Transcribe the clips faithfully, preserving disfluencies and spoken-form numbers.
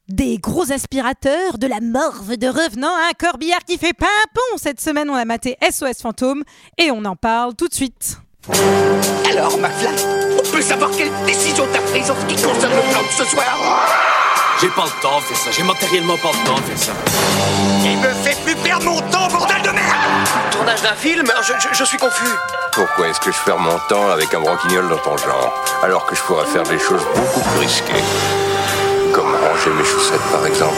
Des gros aspirateurs, de la morve de revenants, un corbillard qui fait pimpon. Cette semaine, on a maté S O S Fantôme et on en parle tout de suite. Alors, McFly, on peut savoir quelle décision t'as prise en ce qui concerne le plan de ce soir? J'ai pas le temps de faire ça, j'ai matériellement pas le temps de faire ça. Il me fait plus perdre mon temps, bordel de merde! Tournage d'un film? je, je, je suis confus. Pourquoi est-ce que je perds mon temps avec un branquignol dans ton genre, alors que je pourrais faire des choses beaucoup plus risquées? Comme ranger mes chaussettes, par exemple.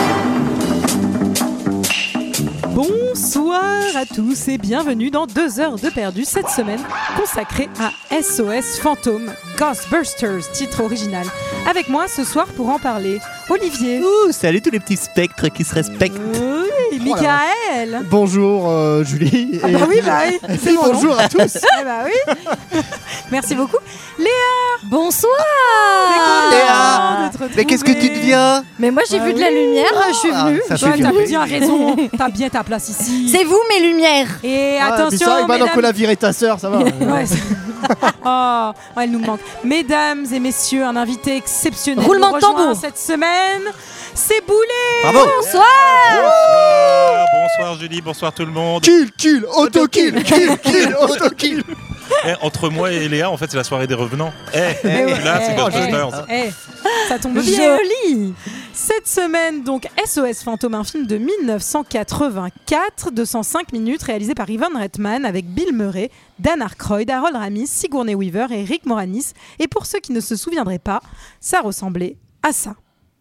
Bonsoir à tous et bienvenue dans deux heures de perdu cette semaine consacrée à S O S Fantôme, Ghostbusters, titre original. Avec moi ce soir pour en parler, Olivier. Ouh, salut tous les petits spectres qui se respectent. Oui, Michael. Bonjour euh, Julie. Ah bah oui, bah oui, c'est mon bonjour nom. à tous. Eh bah oui. Merci beaucoup. Léa. Bonsoir. Ah, Léa. Mais qu'est-ce que tu deviens? Mais moi j'ai Ah vu oui. de la lumière, je suis Ah, venue. ça Toi, fait t'as du bien raison. T'as bien ta place ici. C'est vous mes lumières. Et Ah, puis attention, ça, maintenant mesdames... qu'on a viré ta sœur, ça va. Ouais, c'est- oh, ouais, elle nous manque. Mesdames et messieurs, un invité exceptionnel Roulement nous de rejoint tambour. cette semaine. C'est Boulet. Bravo. Bonsoir. Bonsoir, bonsoir Julie, bonsoir tout le monde. Kill, kill, auto-kill, kill, kill, auto-kill. Eh, entre moi et Léa, en fait, c'est la soirée des revenants. Eh, Mais ouais, là, c'est eh, Ghostbusters. eh, eh, ça tombe bien. Joli. Cette semaine, donc, S O S Fantôme, un film de dix-neuf cent quatre-vingt-quatre, deux cent cinq minutes, réalisé par Ivan Reitman avec Bill Murray, Dan Aykroyd, Harold Ramis, Sigourney Weaver et Rick Moranis. Et pour ceux qui ne se souviendraient pas, ça ressemblait à ça.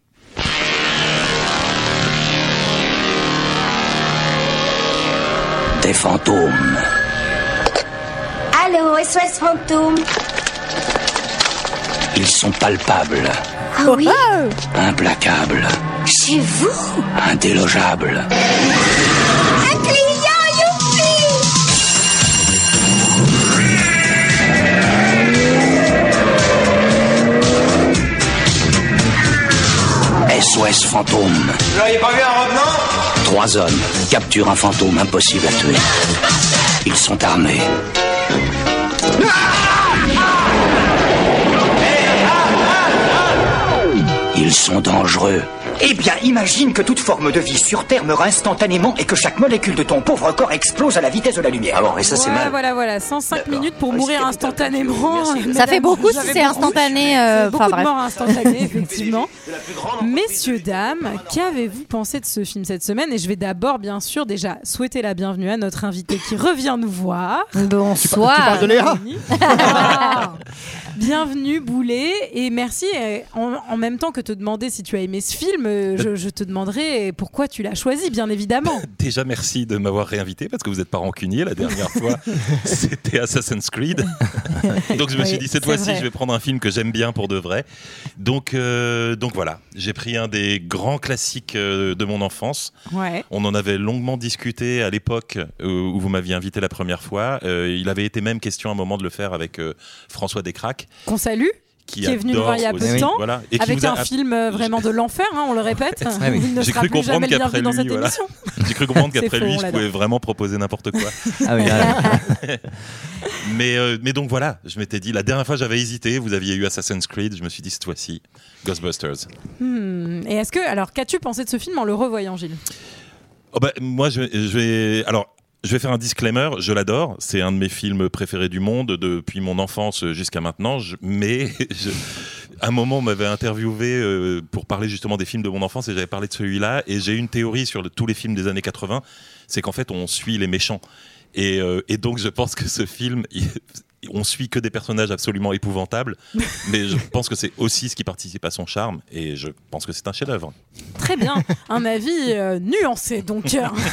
Des fantômes. Allô, S O S Fantôme. Ils sont palpables, Ah oui, implacables, chez vous. indélogeables. Un client, youpi. S O S Fantôme. Vous n'auriez pas vu un revenant? Trois hommes capturent un fantôme impossible à tuer. Ils sont armés. Ils sont dangereux. Eh bien, imagine que toute forme de vie sur Terre meurt instantanément et que chaque molécule de ton pauvre corps explose à la vitesse de la lumière. Ah bon, et ça c'est Ouais, mal. Voilà, voilà, cent cinq D'accord. minutes pour Ouais, mourir c'est instantanément. Merci. Mesdames, Ça fait beaucoup vous si avez c'est beaucoup- instantané. C'est euh, beaucoup Enfin de bref. morts instantanées, effectivement. Messieurs, dames, qu'avez-vous pensé de ce film cette semaine? Et je vais d'abord, bien sûr, déjà souhaiter la bienvenue à notre invité qui revient nous voir. Bonsoir. Tu parles de Léa? Ah. Bienvenue, Boulet, et merci. Et En, en même temps que te demander si tu as aimé ce film, euh, je, je te demanderai pourquoi tu l'as choisi, bien évidemment. Déjà, merci de m'avoir réinvité parce que vous n'êtes pas rancunier. La dernière fois, c'était Assassin's Creed. Donc, je me Oui, suis dit, cette c'est fois-ci, vrai. je vais prendre un film que j'aime bien pour de vrai. Donc, euh, donc voilà, j'ai pris un des grands classiques euh, de mon enfance. Ouais. On en avait longuement discuté à l'époque euh, où vous m'aviez invité la première fois. Euh, il avait été même question à un moment de le faire avec euh, François Descraques. Qu'on salue. Qui, Qui est venu nous voir il y a peu de aussi, temps, voilà, et qui avec vous a- un film euh, vraiment de l'enfer, hein, on le répète. Ah oui. Il ne J'ai sera cru plus comprendre jamais le qu'après bienvenu dans lui, cette voilà. émission. J'ai cru comprendre C'est qu'après faux, lui, on je l'adore. pouvais vraiment proposer n'importe quoi. Ah oui, là, mais, euh, mais donc voilà, je m'étais dit, la dernière fois j'avais hésité, vous aviez eu Assassin's Creed, je me suis dit cette fois-ci, Ghostbusters. Hmm. Et est-ce que, alors, qu'as-tu pensé de ce film en le revoyant, Gilles? Oh bah, moi, je, je vais... Alors, je vais faire un disclaimer, je l'adore, c'est un de mes films préférés du monde depuis mon enfance jusqu'à maintenant, je- mais je- à un moment on m'avait interviewé euh, pour parler justement des films de mon enfance et j'avais parlé de celui-là et j'ai une théorie sur le- tous les films des années quatre-vingts, c'est qu'en fait on suit les méchants et, euh, et donc je pense que ce film... il- on suit que des personnages absolument épouvantables, mais je pense que c'est aussi ce qui participe à son charme et je pense que c'est un chef-d'œuvre. Très bien, un avis euh, nuancé donc.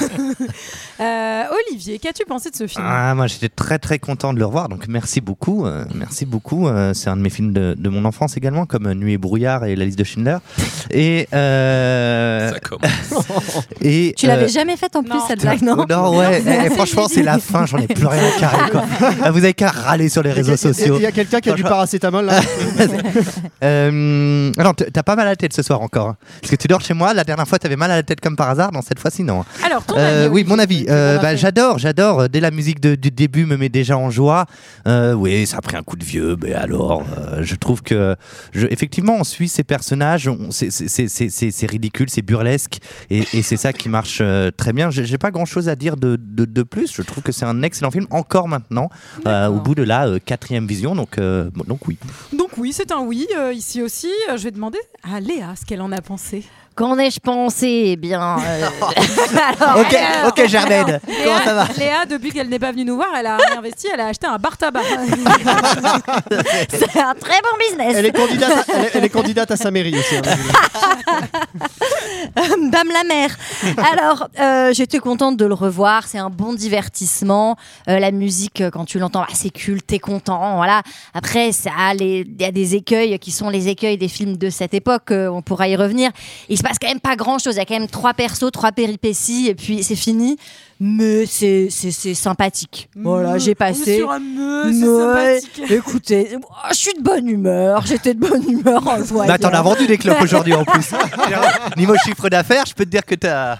Euh, Olivier, qu'as-tu pensé de ce film? ah, moi j'étais très très content de le revoir, donc merci beaucoup. euh, merci beaucoup. euh, c'est un de mes films de, de mon enfance également, comme Nuit et brouillard et La liste de Schindler. Et, euh, Ça commence. et Tu l'avais euh, jamais faite en plus non. cette blague, non? Non, ouais, c'est eh, assez franchement, c'est la fin, j'en ai plus rien à carrer, quoi. Ah, vous avez qu'à râler râler sur les Il y a- réseaux sociaux. Il y a quelqu'un qui a du Franchement. paracétamol là. Euh, alors, t- t'as pas mal à la tête ce soir encore. hein. Parce que tu dors chez moi. La dernière fois, t'avais mal à la tête comme par hasard. Non, cette fois-ci, non. Alors, ton Euh, avis, oui, mon avis. Olivier, Euh, on a bah, fait. j'adore, j'adore. Dès la musique de- du début me met déjà en joie. Euh, oui, ça a pris un coup de vieux, mais alors, euh, je trouve que, je, effectivement, on suit ces personnages. on- c'est- c'est- c'est c'est- c'est- c'est ridicule, c'est burlesque, et, et c'est ça qui marche euh, très bien. J'ai j'ai pas grand-chose à dire de, de, de plus. Je trouve que c'est un excellent film encore maintenant, euh, au bout de la euh, quatrième vision. Donc, euh, bon, donc oui. Donc oui, c'est un oui euh, ici aussi. Euh, je vais demander à Léa ce qu'elle en a pensé. Qu'en ai-je pensé Eh bien. euh, alors, Ok, ok, Germaine. Comment ça va? Léa, depuis qu'elle n'est pas venue nous voir, elle a réinvesti, elle a acheté un bar tabac. c'est un très bon business. Elle est candidate, à, elle est, elle est candidate à sa mairie aussi. hein. Bam la mère. Alors, euh, j'étais contente de le revoir. C'est un bon divertissement. Euh, la musique, euh, quand tu l'entends, bah, c'est culte, t'es content. Voilà. Après, ça a les- il y a des écueils qui sont les écueils des films de cette époque. euh, on pourra y revenir. Il se passe quand même pas grand-chose. Il y a quand même trois persos, trois péripéties, et puis c'est fini. Mais c'est c'est c'est sympathique. Voilà, j'ai On est passé. sur un meu, c'est Ouais, sympathique. Écoutez, oh, je suis de bonne humeur. J'étais de bonne humeur en joie. Bah, t'en as vendu des clopes aujourd'hui en plus. Niveau chiffre d'affaires, je peux te dire que t'as.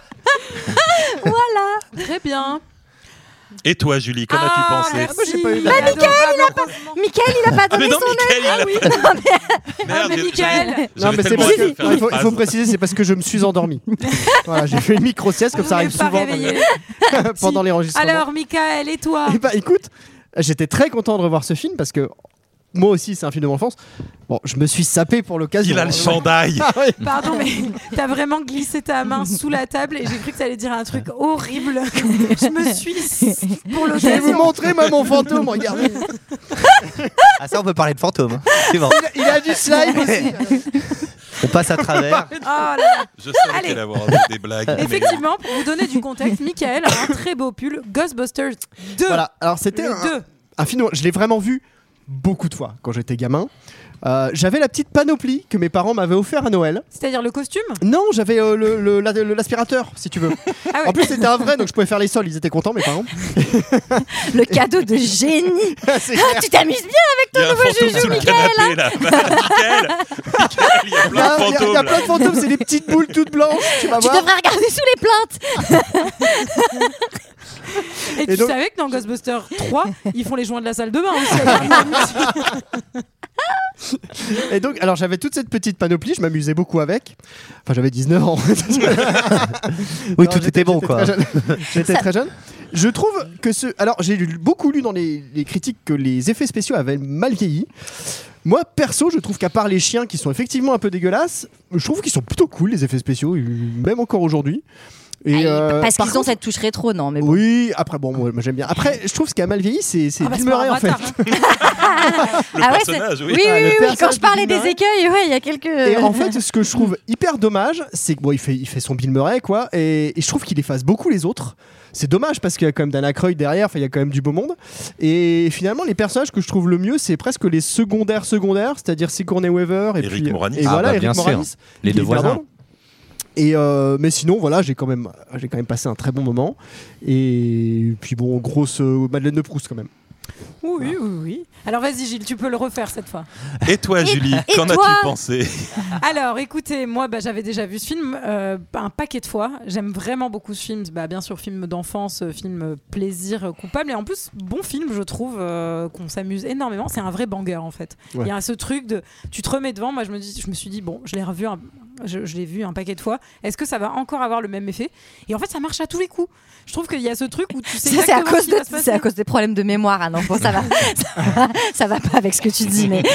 Très bien. Et toi, Julie, qu'en Ah, as-tu pensé merci. j'ai pas eu Bah, la- Michael, il a pas... Michael, il a pas Ah, mais donné non, son Mickaël, il Ah l'a oui. pas. Ah, Merde, mais j'ai- Michael. Non, j'avais mais c'est tellement parce envie de que faire il une faut, il faut phrase. préciser, c'est parce que je me suis endormi. Voilà, j'ai fait une micro sieste comme Vous ça arrive m'avez pas souvent réveillé. pendant les enregistrements. Alors, Michael, et toi? Eh ben, écoute, j'étais très content de revoir ce film parce que moi aussi, c'est un film de mon enfance. Bon, je me suis sapé pour l'occasion. Il a le chandail. Ah ouais. Pardon, mais t'as vraiment glissé ta main sous la table et j'ai cru que t'allais dire un truc horrible. Je me suis pour Je vais vous l'occasion. montrer moi, mon fantôme, regardez. Ah, ça, on peut parler de fantôme. hein. C'est bon. Il a du slime aussi. On passe à travers. Oh là là. Je savais Allez. qu'elle allait avoir des blagues. mais- Effectivement, pour vous donner du contexte, Michael a un très beau pull Ghostbusters deux. Voilà, alors c'était Le un, deux. un film, je l'ai vraiment vu beaucoup de fois quand j'étais gamin. Euh, j'avais la petite panoplie que mes parents m'avaient offert à Noël. C'est-à-dire le costume? Non, j'avais euh, le- le- la- le- l'aspirateur, si tu veux. Ah ouais. En plus, c'était un vrai, donc je pouvais faire les sols. Ils étaient contents, mes parents. Le cadeau de génie. C'est Ah, tu t'amuses bien. Il y a un fantôme sous le canapé là. Michael, Michael, il y a Il y plein a, de il y a- il y fantômes. a plein de fantômes, c'est des petites boules toutes blanches. Tu vas Tu voir. devrais regarder sous les plaintes. Et, Et tu donc- savais que dans Ghostbusters trois, ils font les joints de la salle de bain aussi. avec la musique. Et donc, alors j'avais toute cette petite panoplie, je m'amusais beaucoup avec. Enfin, j'avais dix-neuf ans. Oui, Non, tout j'étais- était bon, j'étais quoi. très jeune. J'étais très jeune. Je trouve que ce. Alors, j'ai lu- beaucoup lu dans les, les critiques que les effets spéciaux avaient mal vieilli. Moi, perso, je trouve qu'à part les chiens qui sont effectivement un peu dégueulasses, je trouve qu'ils sont plutôt cool, les effets spéciaux, même encore aujourd'hui. Et, Ah, euh, parce par qu'ils ont contre- cette touche rétro, non mais bon. Oui, après, bon, moi, moi, j'aime bien. Après, je trouve ce qui a mal vieilli, c'est c'est Ah bah, Bill c'est pas Murray, un en fait. bâtard, hein. Le Ah ouais, personnage, c'est- oui. oui, oui, Ah, le oui, oui, personnage quand je de parlais Bill des Murray. écueils, ouais, il y a quelques. Et en fait, ce que je trouve hyper dommage, c'est que bon, il fait, il fait son Bill Murray, quoi, et, et je trouve qu'il efface beaucoup les autres. C'est dommage parce qu'il y a quand même Dan Aykroyd derrière, enfin, il y a quand même du beau monde. Et finalement, les personnages que je trouve le mieux, c'est presque les secondaires secondaires, c'est-à-dire Sigourney Weaver et Eric puis Moranis. et Ah, voilà, bah, Eric bien sûr. Moranis, Les qui est deux hyper voisins. drôle. Et euh, mais sinon, voilà, j'ai quand même, j'ai quand même passé un très bon moment. Et puis bon, grosse euh, Madeleine de Proust quand même. Oui, oui, oui. Alors vas-y Gilles, tu peux le refaire cette fois. Et toi, Julie, et qu'en toi as-tu pensé? Alors écoutez, moi bah, j'avais déjà vu ce film euh, un paquet de fois. J'aime vraiment beaucoup ce film. Bah, bien sûr, film d'enfance, euh, film euh, plaisir euh, coupable. Et en plus, bon film, je trouve, euh, qu'on s'amuse énormément. C'est un vrai banger en fait. Il Ouais. y a ce truc de. Tu te remets devant. Moi, je me, dis, je me suis dit, bon, je l'ai revu un, je, je l'ai vu un paquet de fois. Est-ce que ça va encore avoir le même effet? Et en fait, ça marche à tous les coups. Je trouve qu'il y a ce truc où tu sais. Ça, c'est à exactement cause ce qui de, va se passer. c'est à cause des problèmes de mémoire. Ah non, bon, ça va, ça va, ça va pas avec ce que tu dis, mais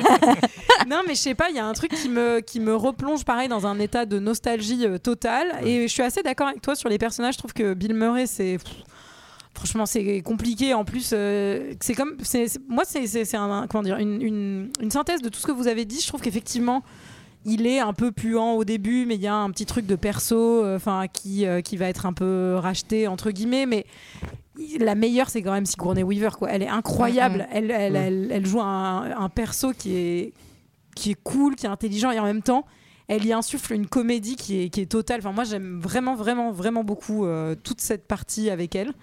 Non, mais je sais pas, il y a un truc qui me, qui me replonge pareil dans un état de nostalgie euh, totale. Et je suis assez d'accord avec toi sur les personnages. Je trouve que Bill Murray, c'est. pff, Franchement, c'est compliqué. En plus, euh, c'est comme. c'est- c'est- moi, c'est c'est- c'est un, comment dire, une, une, une synthèse de tout ce que vous avez dit. Je trouve qu'effectivement. Il est un peu puant au début, mais il y a un petit truc de perso, enfin qui euh, qui va être un peu racheté entre guillemets. Mais la meilleure, c'est quand même Sigourney Weaver, quoi. Elle est incroyable. Mhm. Elle, elle, elle, elle joue un, un perso qui est qui est cool, qui est intelligent, et en même temps, elle y insuffle une comédie qui est qui est totale. Enfin, moi, j'aime vraiment, vraiment, vraiment beaucoup euh, toute cette partie avec elle.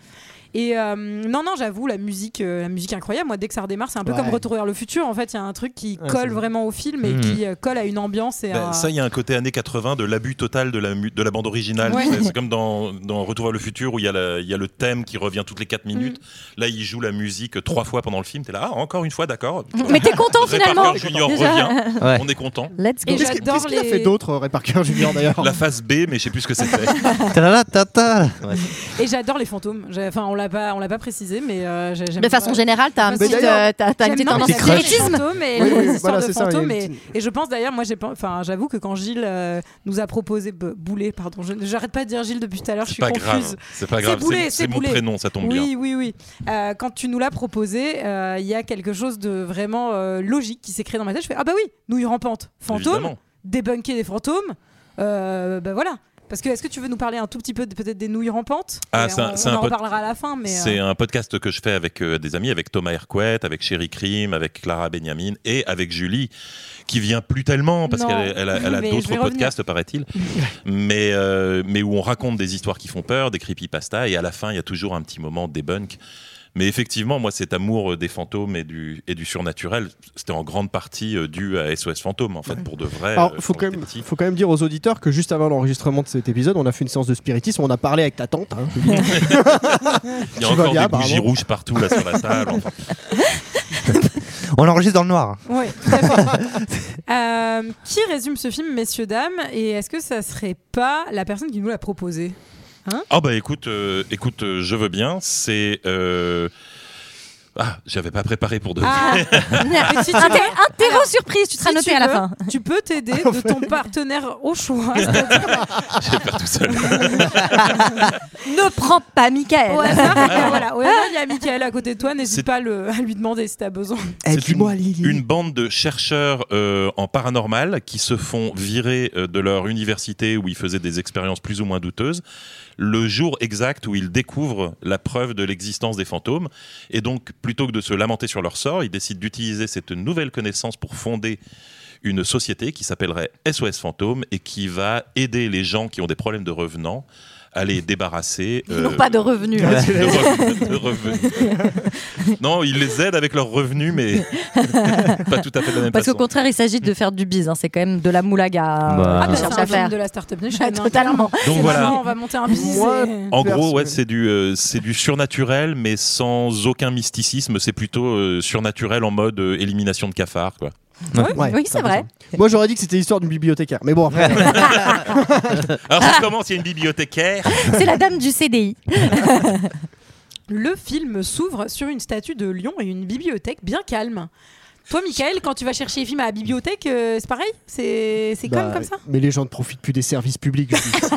Et euh, non, non, j'avoue, la musique, euh, la musique incroyable. Moi, dès que ça redémarre, c'est un peu Ouais. comme Retour vers le futur. En fait, il y a un truc qui Ouais, colle c'est vraiment au film et Mmh. qui euh, colle à une ambiance. Et Ben, à... ça, il y a un côté années quatre-vingts de l'abus total de la, mu- de la bande originale. Ouais. C'est, c'est comme dans, dans Retour vers le futur où il y, a la- il y a le thème qui revient toutes les quatre minutes. Mm. Là, il joue la musique trois fois pendant le film. T'es là, ah, encore une fois, d'accord. Mais t'es content Ray finalement. Parker Junior Déjà. revient. Ouais. On est content. Let's go. Et Qu'est-ce qu'il j'adore qu'est-ce qu'il a les- fait d'autre, Ray Parker Junior d'ailleurs La phase B, mais je sais plus ce que c'était. Ta-la-la, ta-ta. Ouais. Et j'adore les fantômes. J'ai- Enfin, on l'a pas, on l'a pas précisé, mais euh, j'ai- j'aime De façon pas- générale, t'as un Mais petit, d'ailleurs, euh, t'as, t'as une J'aime petite non, tendance mais à Petit crush. les spiritisme. fantômes et Oui, les oui, histoires voilà, de c'est ça, il y a fantômes. une et, petite- et je pense d'ailleurs, moi, j'ai pas, enfin, j'avoue que quand Gilles euh, nous a proposé B- Boulet, pardon, je- j'arrête pas de dire Gilles depuis tout à l'heure, je C'est suis pas confuse. grave. C'est pas grave. Boulet, C'est, c'est c'est mon Boulet. prénom, ça tombe bien. Oui, oui, oui. Euh, quand tu nous l'as proposé, euh, il y a quelque chose de vraiment euh, logique qui s'est créé dans ma tête. Je fais ah bah oui, nouilles rampantes, fantômes, Évidemment. débunker des fantômes. Euh, bah voilà. Parce que est-ce que tu veux nous parler un tout petit peu de, peut-être des nouilles rampantes? Ah, Et c'est un- on, c'est on un en pod- reparlera à la fin, mais C'est euh, un podcast que je fais avec euh, des amis, avec Thomas Hercouet, avec Chéri Krim, avec Clara Benjamin et avec Julie, qui vient plus tellement parce Non. qu'elle elle a, elle a Mais je d'autres vais revenir. podcasts, paraît-il, mais, euh, mais où on raconte des histoires qui font peur, des creepypastas, et à la fin, il y a toujours un petit moment débunk. Mais effectivement, moi, cet amour des fantômes et du, et du surnaturel, c'était en grande partie euh, dû à S O S Fantôme, en fait, pour de vrai. Alors, euh, faut quand quand, j'étais même, petit. faut quand même dire aux auditeurs que juste avant l'enregistrement de cet épisode, on a fait une séance de spiritisme, on a parlé avec ta tante. Hein, je dis. Il y a tu vas encore bien, des bougies apparemment. rouges partout là sur la table. enfin. On enregistre dans le noir. Oui, tout à fait. Euh, qui résume ce film, messieurs, dames? Et est-ce que ça serait pas la personne qui nous l'a proposé? Ah bah écoute, euh, écoute, euh, je veux bien. C'est euh... ah, j'avais pas préparé pour de vrai. Ah, mais si tu veux- Interro Alors, surprise, tu seras si noté tu à la veux, fin. Tu peux t'aider de ton partenaire au choix. c'est-à-dire- Je vais faire tout seul. Ne prends pas Michael. Au hasard, et voilà. Au hasard, il y a Michael à côté de toi. N'hésite C'est- pas à, le- à lui demander si t'as besoin. Eh, C'est dis-moi, une, Lily. une bande de chercheurs euh, en paranormal qui se font virer euh, de leur université où ils faisaient des expériences plus ou moins douteuses le jour exact où ils découvrent la preuve de l'existence des fantômes. Et donc, plutôt que de se lamenter sur leur sort, ils décident d'utiliser cette nouvelle connaissance pour fonder une société qui s'appellerait S O S Fantôme et qui va aider les gens qui ont des problèmes de revenants à les débarrasser. Ils n'ont euh, pas de revenus. de, re- de revenus. Non, ils les aident avec leurs revenus, mais pas tout à fait de la même Parce qu'au façon. contraire, il s'agit de faire du biz. hein. C'est quand même de la moulaga Bah. euh, Ah, de bah, c'est chercher à un film faire. de la Startup Nation. hein, Totalement. clairement. Donc C'est voilà. vraiment, on va monter un business. Moi, et- En gros, ouais, Perso- c'est du, euh, c'est du surnaturel, mais sans aucun mysticisme. C'est plutôt euh, surnaturel en mode euh, élimination de cafards, quoi. Ouais, Oui, c'est vrai. Moi, j'aurais dit que c'était l'histoire d'une bibliothécaire. Mais bon, après. Alors ça commence, il y a une bibliothécaire. C'est la dame du C D I. Le film s'ouvre sur une statue de lion et une bibliothèque bien calme. Toi, Michael, quand tu vas chercher les films à la bibliothèque, euh, c'est pareil? C'est c'est calme Bah, comme ça? Mais les gens ne profitent plus des services publics. je dis.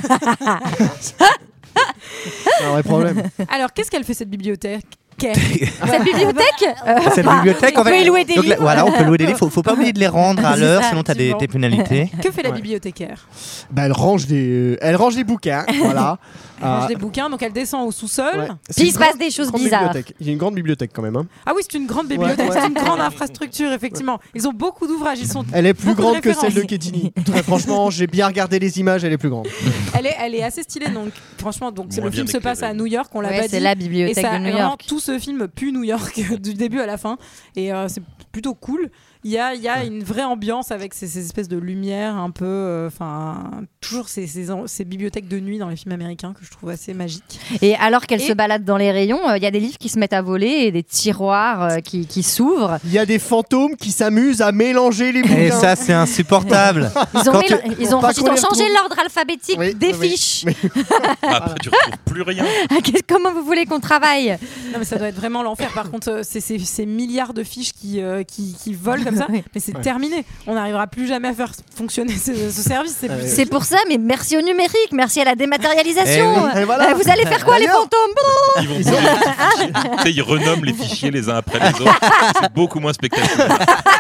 C'est un vrai problème. Alors, qu'est-ce qu'elle fait cette bibliothèque? Cette bibliothèque euh, Cette bibliothèque, on en fait. peut y louer des donc là, livres. voilà, on peut louer des livres. Faut, faut pas oublier de les rendre à C'est l'heure, ça, sinon t'as des, effectivement. des pénalités. Que fait la Ouais. bibliothécaire? Bah, elle range des, euh, elle range des bouquins. Voilà. Elle range Ah, des bouquins, donc elle descend au sous-sol. ouais. Puis C'est il une se passe grande- des choses grande bizarres. bibliothèque. Il y a une grande bibliothèque quand même. hein. Ah oui, c'est une grande bibliothèque, Ouais, ouais. c'est une grande infrastructure, effectivement. Ils ont beaucoup d'ouvrages, ils sont... Elle est plus Beaucoup de grande que celle de références. Ketini. Très franchement, j'ai bien regardé les images, elle est plus grande. Elle est, elle est assez stylée, donc franchement, donc, c'est Moins le film bien se passe éclairée. à New York, on l'a Ouais, pas c'est dit. la Et bibliothèque ça, de New vraiment, York. tout ce film pue New York du début à la fin. Et euh, c'est plutôt cool. Il y a, il y a une vraie ambiance avec ces, ces espèces de lumières un peu. Enfin, toujours ces, ces, ces bibliothèques de nuit dans les films américains que je trouve assez magiques. Et alors qu'elle Et- se balade dans les rayons, euh, il y a des livres qui se mettent à voler et des tiroirs euh, qui, qui s'ouvrent. Il y a des fantômes qui s'amusent à mélanger les Et bouquins. ça, c'est insupportable. Ils ont, Quand méla- tu- ils ont, Pas ils qu'on ont les changé retrouve. l'ordre alphabétique Oui, des oui, oui. fiches. Mais- Après, tu retrouves plus rien. Qu'est-ce- Comment vous voulez qu'on travaille? Non, mais ça doit être vraiment l'enfer. Par contre, euh, c'est ces ces milliards de fiches qui, euh, qui, qui volent comme ça. Oui. Mais c'est Ouais. terminé. On n'arrivera plus jamais à faire fonctionner ce, ce service. C'est plus- Ouais. C'est pour ça, mais merci au numérique, merci à la dématérialisation. Eh oui. Et voilà. Euh, Vous allez faire quoi, les D'ailleurs- fantômes? Ils vont brûler les fichiers. Tu sais, ils renomment les fichiers les uns après les autres. C'est beaucoup moins spectaculaire.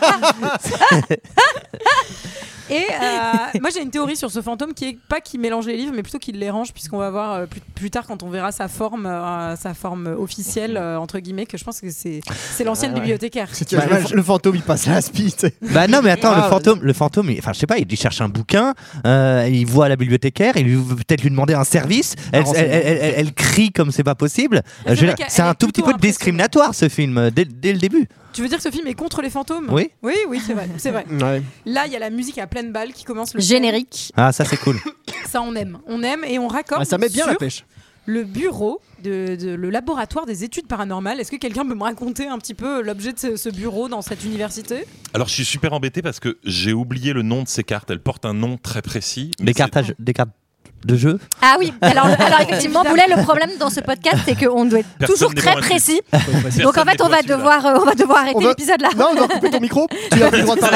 Et euh, moi j'ai une théorie sur ce fantôme qui est pas qu'il mélange les livres mais plutôt qu'il les range, puisqu'on va voir euh, plus, plus tard quand on verra sa forme euh, sa forme officielle euh, entre guillemets, que je pense que c'est c'est l'ancienne Ah ouais. bibliothécaire. Tu vois, le, le fantôme il passe à la spie. Bah non, mais attends, Ah, le fantôme, le fantôme, il- enfin je sais pas, il cherche un bouquin, euh, il voit la bibliothécaire, il veut peut-être lui demander un service, elle, elle, elle, elle- elle- elle crie comme c'est pas possible. C'est Euh, je veux vrai dire, qu'elle c'est est un tout petit plutôt peu discriminatoire ce film euh, dès, dès le début. Tu veux dire que ce film est contre les fantômes? Oui. Oui, oui, c'est vrai, c'est vrai. Ouais. Là, il y a la musique à pleine balle qui commence le Générique. Ah, ça c'est cool. Ça, on aime, on aime et on raccorde. Ah, ça met bien sur la pêche. Le bureau de, de- le laboratoire des études paranormales. Est-ce que quelqu'un peut me raconter un petit peu l'objet de ce, ce bureau dans cette université? Alors je suis super embêté parce que j'ai oublié le nom de ces cartes. Elles portent un nom très précis. mais Des c'est- cartes, à jeu- des cartes de jeu. Ah oui, alors, alors effectivement, Boulet, le problème dans ce podcast, c'est qu'on doit être Personne toujours n'est très convaincu. précis. Personne Donc en fait, n'est on va pointu, là. devoir, euh, on va devoir arrêter On va- l'épisode là. Non, on doit couper ton micro. Tu n'as plus le droit de parler.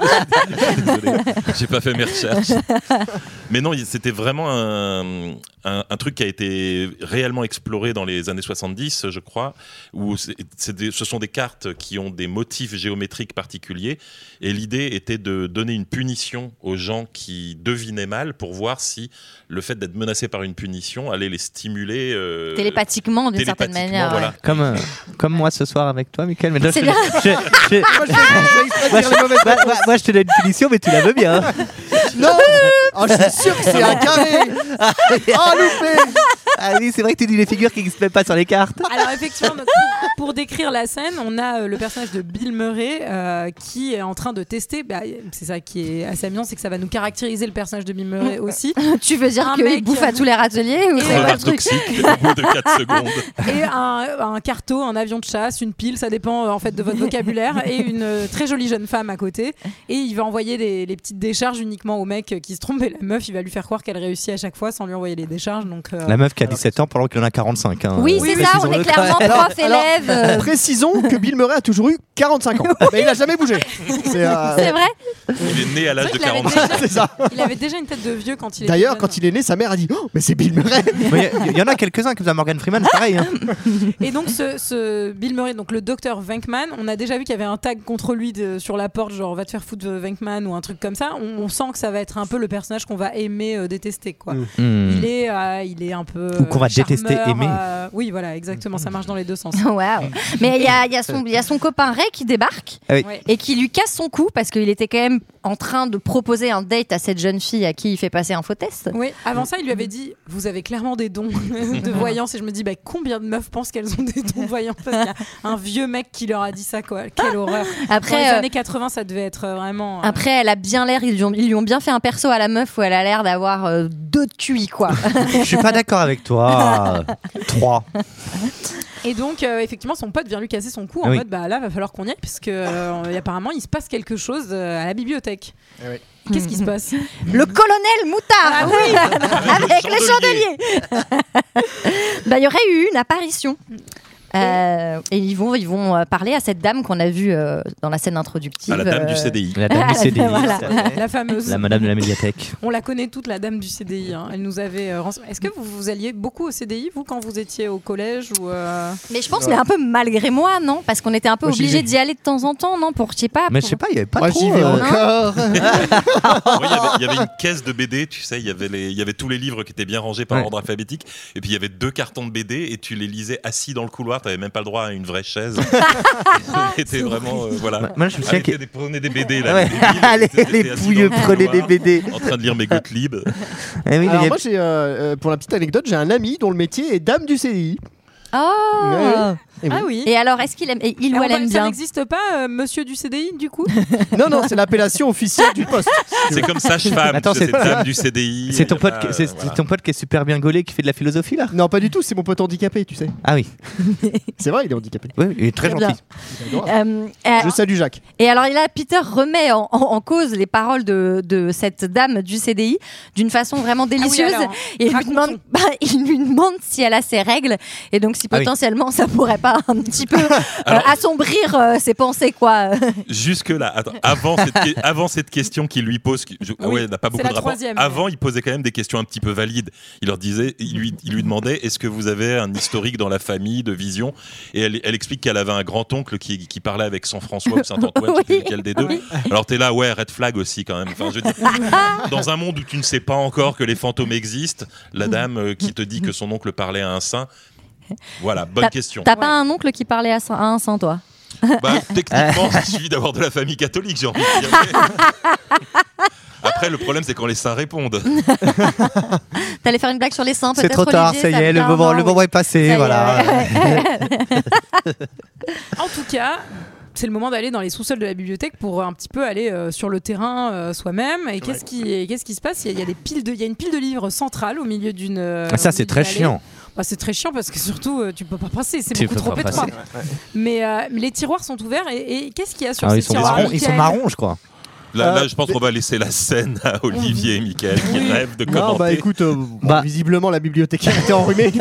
Désolé, j'ai pas fait mes recherches. Mais non, il- c'était vraiment un, un, un truc qui a été réellement exploré dans les années soixante-dix, je crois, où c'est, c'est des- ce sont des cartes qui ont des motifs géométriques particuliers. Et l'idée était de donner une punition aux gens qui devinaient mal pour voir si le fait d'être menacé par une punition allait les stimuler euh, Télépathiquement, d'une certaine télépathiquement, manière. voilà. ouais. Comme, euh, comme moi ce soir avec toi, Mickaël. Mais là, C'est je- bien. je- je- Moi, je fais exprès de moi, dire les mauvaises je- moi- réponses. moi- moi, je te donne une punition, mais tu la veux bien. hein. Non. Oh, je suis sûr que c'est un carré. Oh, loupé. Ah oui, c'est vrai que tu dis les figures qui n'existent même pas sur les cartes. Alors effectivement, donc, pour, pour décrire la scène, on a euh, le personnage de Bill Murray euh, qui est en train de tester. Bah, c'est ça qui est assez amusant, c'est que ça va nous caractériser le personnage de Bill Murray aussi. Tu veux dire Un qu'il mec, bouffe à euh, tous les râteliers ou et c'est ouais. quoi Voilà, le truc toxique au bout de quatre secondes. Et un, un carteau, un avion de chasse, une pile, ça dépend euh, en fait de votre vocabulaire, et une euh, très jolie jeune femme à côté. Et il va envoyer les, les petites décharges uniquement au mec qui se trompe, et la meuf, il va lui faire croire qu'elle réussit à chaque fois sans lui envoyer les décharges. Donc, euh, La meuf qui a dix-sept ans pendant qu'il en a quarante-cinq. Hein. Oui, Euh, c'est ça, on est précisons-le. clairement Alors- prof, élève. euh, Précisons que Bill Murray a toujours eu quarante-cinq ans. Mais il a jamais bougé. C'est euh, C'est vrai. Il est né à l'âge C'est de vrai qu'il avait quarante-cinq. déjà- c'est ça. il avait déjà une tête de vieux quand il était D'ailleurs, jeune. quand il est né, sa mère a dit oh, mais c'est Bill Murray. Mais Il y, y en a quelques-uns comme ça, Morgan Freeman, c'est pareil. Hein. Et donc ce, ce Bill Murray, donc le docteur Venkman, on a déjà vu qu'il y avait un tag contre lui de- sur la porte, genre va te faire foutre Venkman ou un truc comme ça. On, on sent que ça va être un peu le personnage qu'on va aimer euh, détester, quoi. Mm. Hmm. Il est, euh, il est un peu. Ou qu'on va euh, détester, charmeur, aimer. euh, oui, voilà, exactement. Ça marche dans les deux sens. Waouh. Mais il y a, il y a son- il y a son copain Ray qui débarque Ah oui. Ouais. et qui lui casse son cou parce qu'il était quand même en train de proposer un date à cette jeune fille à qui il fait passer un faux test. Oui, avant ça, il lui avait dit vous avez clairement des dons de voyance. Et je me dis bah, combien de meufs pensent qu'elles ont des dons de voyance? Parce qu'il y a un vieux mec qui leur a dit ça, quoi. Quelle horreur. Dans Après, les euh, années quatre-vingts, ça devait être euh, vraiment. euh, Après, elle a bien l'air, ils lui, ont, ils lui ont bien fait un perso à la meuf où elle a l'air d'avoir euh, deux de Q I, quoi. Je suis pas d'accord avec toi. Trois. Et donc, euh, effectivement, son pote vient lui casser son cou en Oui. mode bah là, va falloir qu'on y aille, parce que euh, apparemment, il se passe quelque chose euh, à la bibliothèque. Eh oui. Qu'est-ce qui se passe? Le colonel Moutard Ah oui. avec Le le chandelier. Bah, il y aurait eu une apparition. Euh, et ils vont, ils vont euh, parler à cette dame qu'on a vue euh, dans la scène introductive. À la dame euh, du C D I. La dame du C D I. Voilà. c'est vrai. La fameuse. La madame de la médiathèque. On la connaît toute, la dame du C D I. hein. Elle nous avait. euh, rense- Est-ce que vous, vous alliez beaucoup au C D I, vous, quand vous étiez au collège ou euh, Mais je pense, mais un peu malgré moi, non? Parce qu'on était un peu Moi, j'y obligé vais. d'y aller de temps en temps, non? Pour, je sais pas. Mais pour- je sais pas, il y avait pas Moi, trop. j'y vais euh, encore. Ouais, Il y, avait- il y avait une caisse de B D, tu sais, il y avait les- il y avait tous les livres qui étaient bien rangés par Ouais. ordre alphabétique, et puis il y avait deux cartons de B D, et tu les lisais assis dans le couloir, t'avais même pas le droit à une vraie chaise. C'était vraiment, euh, voilà. Moi, je me souviens Allez, que- des- prenez des B D là. Ouais. les débiles, Allez, j'étais les assis pouilleux, dans le prenez des couloir, B D. En train de lire mes Gottlieb. Eh oui, Alors il y a- moi, j'ai, euh, euh, pour la petite anecdote, j'ai un ami dont le métier est dame du C D I. Oh. Et oui. Ah oui. Et alors, est-ce qu'il aime, et il Ah, ou on elle va- aime ça bien? n'existe pas, euh, monsieur du C D I, du coup? Non, non, c'est l'appellation officielle du poste. C'est comme sage-femme, Attends, tu sais, c'est- c'est dame du C D I. C'est ton, il y a pote, pas, qui- c'est euh, voilà. c'est ton pote qui est super bien gaulé, qui fait de la philosophie là. Non, pas du tout, c'est mon pote handicapé, tu sais. Ah oui, C'est vrai, il est handicapé. oui, il est très Très bien. gentil. Euh, euh, Je salue Jacques. Et alors là, Peter remet en, en- en cause les paroles de, de cette dame du C D I d'une façon vraiment délicieuse. alors, et il lui, racontons. demande, bah, il lui demande si elle a ses règles. Et donc, si Ah oui. potentiellement ça pourrait pas un petit peu euh, Alors- assombrir euh, ses pensées, quoi. Jusque-là, attends, avant, cette, que- avant cette question qu'il lui pose, qui- je- ah Oui, ouais, n'a pas c'est beaucoup la de rapport. troisième, Avant, il posait quand même des questions un petit peu valides. Il leur disait, il lui, il lui demandait, est-ce que vous avez un historique dans la famille de vision? Et elle, elle explique qu'elle avait un grand-oncle qui, qui parlait avec San François ou Saint-Antoine, je sais plus lequel des deux. Alors t'es là, ouais, red flag aussi quand même. Enfin, je veux dire, dans un monde où tu ne sais pas encore que les fantômes existent, la dame euh, qui te dit que son oncle parlait à un saint. Voilà, bonne T'as- question. T'as pas un oncle qui parlait à, saint- à un saint, toi? Bah, techniquement, il suffit d'avoir de la famille catholique, j'ai envie de dire. Après, le problème, c'est quand les saints répondent. T'allais faire une blague sur les saints, C'est peut-être, trop tard, Olivier, ça y ça est, le vient moment, avant, le oui. moment est passé, Ça y est, voilà. ouais. En tout cas, c'est le moment d'aller dans les sous-sols de la bibliothèque pour un petit peu aller euh, sur le terrain euh, soi-même. Et qu'est-ce qui, et qu'est-ce qui se passe? Il y a, il y a des piles de, il y a une pile de livres centrale au milieu d'une. euh, Ah, ça, au c'est milieu très d'une allée. chiant. Bah, c'est très chiant parce que surtout euh, tu peux pas passer, c'est Tu beaucoup peux trop pas étroit. passer. Mais, euh, mais les tiroirs sont ouverts et, et qu'est-ce qu'il y a sur Ah, ces ils sont tiroirs? marrons, ils sont Mickaël marrons, je crois. Là, là, Euh, je pense qu'on va laisser la scène à Olivier et Mickaël qui rêvent de Non, commenter. bah écoute, euh, bon, Bah. visiblement la bibliothécaire était enrhumée.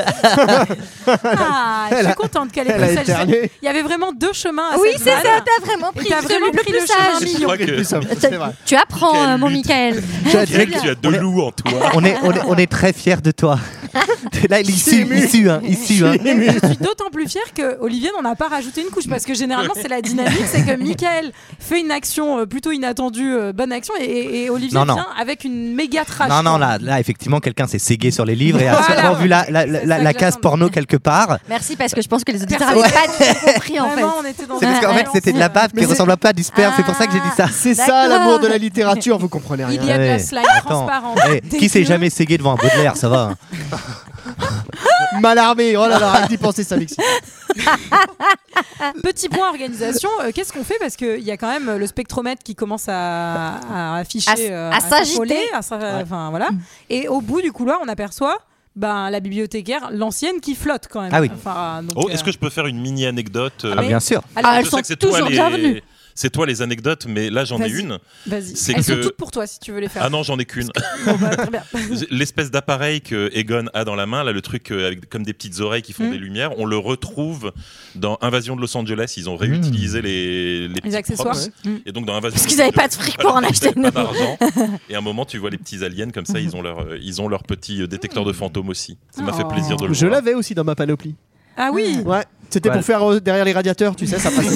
Ah, je Elle suis a- contente qu'elle ait elle a pris celle-ci. éternué. Il y il y avait vraiment deux chemins à Oui, cette c'est ça, vanne. t'as vraiment Et pris t'as celui vraiment le pris plus le chemin sage. Je crois C'est que plus simple, c'est vrai. Tu apprends, Quelle euh, mon lutte. Michael. Je- tu sais que tu as deux loups en toi. On est, on est, on est très fiers de toi. Là, il sue, il sue, hein, il sue, hein. Et je suis d'autant plus fière que Olivier n'en a pas rajouté une couche parce que généralement c'est la dynamique, c'est que Michael fait une action euh, plutôt inattendue, euh, bonne action, et, et Olivier Non, non. vient avec une méga trash. Non, non, quoi. là, là, effectivement, quelqu'un s'est ségué sur les livres et a Voilà. sûrement vu la, la, la, C'est la, ça la que case j'attends. porno quelque part. Merci, parce que je pense que les auditeurs Personne- n'avaient pas du tout compris, en fait. Vraiment, on était dans C'est parce un qu'en fait, silence. c'était de la bave Mais qui c'est- ressemble pas à du sperme, c'est pour ça que j'ai dit ça. C'est ça D'accord. l'amour de la littérature, vous comprenez rien. Il y a de la Ouais. slime Attends. transparente. Eh, qui s'est dégueu. jamais ségué devant un Baudelaire, ça va. Mal armé, oh là là, arrête d'y penser ça, Alexis. Petit point organisation, euh, qu'est-ce qu'on fait? Parce qu'il y a quand même euh, le spectromètre qui commence à, à afficher, À s- euh, à s'agiter. s'affoler, à s'a- enfin, voilà. Et au bout du couloir, on aperçoit ben, la bibliothécaire, l'ancienne, qui flotte quand même. Ah oui. Enfin, donc, Oh, euh, est-ce que je peux faire une mini anecdote euh, Ah, bien sûr. alors, Ah, elles je sont sais que c'est toi toujours les- bienvenues. C'est toi les anecdotes, mais là j'en ai Vas-y. une. Vas-y. c'est Elles sont que- toutes pour toi si tu veux les faire. Ah non, j'en ai qu'une. Bon, bah, très bien. L'espèce d'appareil que Egon a dans la main, là, le truc euh, avec comme des petites oreilles qui font Mm. des lumières, on le retrouve dans Invasion de Los Angeles. Ils ont réutilisé les, les, petits accessoires. props. Mm. Et donc dans Invasion Parce de qu'ils Los avaient pas de Angeles, fric pour en ils acheter avaient une. pas d'argent. Et à un moment, tu vois les petits aliens comme ça, ils ont leur, euh, ils ont leur petit euh, détecteur de fantômes aussi. Ça m'a fait Oh. plaisir de le Je voir. l'avais aussi dans ma panoplie. Ah oui. Ouais, c'était Ouais. pour faire euh, derrière les radiateurs, tu sais, ça passe.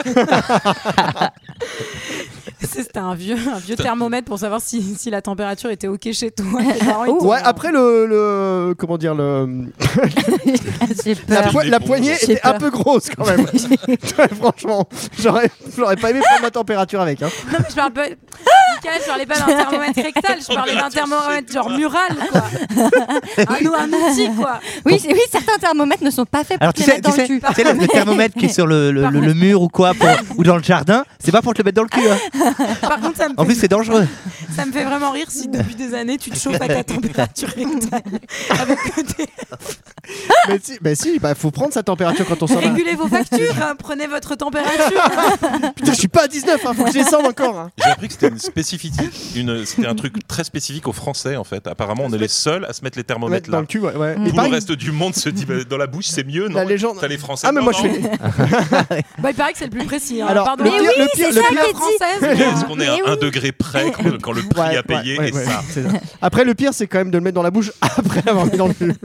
C'était un vieux, un vieux thermomètre pour savoir si, si la température était ok chez toi. Tes parents, ils Ouais, t'ont- après le, le comment dire le J'ai la, peur. po- la J'ai poignée J'ai était un peur. peu grosse quand même. Ouais, franchement, j'aurais j'aurais pas aimé prendre ma température avec. Hein. Non, mais je parle pas. Michael, je parlais pas d'un thermomètre rectal, je parlais d'un thermomètre genre mural, quoi. Un, ou un outil, quoi. Oui, c'est- oui, certains thermomètres ne sont pas faits pour Alors te tu les sais, mettre tu dans sais, le cul. tu sais, le, le thermomètre qui est sur le, le, le- le mur ou quoi, pour- ou dans le jardin, c'est pas pour te le mettre dans le cul. Hein. Par contre, ça me, En plus, fait, c'est dangereux. ça me fait vraiment rire si depuis des années tu te chauffes à ta température rectale. Avec des... Mais si, bah si, bah faut prendre sa température quand on s'en va. Régulez vos factures, hein, prenez votre température. Putain, je suis pas à dix-neuf, hein, faut que je descende encore. Hein. J'ai appris que c'était une spécificité, une, c'était un truc très spécifique aux Français en fait. Apparemment, on est les seuls à se mettre les Mettre thermomètres dans là. le cul, ouais. ouais. Tout Et le pareil, reste du monde se dit bah, dans la bouche c'est mieux, non? La légende. T'as les Français. Ah mais non, moi je non. fais. Bah, il paraît que c'est le plus précis. Hein. Alors, Pardon. le Mais pire, oui, le pire, c'est le ça pire- La qui est dit. française. Mais mais, Est-ce qu'on est Mais à oui. un degré près quand, quand le prix Ouais, à payer ouais, est ouais, ça? c'est ça. Après, le pire, c'est quand même de le mettre dans la bouche après l'avoir mis dans le cul.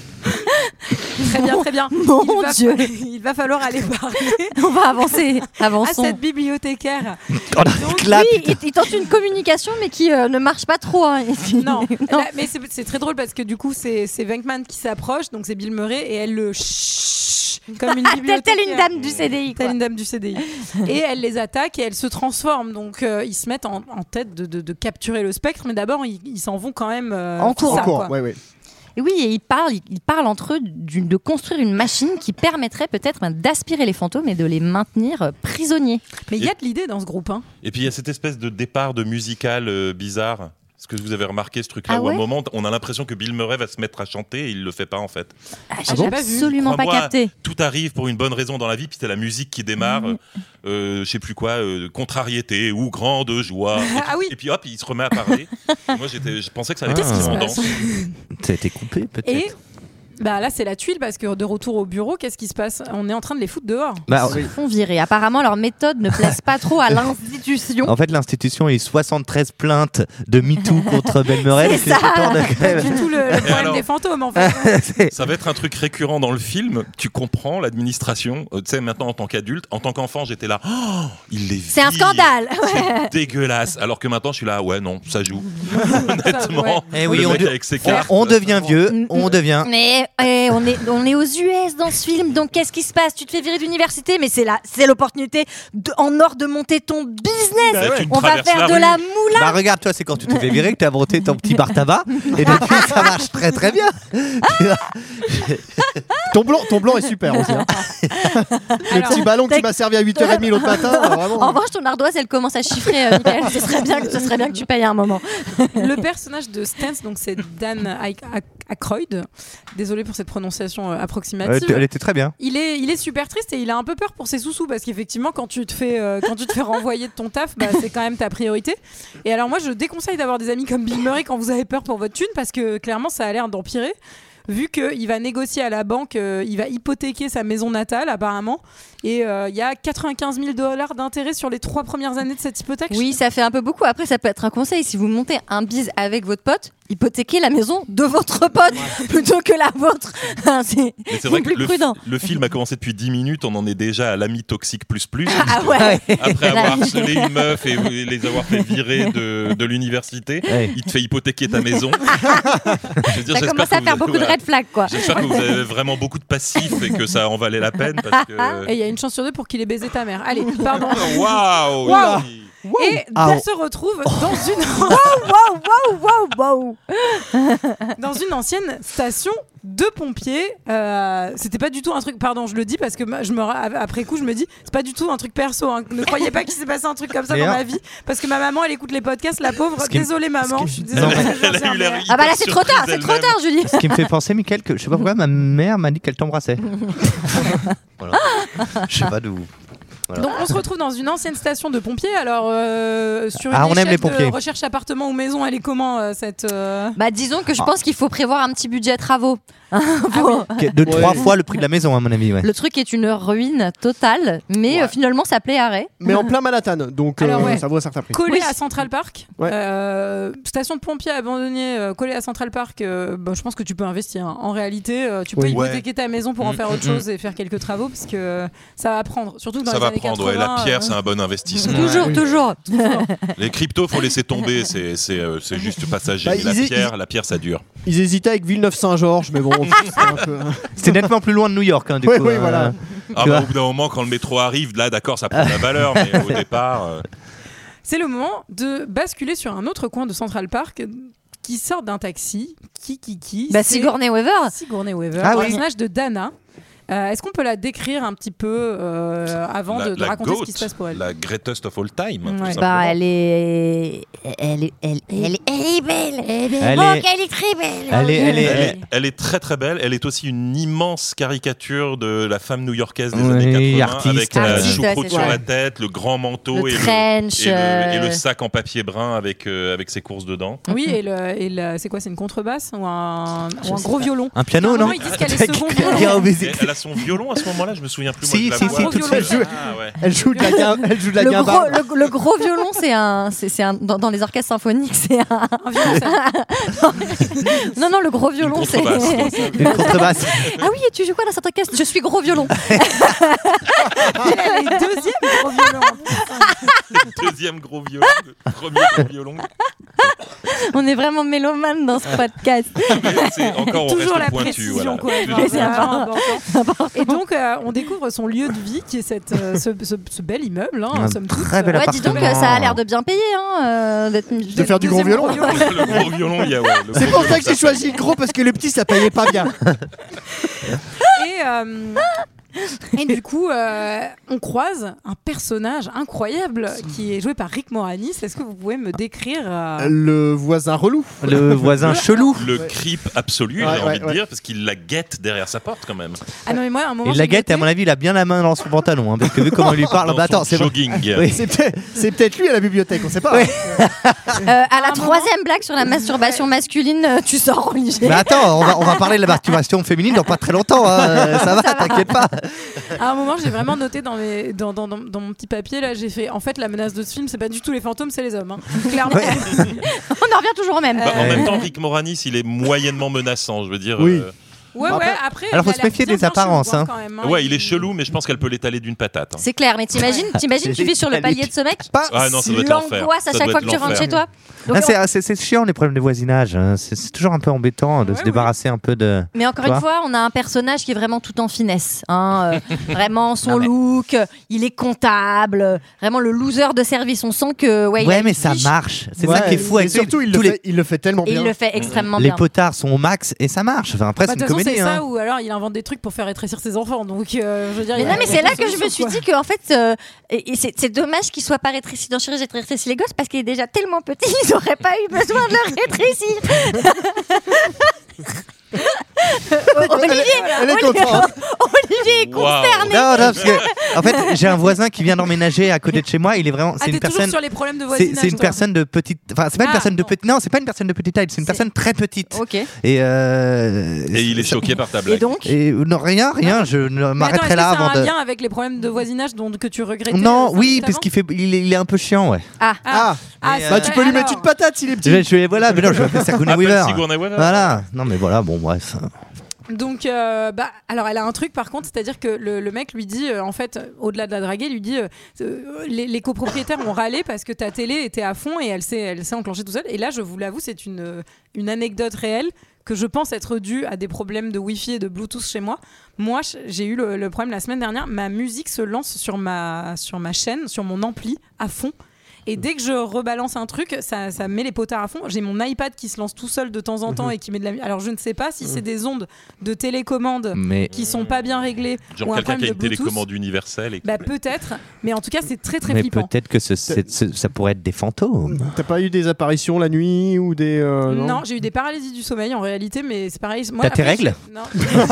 Très bien, très bien. Mon il va, Dieu. Il va falloir aller parler On va avancer. à Avançons. cette bibliothécaire. Oh, la Donc, clap, Oui, putain. il, il tente une communication, mais qui euh, ne marche pas trop. Hein. Non, Là, mais c'est c'est très drôle parce que du coup, c'est c'est Venkman qui s'approche, donc c'est Bill Murray, et elle le chut comme une Telle, bibliothécaire. telle une dame du C D I. Quoi. Telle une dame du C D I. Et elle les attaque et elle se transforme. Donc euh, ils se mettent en, en tête de, de- de capturer le spectre, mais d'abord ils ils s'en vont quand même euh, En tout courant. ça, En cours, quoi. ouais, ouais. Et oui, et ils parlent, ils, ils parlent entre eux d'une- de construire une machine qui permettrait peut-être ben, d'aspirer les fantômes et de les maintenir euh, prisonniers. Mais il y a de l'idée dans ce groupe. Hein. Et puis il y a cette espèce de départ de musical euh, bizarre. Est-ce que vous avez remarqué ce truc-là Ah où à un ouais moment on a l'impression que Bill Murray va se mettre à chanter et il le fait pas en fait. Ah, Ah J'ai bon Pas vu. absolument pas Crois-moi, capté. Tout arrive pour une bonne raison dans la vie, puis c'est la musique qui démarre, Mhm. euh, je sais plus quoi, euh, contrariété ou grande joie. Et puis, Ah oui. et puis hop, il se remet à parler. Et moi j'étais, je pensais que ça allait Qu'est-ce être qui se une passe danse. Ça a été coupé, peut-être. Et Bah là, c'est la tuile parce que de retour au bureau, qu'est-ce qui se passe ? On est en train de les foutre dehors. Bah, Ils se font virer. Apparemment, leur méthode ne plaise pas trop à l'institution. En fait, l'institution a eu soixante-treize plaintes de MeToo contre Bill Murray. C'est ça. C'est du tout le, le problème alors des fantômes, en fait. Ça va être un truc récurrent dans le film. Tu comprends l'administration. Euh, tu sais, maintenant en tant qu'adulte, en tant qu'enfant, j'étais là. Oh, il les C'est un vire. scandale. C'est dégueulasse. Alors que maintenant, je suis là. Ouais, non, ça joue. Honnêtement. Eh oui, le on, mec de- avec ses on- cartes. on devient vieux, on devient. Mais eh, on, est, on est aux U S dans ce film, donc qu'est-ce qui se passe ? Tu te fais virer d'université, mais c'est là, c'est l'opportunité de- en or de monter ton business. Bah ouais. Tu On va traverses faire la de rue. la moula. Bah regarde, toi, c'est quand tu te fais virer que t'as monté ton petit bar tabac et depuis ça marche très très bien. Ton blanc, ton blanc est super aussi. Hein. Le Alors, petit ballon que tu t'as- m'as servi à huit heures trente l'autre matin, euh, vraiment. En revanche, ton ardoise, elle commence à chiffrer, euh, Michael. Ce serait bien, ce serait bien que tu payes un moment. Le personnage de Stance, donc c'est Dan Aik- Aik- Aykroyd. Désolé pour cette prononciation euh, approximative. Elle était très bien. Il est, il est super triste et il a un peu peur pour ses sous-sous parce qu'effectivement, quand tu te fais, euh, quand tu te fais renvoyer de ton taf, bah, c'est quand même ta priorité. Et alors moi, je déconseille d'avoir des amis comme Bill Murray quand vous avez peur pour votre thune parce que clairement, ça a l'air d'empirer. Vu qu'il va négocier à la banque, euh, il va hypothéquer sa maison natale apparemment. Et il euh, y a quatre-vingt-quinze mille dollars d'intérêt sur les trois premières années de cette hypothèque. Oui, ça fait un peu beaucoup. Après, ça peut être un conseil. Si vous montez un bise avec votre pote, hypothéquez la maison de votre pote plutôt que la vôtre. c'est Mais c'est vrai que plus le, prudent. le film a commencé depuis dix minutes, on en est déjà à l'ami toxique plus plus. Ah ouais. Après avoir harcelé une meuf et les avoir fait virer de, de l'université, Ouais. il te fait hypothéquer ta maison. Je veux dire, Ça j'espère commence que à vous faire avez- beaucoup de voilà. red flags, quoi. J'espère que vous avez vraiment beaucoup de passifs et que ça en valait la peine parce que. Et il y a une chance sur deux pour qu'il ait baisé ta mère. Allez, pardon. Waouh! Waouh. oui. Et Ah, elle oh. se retrouve dans une Wow, wow, wow. dans une ancienne station de pompiers. Euh, c'était pas du tout un truc. Pardon, je le dis parce que ma- je me ra- après coup, je me dis c'est pas du tout un truc perso. Hein. Ne croyez pas qu'il s'est passé un truc comme ça dans D'ailleurs- ma vie parce que ma maman, elle écoute les podcasts. La pauvre. Ce qui me- Désolée maman. qui me- Je suis Non, désolée. mais- je Elle a eu l'air mais- Ah bah là, hyper c'est trop tard, surprise c'est trop elle-même. tard, Julie. Ce qui me fait penser, Mickaël, que je sais pas pourquoi ma mère m'a dit qu'elle t'embrassait. Voilà. Je sais pas d'où. Voilà. Donc on se retrouve dans une ancienne station de pompiers. Alors euh, sur une Ah, on aime échelle les pompiers. de recherche appartement ou maison, elle est comment euh, cette euh, Bah disons que je Ah. pense qu'il faut prévoir un petit budget travaux. Ah Pour- De trois fois le prix de la maison, à mon avis. Ouais. Le truc est une ruine totale, mais Ouais. euh, finalement ça plaît arrêt. Mais en plein Manhattan, donc Alors, euh, ouais. ça vaut un certain prix. collée Oui. à Central Park, Ouais. euh, station de pompiers abandonnée, euh, collée à Central Park. euh, bah, je pense que tu peux investir. Hein. En réalité, euh, tu peux Oui. hypothéquer ta maison pour en Mm, faire autre mm, chose et faire quelques travaux parce que euh, ça va prendre. Surtout que dans Ça les va années prendre, ouais, quatre-vingts. la pierre, euh, c'est un bon investissement. Toujours, oui. toujours. Les cryptos, faut laisser tomber, c'est c'est, euh, c'est juste passager. Bah, Mais la ils- pierre, la pierre, ça dure. Ils hésitaient avec Villeneuve-Saint-Georges, mais bon, c'est un peu. C'était nettement plus loin de New York, hein, du Oui, coup. oui, euh, voilà. Ah bah, au bout d'un moment, quand le métro arrive, là, d'accord, ça prend de la valeur, mais au départ. euh, C'est le moment de basculer sur un autre coin de Central Park qui sort d'un taxi. Qui, qui, qui Bah c'est Sigourney Weaver. Sigourney Weaver, Ah le oui. personnage de Dana. Euh, Est-ce qu'on peut la décrire un petit peu euh, avant la, de, de la raconter goat, ce qui se passe pour elle? la greatest of all time. tout Ouais. simplement. Bah elle est, elle est, elle, elle, elle est belle. Elle est, Elle oh, est- qu'elle est très belle. Elle est- elle est- Elle est, elle est très très belle. Elle est aussi une immense caricature de la femme new-yorkaise des Oui, années quatre-vingts, artiste. avec la Artiste, ouais, choucroute c'est sur ça. la tête, le grand manteau Le et, trench, le, et, le, et le euh, sac en papier brun avec, euh, avec ses courses dedans. Oui, et, le, et le- c'est quoi? C'est une contrebasse ou un, ou un sais gros violon? Un piano, Normalement, non ils disent qu'elle est second violon. Dire au baiser. Et elle a son violon à ce moment-là, je me souviens plus. Si, moi, de si, la si, voix. tout de violon. suite. Ah, ouais. Elle joue de la, guim- elle joue de la Le gros, guimbarde. le, le gros violon, c'est un, c'est, c'est un dans, dans les orchestres symphoniques, c'est un. Un violon, Non, non, le gros violon, c'est. contrebasse. Une contrebasse. Ah oui, et tu joues quoi dans cette orchestre? Je suis gros violon. elle est deuxième gros violon. Deuxième gros violon, le premier gros violon. On est vraiment mélomane dans ce podcast. C'est encore, on Toujours reste la pointu. précision, Voilà. quoi. Toujours- Enfin, c'est vraiment important. Et donc, euh, on découvre son lieu de vie, qui est cette, euh, ce, ce- ce bel immeuble, hein, Un somme toute. très bel Ouais, dis donc, appartement. ça a l'air de bien payer, hein, euh, d'être De faire du gros Deuxième violon. Le gros violon, il y a. Ouais, le C'est gros pour ça violon, que j'ai ça choisi le gros, parce que le petit, ça payait pas bien. Et, euh, Et du coup, euh, on croise un personnage incroyable qui est joué par Rick Moranis. Est-ce que vous pouvez me décrire euh... Le voisin relou. Le voisin chelou. Le creep absolu, Ouais, j'ai ouais, envie de ouais. dire, parce qu'il la guette derrière sa porte quand même. Ah non, mais moi, à un moment, Il j'ai la guette et à noté- mon avis, il a bien la main dans son pantalon. Hein, parce que vu comment il lui parle. Dans Bah son attends, c'est bon. jogging. Oui. C'est peut-être, c'est peut-être lui à la bibliothèque, on sait pas. Ouais. hein. Euh, à la un troisième blague sur la masturbation masculine, euh, tu sors, Olivier. Mais attends, on va, on va parler de la masturbation féminine dans pas très longtemps. Hein. Euh, Ça va, t'inquiète pas. À un moment, j'ai vraiment noté dans, mes, dans, dans, dans, dans mon petit papier, là, j'ai fait en fait, la menace de ce film, c'est pas du tout les fantômes, c'est les hommes. Hein. Clairement. Ouais. On en revient toujours au même. Bah, en Euh, même temps, Rick Moranis, il est moyennement menaçant, je veux dire. Oui. euh, Ouais, Après- ouais, après. Alors, faut il a se l'air méfier bien, des bien apparences, chelou, hein. quand même, hein. Ouais, il est chelou, mais je pense qu'elle peut l'étaler d'une patate. hein. C'est clair, mais t'imagines, t'imagines, tu vis sur le palier de ce mec. Pas Ah non, ça si- doit être l'enfer. L'angoisse à Ça chaque doit fois être que tu rentres l'enfer. chez toi. Donc, Ah, c'est, c'est, c'est chiant les problèmes de voisinage. Hein. C'est, c'est toujours un peu embêtant de Ouais, se ouais. débarrasser un peu de. Mais encore Tu une vois fois, on a un personnage qui est vraiment tout en finesse. Hein, euh, vraiment, son Non, mais- look, euh, il est comptable, euh, vraiment le loser de service. On sent que. Ouais, il a Ouais, une mais ça fiche. marche. C'est Ouais, ça qui est fou et avec surtout, il tous le, les, fait, il le fait tellement Et bien. il le fait extrêmement les bien. potards sont au max et ça marche. Enfin, après, Bah, c'est de une toute façon, comédie. c'est hein. ça, ou alors il invente des trucs pour faire rétrécir ses enfants. Donc, euh, je veux dire. Mais il y a- non, mais il y a c'est là pas de que je me solution, suis quoi. dit qu'en fait, euh, et, et c'est, c'est dommage qu'il soit pas rétréci dans Chérie, j'ai rétréci les gosses parce qu'il est déjà tellement petit, ils n'auraient pas eu besoin de le rétrécir. Olivier, Elle est contente. Olivier est Waouh. consterné. Non, non, parce que en fait, j'ai un voisin qui vient d'emménager à côté de chez moi. Il est vraiment, Ah, c'est t'es une toujours personne. sur les problèmes de C'est, voisinage. c'est une toi. personne de petite. Enfin, c'est pas une Ah, personne de non. petite. Non, c'est pas une personne de petite taille. C'est une C'est- personne très petite. Ok. Et, euh, Et il est choqué par ta Et blague. donc Et non, rien, rien. Je ne Mais attends, m'arrêterai est-ce là que ça a avant un de. lien avec les problèmes de voisinage dont, que tu regrettais Non, euh, cinq oui, minutes parce avant qu'il fait, il est, il est un peu chiant, ouais. Ah, Ah, Ah, Mais, c'est bah euh, tu peux lui alors. mettre une patate s'il est petit. Je vais, je vais- voilà, mais non, je vais appeler ça Sigourney Appelle Weaver. Sigourney Weaver. Voilà. Non, mais voilà, bon, bref. Donc, euh, bah, alors elle a un truc par contre, c'est-à-dire que le, le mec lui dit, euh, en fait, euh, au-delà de la draguer, lui dit, euh, euh, les, les copropriétaires ont râlé parce que ta télé était à fond et elle s'est, elle s'est enclenchée tout seule. Et là, je vous l'avoue, c'est une, euh, une anecdote réelle que je pense être due à des problèmes de Wi-Fi et de Bluetooth chez moi. Moi, j- j'ai eu le, le problème la semaine dernière, ma musique se lance sur ma, sur ma chaîne, sur mon ampli, à fond. Et dès que je rebalance un truc, ça, ça met les potards à fond. J'ai mon iPad qui se lance tout seul de temps en temps et qui met de la musique. Alors je ne sais pas si c'est des ondes de télécommande Mais qui sont pas bien réglées Genre ou un quelqu'un problème qui a de une Bluetooth. télécommande universelle. Et... Bah peut-être, mais en tout cas c'est très très mais flippant. peut-être que ce- c'est- ce- ça pourrait être des fantômes. T'as pas eu des apparitions la nuit ou des. euh, non, Non, j'ai eu des paralysies du sommeil en réalité, mais c'est pareil. Moi, T'as tes après, règles je- Non.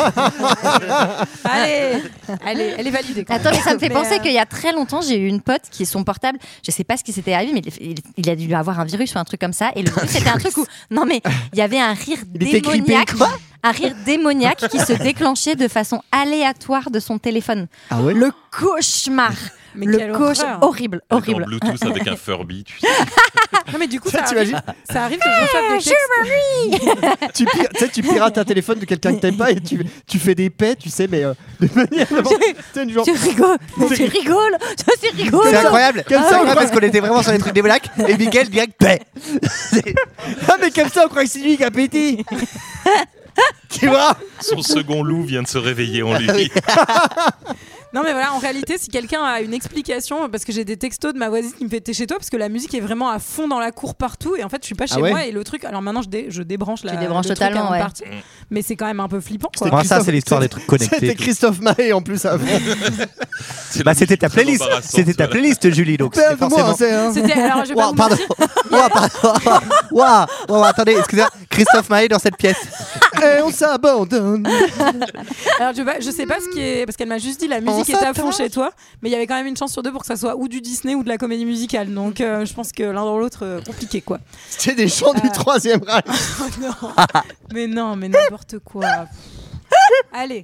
allez, allez, elle est validée. Quand Attends, même. mais ça me fait Mais, penser euh, qu'il y a très longtemps, j'ai eu une pote qui, son portable, je sais pas ce qui s'était arrivé, mais il, il- il a dû avoir un virus ou un truc comme ça. Et le virus, c'était un truc où. Non, mais il y avait un rire Il était grippé, démoniaque. Un rire démoniaque qui se déclenchait de façon aléatoire de son téléphone. Ah ouais. Le cauchemar. Mais le quelle cauchemar. horreur. Horrible, En horrible. Bluetooth avec un Furby, tu sais. Non mais du coup Ça, ça arrive, t'imagines ça arrive que je reçoive des textes. tu, pir- tu sais, tu pirates un téléphone de quelqu'un que t'aimes pas et tu, tu fais des paix, tu sais, mais euh, de manière. Tu sais, du genre. Tu rigoles, tu rigoles, tu rigoles. C'est incroyable, Comme c'est ça, incroyable parce qu'on était vraiment sur les trucs des blacks et Miguel direct paix. Ah, mais comme ça, on croit que c'est lui qui a pété. Tu vois. Son second loup vient de se réveiller en lui. Non mais voilà, en réalité, si quelqu'un a une explication, parce que j'ai des textos de ma voisine qui me fait t'es chez toi parce que la musique est vraiment à fond dans la cour partout et en fait je suis pas chez Ah ouais moi et le truc. Alors maintenant je, dé- je débranche la. Tu débranches le truc totalement, avant de ouais. partir. Mais c'est quand même un peu flippant. C'était Quoi. Bon, ça, Christophe- c'est l'histoire des trucs connectés. C'était Christophe Maé en plus avant. C'est Bah, la c'était ta musique très playlist, embarrassante, c'était ta voilà. playlist, Julie. Donc c'était Moi, forcément. c'est, hein. C'était alors je vais pas Ouah, vous pardon. mentir. Ouah, pardon. Ouah, ouah, attendez, excusez-moi. Christophe Maé dans cette pièce. Et on s'abandonne. Alors je, vais pas- je sais pas ce qui est parce qu'elle m'a juste dit la musique est à fond chez toi, mais il y avait quand même une chance sur deux pour que ça soit ou du Disney ou de la comédie musicale. Donc euh, je pense que l'un dans l'autre euh, compliqué quoi. C'était des chants du Euh. troisième Reich. Oh non. Mais non, mais n'importe quoi. Allez.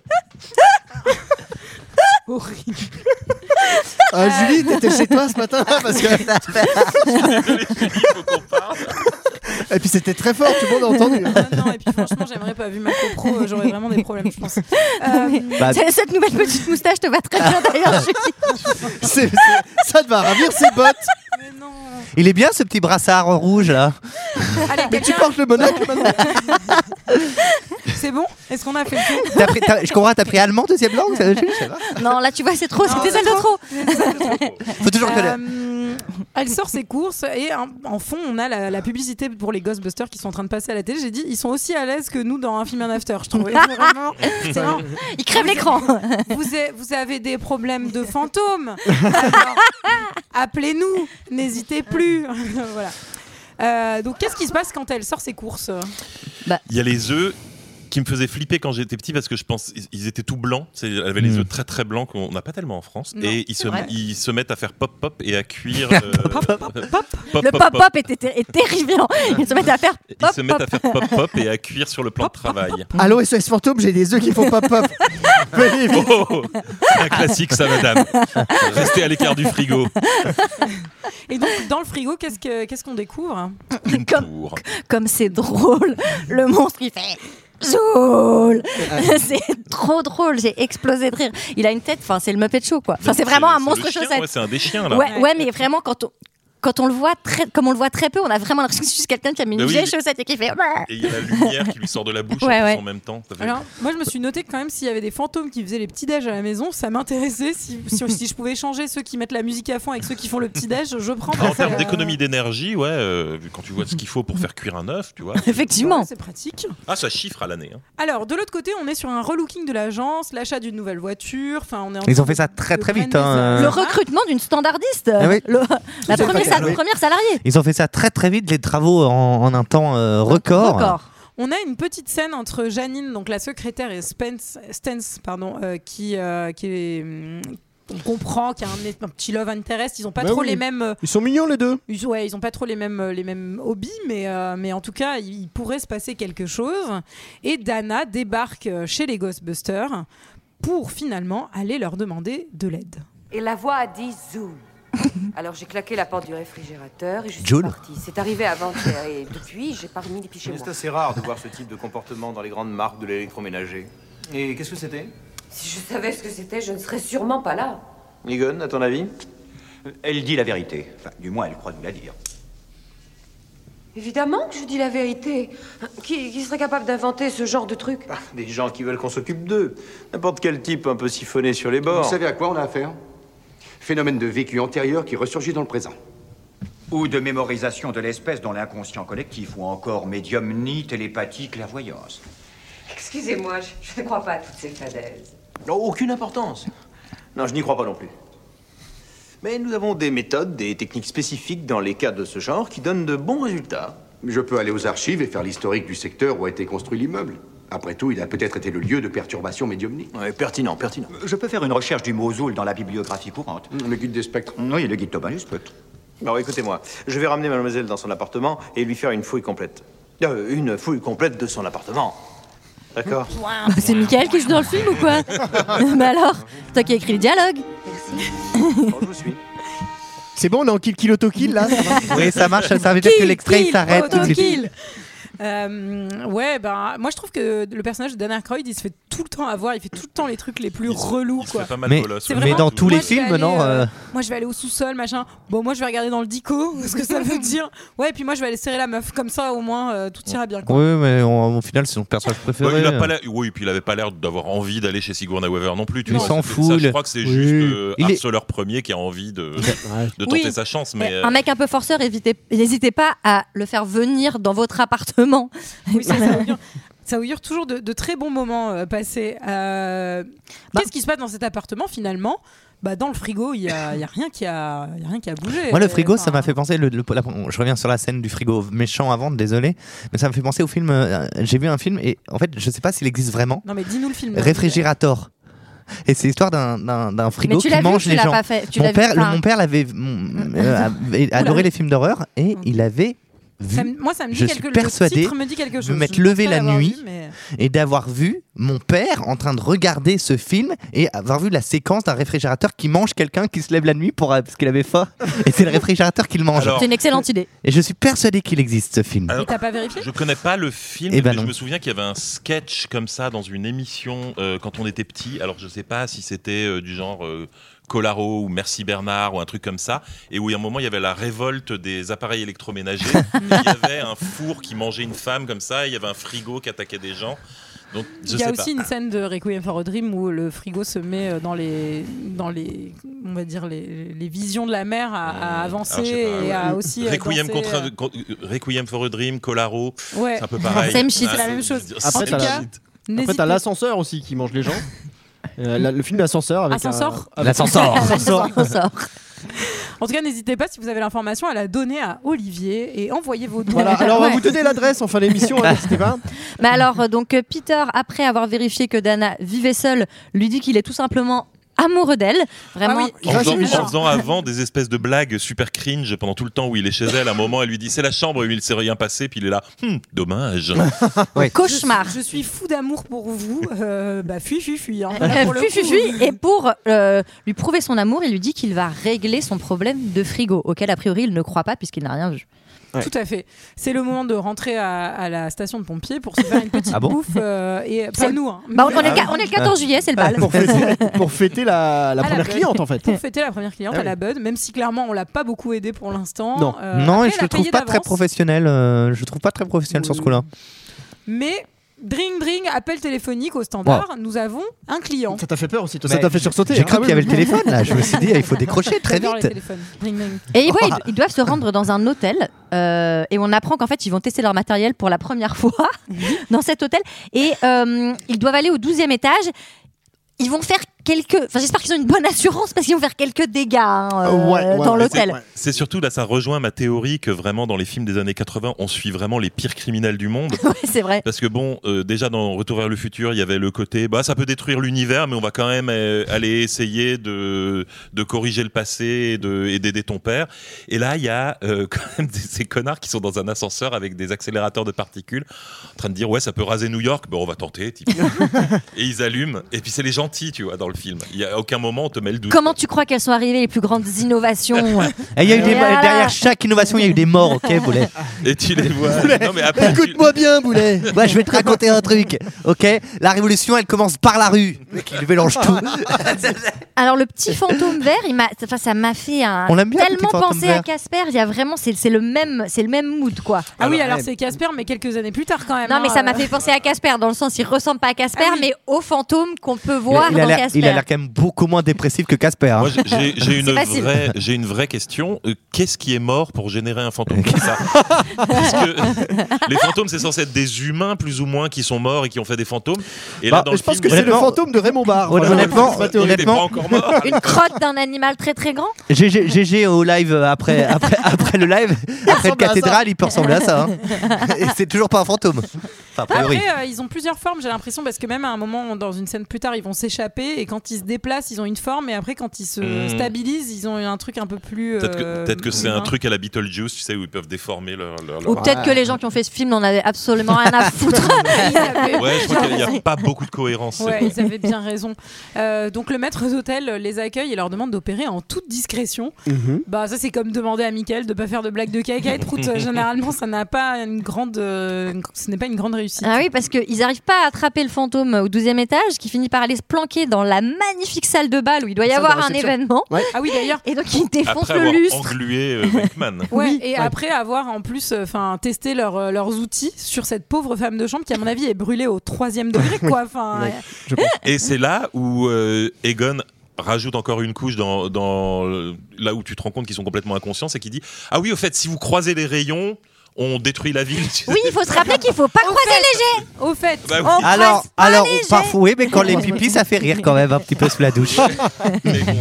Horrible. Euh, Julie, t'étais chez toi ce matin parce que. Il faut qu'on parle. Et puis c'était très fort, tout le monde a entendu. Non, non, et puis franchement, j'aimerais pas vu ma copro, euh, j'aurais vraiment des problèmes, je pense. Euh, Bah, C'est- Cette nouvelle petite moustache te va très bien d'ailleurs, Julie. C'est- c'est- ça te va ravir ses bottes. mais non. il est bien ce petit brassard rouge là. Allez, Mais tu quelqu'un- portes le monocle maintenant. c'est C'est bon ? Est-ce qu'on a fait le tour ? T'as pris- t'as- je comprends, t'as pris allemand deuxième langue ça, je sais pas. Non, là, tu vois, c'est trop. C'était celle de trop. Faut toujours que. Euh, elle sort ses courses et en, en fond on a la, la publicité pour les Ghostbusters qui sont en train de passer à la télé. J'ai dit ils sont aussi à l'aise que nous dans un film un after. Je trouvais vraiment. excellent. Il crève l'écran. Vous avez, vous avez des problèmes de fantômes. Alors, appelez-nous, n'hésitez plus. Voilà. Euh, donc qu'est-ce qui se passe quand elle sort ses courses ? Il y a les œufs qui me faisaient flipper quand j'étais petit parce que je pense ils étaient tout blancs. C'est, elle avait les Mm. œufs très très blancs qu'on n'a pas tellement en France. Non, et ils c'est se, vrai. ils se mettent à faire pop pop et à cuire. euh, Pop, pop, pop. Le pop-pop était ter- est terrifiant. Ils se mettent à faire Ils pop se mettent à pop. faire pop pop et à cuire sur le plan de travail. Allô, S O S Fantôme, j'ai des œufs qui font pop-pop. Venez vite. Oh, c'est un classique ça, madame. Restez à l'écart du frigo. Et donc dans le frigo, qu'est-ce que qu'est-ce qu'on découvre ? Une Comme- tour. Comme c'est drôle, le monstre il fait Zool. C'est trop drôle, j'ai explosé de rire. Il a une tête, enfin c'est le Muppet Show quoi. Enfin c'est vraiment un le monstre chien, chaussette. ouais, c'est un des chiens là. Ouais, ouais, mais vraiment quand on quand on le voit très, comme on le voit très peu, on a vraiment l'impression que c'est juste quelqu'un qui a mis une Bah oui, vieille mais- chaussette et qui fait. Et il y a la lumière qui lui sort de la bouche Ouais, en, plus ouais. en même temps. Ça fait- Alors, moi, je me suis noté que quand même, s'il y avait des fantômes qui faisaient les petits-déj à la maison, ça m'intéressait. Si, si, si je pouvais échanger ceux qui mettent la musique à fond avec ceux qui font le petit-déj, je prends. En parce que, termes euh, d'économie d'énergie, ouais, euh, quand tu vois ce qu'il faut pour faire cuire un œuf, tu vois. Effectivement. ouais, c'est pratique. Ah, ça chiffre à l'année. Hein. Alors, de l'autre côté, on est sur un relooking de l'agence, l'achat d'une nouvelle voiture. Enfin, on est en Ils train ont fait ça de- très de très vite. brander hein, ça. Le euh. recrutement d'une standardiste. Ah oui. Le- la Tout à première, fait, sal- oui. première salariée. Ils ont fait ça très très vite, les travaux en, en un temps euh, record. Record. On a une petite scène entre Janine, donc la secrétaire, et Spence, Stance, pardon, euh, qui, euh, qui est. hum, On comprend qu'il y a un, un petit love interest. Ils ont pas Bah trop oui. les mêmes. euh, Ils sont mignons les deux. Ils, ouais, ils ont pas trop les mêmes, les mêmes hobbies, mais, euh, mais en tout cas, il, il pourrait se passer quelque chose. Et Dana débarque euh, chez les Ghostbusters pour finalement aller leur demander de l'aide. Et la voix a dit zoom. Alors j'ai claqué la porte du réfrigérateur et je suis Joule. partie. C'est arrivé avant-hier et depuis, j'ai pas remis les pieds chez moi. C'est assez rare de voir ce type de comportement dans les grandes marques de l'électroménager. Et qu'est-ce que c'était? Si je savais ce que c'était, je ne serais sûrement pas là. Egon, à ton avis? Elle dit la vérité. Enfin, du moins, elle croit nous la dire. Évidemment que je dis la vérité. Qui, qui serait capable d'inventer ce genre de truc? Ah, des gens qui veulent qu'on s'occupe d'eux. N'importe quel type un peu siphonné sur les bords. Vous savez à quoi on a affaire? Phénomène de vécu antérieur qui ressurgit dans le présent. Ou de mémorisation de l'espèce dans l'inconscient collectif, ou encore médiumnie, télépathie, clairvoyance. Excusez-moi, je, je ne crois pas à toutes ces fadaises. Non, aucune importance. Non, je n'y crois pas non plus. Mais nous avons des méthodes, des techniques spécifiques dans les cas de ce genre qui donnent de bons résultats. Je peux aller aux archives et faire l'historique du secteur où a été construit l'immeuble. Après tout, il a peut-être été le lieu de perturbations médiumniques. Ouais, pertinent, pertinent. Je peux faire une recherche du mot Zool dans la bibliographie courante. Le guide des spectres. Oui, le guide Tobias, peut-être. Alors écoutez-moi, je vais ramener mademoiselle dans son appartement et lui faire une fouille complète. Euh, une fouille complète de son appartement. D'accord? Bah, c'est Michael qui joue dans le film ou quoi? Mais alors, toi qui as écrit le dialogue. Bon, je vous suis. C'est bon, on est en kill kill auto kill là. Ça va Oui, ça marche, ça veut dire que Kill, l'extrait il kill, s'arrête tout de suite. auto-kill. Euh, ouais, ben moi je trouve que le personnage de Dan Aykroyd, il se fait tout le temps avoir, il fait tout le temps les trucs les plus Il se- relous il se quoi. fait pas mal Mais, bolos, C'est ouais. mais vraiment- dans tous Moi, les je vais films, aller, non euh, euh, Moi je vais aller au sous-sol, machin. Bon, moi je vais regarder dans le dico, ce que ça veut dire. Ouais, et puis moi je vais aller serrer la meuf, comme ça au moins euh, tout ira bien quoi. Oui, mais on- au final, c'est son personnage Ouais, préféré. il a pas l'air, oui, puis il avait pas l'air d'avoir envie d'aller chez Sigourney Weaver non plus. Tu Il vois, s'en C'est- fout, ça, je le- crois que c'est Oui. juste euh, Il est- harceleur premier qui a envie de, de tenter Oui. sa chance. Mais Eh, euh, Un mec un peu forceur, évitez- n'hésitez pas à le faire venir dans votre appartement. Oui, ça, ça augure, ça augure toujours de, de très bons moments euh, passés. Euh, Bah. Qu'est-ce qui se passe dans cet appartement finalement? Bah, dans le frigo, il y a, il y a rien qui a, il y a rien qui a bougé. Moi, le Euh, frigo, ça enfin, m'a fait penser. Le, le- la- je reviens sur la scène du frigo méchant avant, désolé, mais ça m'a fait penser au film. euh, J'ai vu un film et en fait, je sais pas s'il existe vraiment. Non mais dis-nous le film. Réfrigérator. Et c'est l'histoire d'un- d'un d'un frigo Mais tu qui l'as vu, mange tu les l'as gens. pas fait. Tu Mon l'as vu, père, le- enfin, mon père l'avait mon- euh, avait adoré les films d'horreur et il avait vu Ça me- moi, ça me dit je quelque suis le persuadé titre me dit quelque chose. de m'être Je pense levé pas la l'avoir nuit vu, mais- et d'avoir vu mon père en train de regarder ce film et avoir vu la séquence d'un réfrigérateur qui mange quelqu'un qui se lève la nuit pour, parce qu'il avait faim et c'est le réfrigérateur qui le mange. Alors- C'est une excellente idée. Et je suis persuadé qu'il existe ce film. alors, Et t'as pas vérifié? je connais pas le film, Eh ben mais non. je me souviens qu'il y avait un sketch comme ça dans une émission euh, quand on était petit. Alors je sais pas si c'était euh, du genre euh, Colaro ou Merci Bernard ou un truc comme ça, et où il y a un moment il y avait la révolte des appareils électroménagers. Il y avait un four qui mangeait une femme comme ça, il y avait un frigo qui attaquait des gens. Donc, je Il y a sais aussi pas. une scène de Requiem for a Dream où le frigo se met dans les, dans les, on va dire les, les visions de la mer à, à avancer Alors, je sais pas, et ouais. à aussi Requiem, danser, contre, euh, con- Requiem for a Dream, Colaro, Ouais. c'est un peu pareil. Same shit, Ah, c'est la même chose. c'est- En Après, tout t'as cas, la- n'hésitez- Après, t'as l'ascenseur aussi qui mange les gens. Euh, la- le film Ascenseur avec Ascenseur un... avec- L'ascenseur. Ascenseur. En tout cas, n'hésitez pas si vous avez l'information à la donner à Olivier et envoyez vos dons. Voilà, alors on va Ouais. vous donner l'adresse en fin d'émission, hein, n'hésitez pas. Mais alors, euh, donc euh, Peter, après avoir vérifié que Dana vivait seule, lui dit qu'il est tout simplement amoureux d'elle. Vraiment. Ah oui. En faisant, Grâce à- en faisant avant des espèces de blagues super cringe pendant tout le temps où il est chez elle, à un moment elle lui dit c'est la chambre où il ne s'est rien passé, puis il est là, Hum, dommage. Cauchemar. Je, je suis fou d'amour pour vous. Euh, bah, fui, fui, fui. Hein. Là, pour le Fui, fui, coup, fui. Et pour euh, lui prouver son amour, il lui dit qu'il va régler son problème de frigo, auquel a priori il ne croit pas puisqu'il n'a rien vu. Ouais. Tout à fait. C'est le moment de rentrer à, à la station de pompiers pour se faire une petite Ah bon bouffe. euh, et C'est- pas nous. Hein. Bah, on, on est, Mais- le qua- on est le quatorze juillet, c'est le bal. Pour fêter, pour fêter la, la À la première Bud. cliente en fait. Pour fêter la première cliente Ah à oui. la Bud, même si clairement on l'a pas beaucoup aidé pour l'instant. Non. Euh, Non, après, et elle je a le trouve payé pas très d'avance. professionnel. euh, je le trouve pas très professionnel sur ce coup-là. Mais dring dring, appel téléphonique au standard. Nous avons un client. Ça t'a fait peur aussi, toi, Mais ça t'a fait sursauter. J'ai hein. cru Ah oui, qu'il y avait oui. le téléphone là. Je me suis dit, il faut décrocher très J'adore les vite. téléphones. Dring dring. Et ouais, ils, ils doivent se rendre dans un hôtel euh, et on apprend qu'en fait ils vont tester leur matériel pour la première fois dans cet hôtel et euh, ils doivent aller au douzième étage. Ils vont faire quelques. Enfin, j'espère qu'ils ont une bonne assurance parce qu'ils vont faire quelques dégâts hein, euh, Ouais, ouais, dans ouais, l'hôtel. ouais. C'est surtout là, ça rejoint ma théorie que vraiment dans les films des années quatre-vingts, on suit vraiment les pires criminels du monde. Ouais, c'est vrai. Parce que bon, euh, déjà dans Retour vers le futur, il y avait le côté, bah ça peut détruire l'univers, mais on va quand même euh, aller essayer de, de corriger le passé et, de, et d'aider ton père. Et là, il y a euh, quand même des- ces connards qui sont dans un ascenseur avec des accélérateurs de particules, en train de dire ouais, ça peut raser New York, bon on va tenter. Type. Et ils allument. Et puis c'est les gentils, tu vois, dans le film. Il y a à aucun moment on te met le doute. Comment tu crois qu'elles sont arrivées les plus grandes innovations Et il y a eu des, Et voilà. derrière chaque innovation, il y a eu des morts, ok, Boulet. Et tu les vois. Non mais après, tu- Écoute-moi bien, Boulet. Ouais, je vais te raconter un truc, ok. La révolution, elle commence par la rue. Le mec, il mélange tout. Alors le petit fantôme vert, il m'a, enfin ça m'a fait un On l'aime bien, le tellement petit fantôme penser vert. à Casper. Il y a vraiment, c'est, c'est le même, c'est le même mood quoi. Ah oui, Alors, alors ouais. c'est Casper, mais quelques années plus tard quand même. Non, mais hein, ça m'a euh. fait penser à Casper dans le sens, il ressemble pas à Casper, Ah oui. mais au fantôme qu'on peut Il a- voir il, a dans l'air, Casper. il a l'air quand même beaucoup moins dépressif que Casper. hein. Moi, j'ai- j'ai, j'ai une C'est facile. vraie, j'ai une vraie question. Euh, Qu'est-ce qui est mort pour générer un fantôme comme ça Parce que les fantômes, c'est censé être des humains plus ou moins qui sont morts et qui ont fait des fantômes. Et là, Bah, dans le Je pense film, que c'est le honnêtement- fantôme de Raymond Barre. Ouais, Voilà, honnêtement, c'est ma il théorie. n'est pas honnêtement, encore mort. Une crotte d'un animal très très grand. G G, G G au live euh, après, après, après le live, après le ressemble à ça. cathédrale, il peut ressembler à ça. hein. Et c'est toujours pas un fantôme. Enfin, a priori. Après, euh, ils ont plusieurs formes, j'ai l'impression, parce que même à un moment, dans une scène plus tard, ils vont s'échapper et quand ils se déplacent, ils ont une forme, et après, quand ils se Hmm. stabilisent, ils ont un truc un peu plus. Peut-être que, euh, peut-être que c'est un humain. truc à la Beetlejuice, tu sais, où ils peuvent déformer leur. leur, leur- Ou peut-être que les gens qui ont fait ce film n'en avaient absolument rien à foutre. Ils avaient- Ouais, je crois qu'il n'y a, pas beaucoup de cohérence. Ouais, ils avaient bien raison. Euh, donc le maître d'hôtel les accueille et leur demande d'opérer en toute discrétion. Mhm. Bah ça c'est comme demander à Mickaël de pas faire de blagues de caca et de prout. Généralement ça n'a pas une grande, euh, ce n'est pas une grande réussite. Ah oui, parce qu'ils n'arrivent pas à attraper le fantôme au douzième étage, qui finit par aller se planquer dans la magnifique salle de bal où il doit y Salle de avoir un réception. événement. Ah oui d'ailleurs. Et donc ils défoncent Après le avoir lustre. englué euh, Wakeman. Ouais, Oui, et ouais. après avoir en plus enfin testé leur, euh, leurs outils sur cette pauvre femme de chambre qui à mon avis est brûlée au troisième degré quoi. Enfin, Ouais. euh, Je pense. Et c'est là où euh, Egon rajoute encore une couche dans, dans euh, là où tu te rends compte qu'ils sont complètement inconscients, c'est qu'il dit ah oui au fait si vous croisez les rayons on détruit la ville. tu sais. Oui, il faut se rappeler qu'il faut pas croiser les jets. au fait, Bah oui. On Alors, croise pas alors les jets. parfois, oui, mais quand les pipis, ça fait rire quand même un petit peu sous la douche. Mais bon,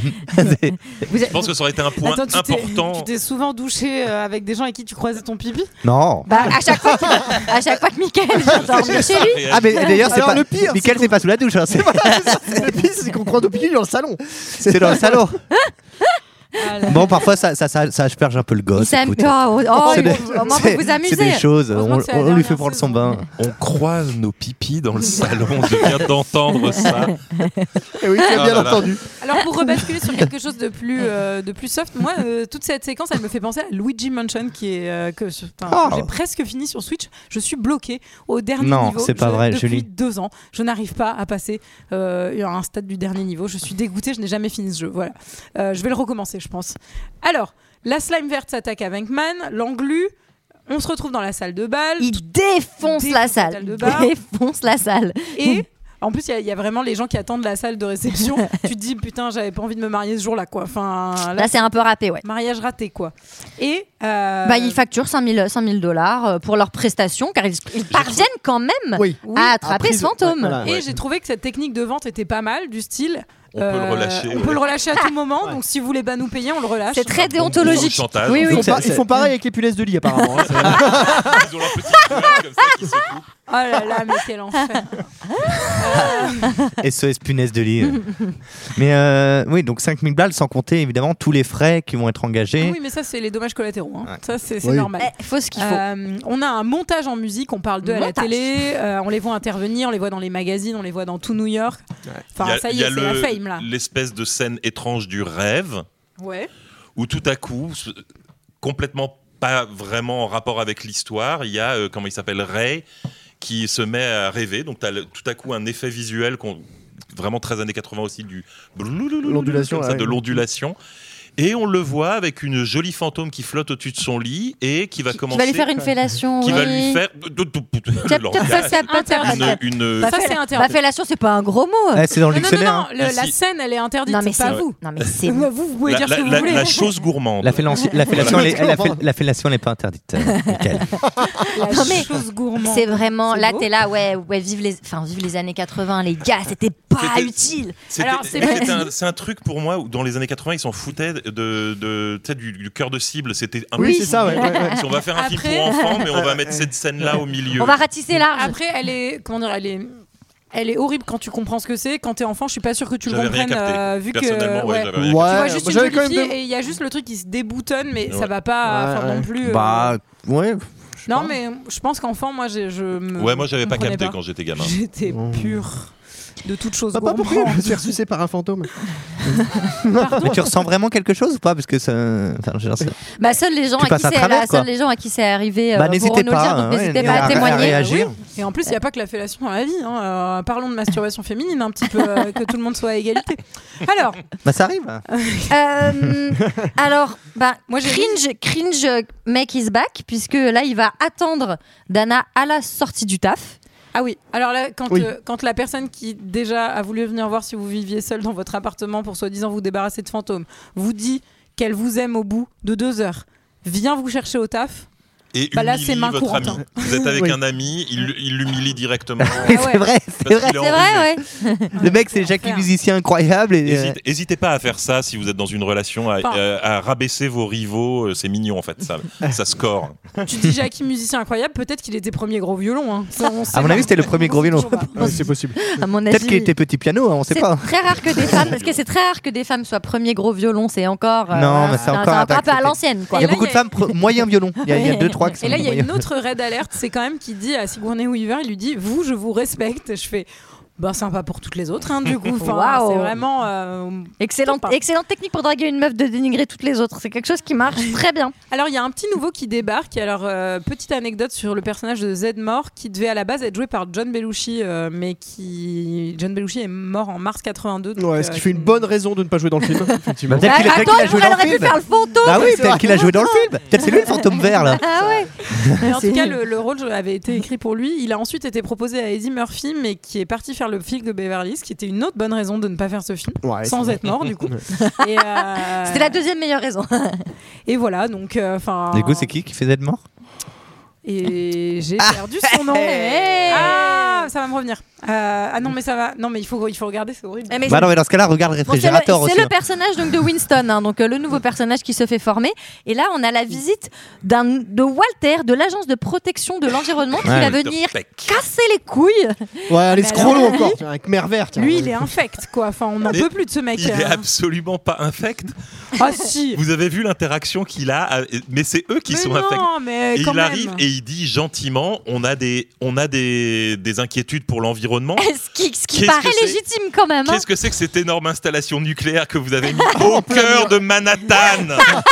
Vous je êtes- pense que ça aurait été un point attends, tu t'es, important. tu t'es souvent douché euh, avec des gens avec qui tu croisais ton pipi. Non. Bah, à chaque fois, qu'il- à chaque fois que Mickaël vient dormir chez lui. Ah, mais d'ailleurs, c'est Alors, pas. le pire, Mickaël, c'est c'est pas sous la douche, hein, c'est Le pire, c'est qu'on croit nos pilules dans le salon. c'est dans le salon. Ah là. Bon, parfois, ça, ça, ça, ça asperge un peu le Il gosse. s'am- écoute. Oh, oh, C'est il- des- au moins, c'est- vous vous C'est des amusez. choses, Heureusement on, que c'est la on lui dernière fait prendre son saison. bain. On croise nos pipis dans le salon. Je viens d'entendre ça. Et oui, tu as Ah bien là là. entendu. Alors pour rebasculer sur quelque chose de plus euh, de plus soft, moi euh, toute cette séquence elle me fait penser à Luigi Mansion qui est euh, que je- enfin, Ah. j'ai presque fini sur Switch. Je suis bloqué au dernier Non, niveau. c'est pas Je- vrai, depuis Julie. deux ans, je n'arrive pas à passer euh, à un stade du dernier niveau. Je suis dégoûtée, je n'ai jamais fini ce jeu. Voilà, Euh, je vais le recommencer, je pense. Alors la slime verte s'attaque à Venkman, l'englu. on se retrouve dans la salle de bal. Il défonce, défonce la salle. salle de bar. Défonce la salle. Et en plus, il y, y a vraiment les gens qui attendent la salle de réception. Tu te dis, putain, j'avais pas envie de me marier ce jour-là, quoi. Enfin, là, là, c'est un peu raté, ouais. Mariage raté, quoi. Et. Euh... Bah, ils facturent cinq mille dollars pour leurs prestations, car ils, ils parviennent quand même oui. à attraper Après, ce fantôme. Ouais, voilà, Et ouais. j'ai trouvé que cette technique de vente était pas mal, du style. On peut le relâcher. On ouais. peut le relâcher à tout moment, donc si vous voulez pas nous payer, on le relâche. C'est très déontologique. Chantage. Oui, Ils oui. font, pas- ils font pareil avec les punaises de lit apparemment. hein, Ils ont leur petite cuillère comme ça qui se coupe. Oh là là, mais quel enfer. euh... S O S punaise de lit. Mais euh, oui, donc cinq mille balles sans compter évidemment tous les frais qui vont être engagés. Ah oui, mais ça, c'est les dommages collatéraux. Hein. Ouais. Ça, c'est c'est Oui. normal. Il faut ce qu'il faut. Euh, on a un montage en musique, on parle d'eux à la Montage. télé, euh, on les voit intervenir, on les voit dans les magazines, on les voit dans tout New York. Enfin, Il y a- ça y il y est, a c'est le- la fame là. l'espèce de scène étrange du rêve Ouais. où tout à coup, ce- complètement pas vraiment en rapport avec l'histoire, il y a, euh, comment il s'appelle, Ray, qui se met à rêver. Donc tu as tout à coup un effet visuel, qu'on- vraiment très années quatre-vingts aussi, du L'ondulation, comme ça, ouais. de l'ondulation. Et on le voit avec une jolie fantôme qui flotte au-dessus de son lit et qui va Qui commencer. va lui faire une fellation. qui oui. va lui faire. Peut-être Langage. ça, c'est pas Interdit. une, une- Bah, Ça, fait- c'est bah, interdit. fellation, c'est pas un gros mot. Ouais, c'est dans le Non, non, non, dictionnaire. non, hein. le- Ah, la si. scène, elle est interdite, Non, mais c'est pas c'est- vous. Non, mais c'est Vous, vous pouvez la, dire la- ce que la- vous voulez. la chose gourmande. La, fellation, la, fellation, elle est- la, fe- la fellation n'est pas interdite. euh, Mickaël. La Non, mais chose gourmande. C'est vraiment. C'est Là, beau. t'es là, ouais, ouais, vive les, enfin, vive les années quatre-vingts, les gars, c'était pas C'était- utile. C'était- Alors, c'est c'était pas- un, c'est un truc pour moi où dans les années quatre-vingts ils s'en foutaient de, de, tu sais, du, du cœur de cible. C'était un Oui, peu c'est ça, ouais, ouais, ouais. Si on va faire un Après- film pour enfants, mais on va mettre cette scène-là au milieu. On va ratisser large. Après, elle est. Comment dire, elle est. Elle est horrible quand tu comprends ce que c'est. Quand t'es enfant, je suis pas sûre que tu le J'avais rien comprennes. capté. euh, vu que Personnellement, ouais, ouais. j'avais rien Ouais, Tu vois juste moi, une j'avais jolie quand même fille de- et il y a juste le truc qui se déboutonne, mais Ouais. ça va pas Ouais, enfin, ouais. non plus. euh, Bah, ouais. je sais non, pas. mais je pense qu'enfant, moi, j'ai- je. me Ouais, moi j'avais pas comprenais capté quand j'étais gamin. J'étais Oh. pure de toute chose Papa, pourquoi gourmande. il va se faire sucer par un fantôme Mais tu ressens vraiment quelque chose ou pas? Parce que ça. Enfin, je veux dire, ça- Bah, seuls les gens Tu à qui passes à c'est travers, seuls quoi. les gens à qui c'est arrivé. euh, Bah, pourront n'hésitez nous le pas, dire, donc ouais, n'hésitez à- pas à à témoigner. réagir. Et en plus, il n'y a pas que la fellation dans la vie. Hein. Euh, parlons de masturbation féminine un petit peu, euh, que tout le monde soit à égalité. Alors, Bah, ça arrive. Euh, alors, bah, Moi, j'ai cringe, cringe, euh, make is back, puisque là, il va attendre Dana à la sortie du taf. ah oui. Alors là, quand, Oui. euh, quand la personne qui déjà a voulu venir voir si vous viviez seul dans votre appartement pour soi-disant vous débarrasser de fantômes, vous dit qu'elle vous aime au bout de deux heures, vient vous chercher au taf. Et Bah là, humilie c'est main votre courante, ami. hein. Vous êtes avec Oui. un ami, il il l'humilie directement. Oui, ouais. c'est vrai, c'est Parce vrai. qu'il est C'est vrai, enrhumé. ouais. Le mec, c'est Jackie Enfer. musicien incroyable. Et, euh, Hésite- Hésitez pas à faire ça si vous êtes dans une relation, à, Enfin. euh, à rabaisser vos rivaux. euh, C'est mignon en fait, ça, ça score. Tu dis Jackie, musicien incroyable, peut-être qu'il était premier gros violon. Hein. Ça, on sait À mon pas. avis, c'était le premier gros On sait violon. toujours pas. Ouais, c'est possible. À mon avis. Peut-être qu'il était petit piano, hein, on sait C'est pas. très rare que des femmes, parce que c'est très rare que des femmes soient premier gros violon. C'est encore. euh, Non, voilà, mais c'est un- encore c'est à un peu à accepter. l'ancienne, quoi. Il y a Et là, beaucoup il de y a- femmes pro- moyen violon. Il y a, il y a deux, trois qui sont Et là, il y a moyens. une autre raid alerte, c'est quand même qui dit à Sigourney Weaver, il lui dit, vous, je vous respecte. Je fais, ben sympa pour toutes les autres, hein, du coup. Enfin, Waouh. c'est vraiment. euh, Excellente, top, hein. excellente technique pour draguer une meuf de dénigrer toutes les autres. C'est quelque chose qui marche très bien. Alors, il y a un petit nouveau qui débarque. Alors, euh, petite anecdote sur le personnage de Zedmore, qui devait à la base être joué par John Belushi, euh, mais qui. John Belushi est mort en mars quatre-vingt-deux. donc, Ouais, ce euh, qui fait une bonne raison de ne pas jouer dans le film, effectivement. Bah, peut-être qu'il a, Ah, peut-être attends, qu'il a joué elle dans le aurait pu film. faire le fantôme. Bah oui, c'est peut-être vrai. qu'il a joué dans le film. Peut-être c'est lui le fantôme vert là. Ah ouais. Mais en C'est tout cas, nul. le, le rôle avait été écrit pour lui. Il a ensuite été proposé à Eddie Murphy, mais qui est parti faire le flic de Beverly Hills, qui était une autre bonne raison de ne pas faire ce film, Ouais, sans c'est être mort du coup. Et, euh, C'était la deuxième meilleure raison. Et voilà, donc enfin. Du coup, c'est qui qui fait d'être mort? Et j'ai perdu son nom. Ah, ça va me revenir. Euh, ah non, mais ça va. Non, mais il faut, il faut regarder, c'est horrible. Eh, mais Bah non, mais dans ce cas-là, regarde le Bon, c'est le, réfrigérateur c'est aussi. le personnage donc de Winston, hein, donc euh, le nouveau personnage qui se fait former. Et là, on a la visite d'un de Walter de l'agence de protection de l'environnement qui Ouais. va Walter venir Peck. casser les couilles. Ouais, les Mais scrolls alors, encore, tiens, avec mer vert. tiens. Lui, il est infect, quoi. Enfin, on n'en Mais peut plus de ce mec. Il est hein. absolument pas infect. Ah si. Vous avez vu l'interaction qu'il a, à- mais c'est eux qui Mais sont non, infects. mais Et quand il même. arrive et il dit gentiment, on a des, on a des, des inquiétudes études pour l'environnement. Ce qui, ce qui Qu'est-ce paraît que c'est légitime quand même. Hein. Qu'est-ce que c'est que cette énorme installation nucléaire que vous avez mis au cœur de Manhattan?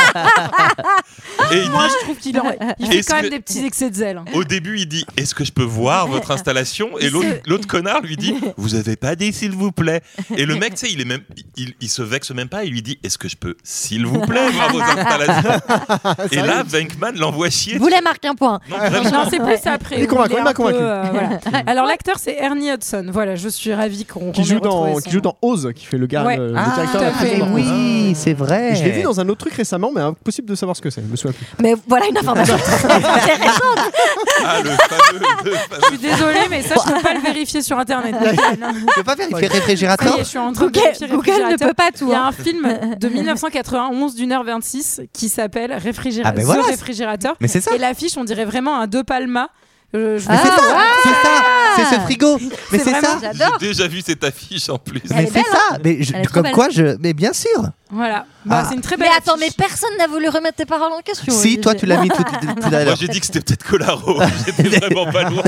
Et il Moi, dit, je trouve qu'il en- il fait Est-ce quand même que- des petits excès de zèle. hein. au début, il dit est-ce que je peux voir votre installation? Et l'autre, l'autre connard lui dit vous avez pas dit s'il vous plaît. Et le mec, tu sais, il est même, il, il se vexe même pas. Il lui dit est-ce que je peux s'il vous plaît voir vos installations? Et là, Venkman l'envoie chier. Vous voulez marquer un point. Non, vraiment. Non, c'est plus après. Il est où convaincu, est il m'a un peu, convaincu. euh, voilà. Alors l'acteur c'est Ernie Hudson. Voilà, je suis ravie qu'on Qui qu'on ait joue retrouvé dans, son qui joue dans Oz, qui fait le gars, Ouais. le, le Ah, directeur de la tout à fait, prison. oui, c'est vrai. Et je l'ai vu dans un autre truc récemment, mais impossible de savoir ce que c'est. Je me souviens plus. Mais voilà une information très intéressante. Ah, le fameux. le fameux- Je suis désolée, mais ça, je peux pas le vérifier sur internet. Tu peux pas vérifier réfrigérateur? Ça y est, je suis en train de Google, vérifier Google ne réfrigérateur. peut pas tout. Il y a hein. un film de mille neuf cent quatre-vingt-onze d'une heure vingt-six qui s'appelle Réfrigérateur. Ah ben voilà. Réfrigérateur. Mais c'est ça. Et l'affiche, on dirait vraiment un De Palma. Euh, je vous Mais c'est ai- ça, c'est ça, c'est ce frigo. Mais C'est c'est vraiment- ça. J'adore. J'ai déjà vu cette affiche en plus. Elle Mais est c'est belle, ça. Mais je- Elle est trop comme belle. quoi, je. Mais bien sûr. Voilà. Bah, Ah. c'est une très belle Mais attends, mais affiche. personne n'a voulu remettre tes paroles en question. Si, Olivier. toi, tu l'as mis tout, tout à Moi, l'heure. j'ai dit que c'était peut-être Colaro. J'étais vraiment pas loin.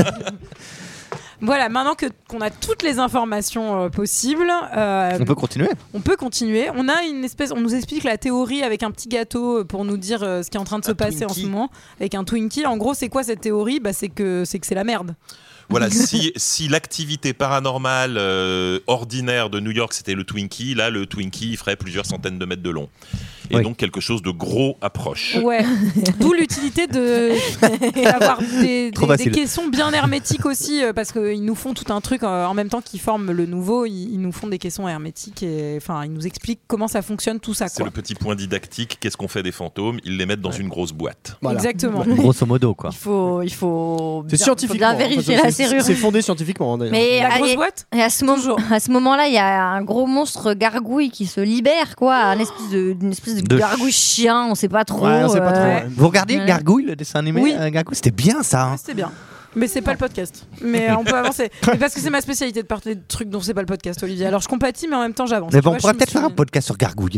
Voilà, maintenant que qu'on a toutes les informations euh, possibles, euh, On peut continuer. on peut continuer. On a une espèce, on nous explique la théorie avec un petit gâteau euh, pour nous dire euh, ce qui est en train de se Un passer en Twinkie. ce moment, avec un Twinkie. En gros, c'est quoi cette théorie? Bah, c'est que c'est que c'est la merde. Voilà, si, si l'activité paranormale euh, ordinaire de New York c'était le Twinkie, là le Twinkie il ferait plusieurs centaines de mètres de long. Et Oui. donc quelque chose de gros approche. Ouais. D'où l'utilité de d'avoir des, Trop des- des facile. questions bien hermétiques aussi, euh, parce qu'ils nous font tout un truc euh, en même temps qu'ils forment le nouveau. Ils, ils nous font des questions hermétiques et enfin ils nous expliquent comment ça fonctionne tout ça. C'est Quoi. le petit point didactique, qu'est-ce qu'on fait des fantômes? Ils les mettent dans une grosse boîte. Voilà. Exactement. Grosso modo, quoi. Il faut, il faut. C'est bien- scientifiquement. faut bien vérifier Enfin, la c'est- serrure. C'est fondé scientifiquement, hein, d'ailleurs. Mais La à- grosse et- boîte. et à ce moment, à ce moment-là, il y a un gros monstre gargouille qui se libère, quoi, un espèce de, une espèce de, De gargouille chien, on sait pas trop. Ouais, on sait pas trop, euh, ouais. Vous regardez Ouais. Gargouille, le dessin animé Oui. euh, Gargouille, c'était bien ça. hein. C'était bien. Mais c'est pas le podcast. Mais euh, on peut avancer. Mais parce que c'est ma spécialité de parler de trucs dont c'est pas le podcast, Olivier. Alors je compatis, mais en même temps j'avance. Mais Tu bon, on vois, pourrait je me peut-être faire un suis- podcast sur Gargouille.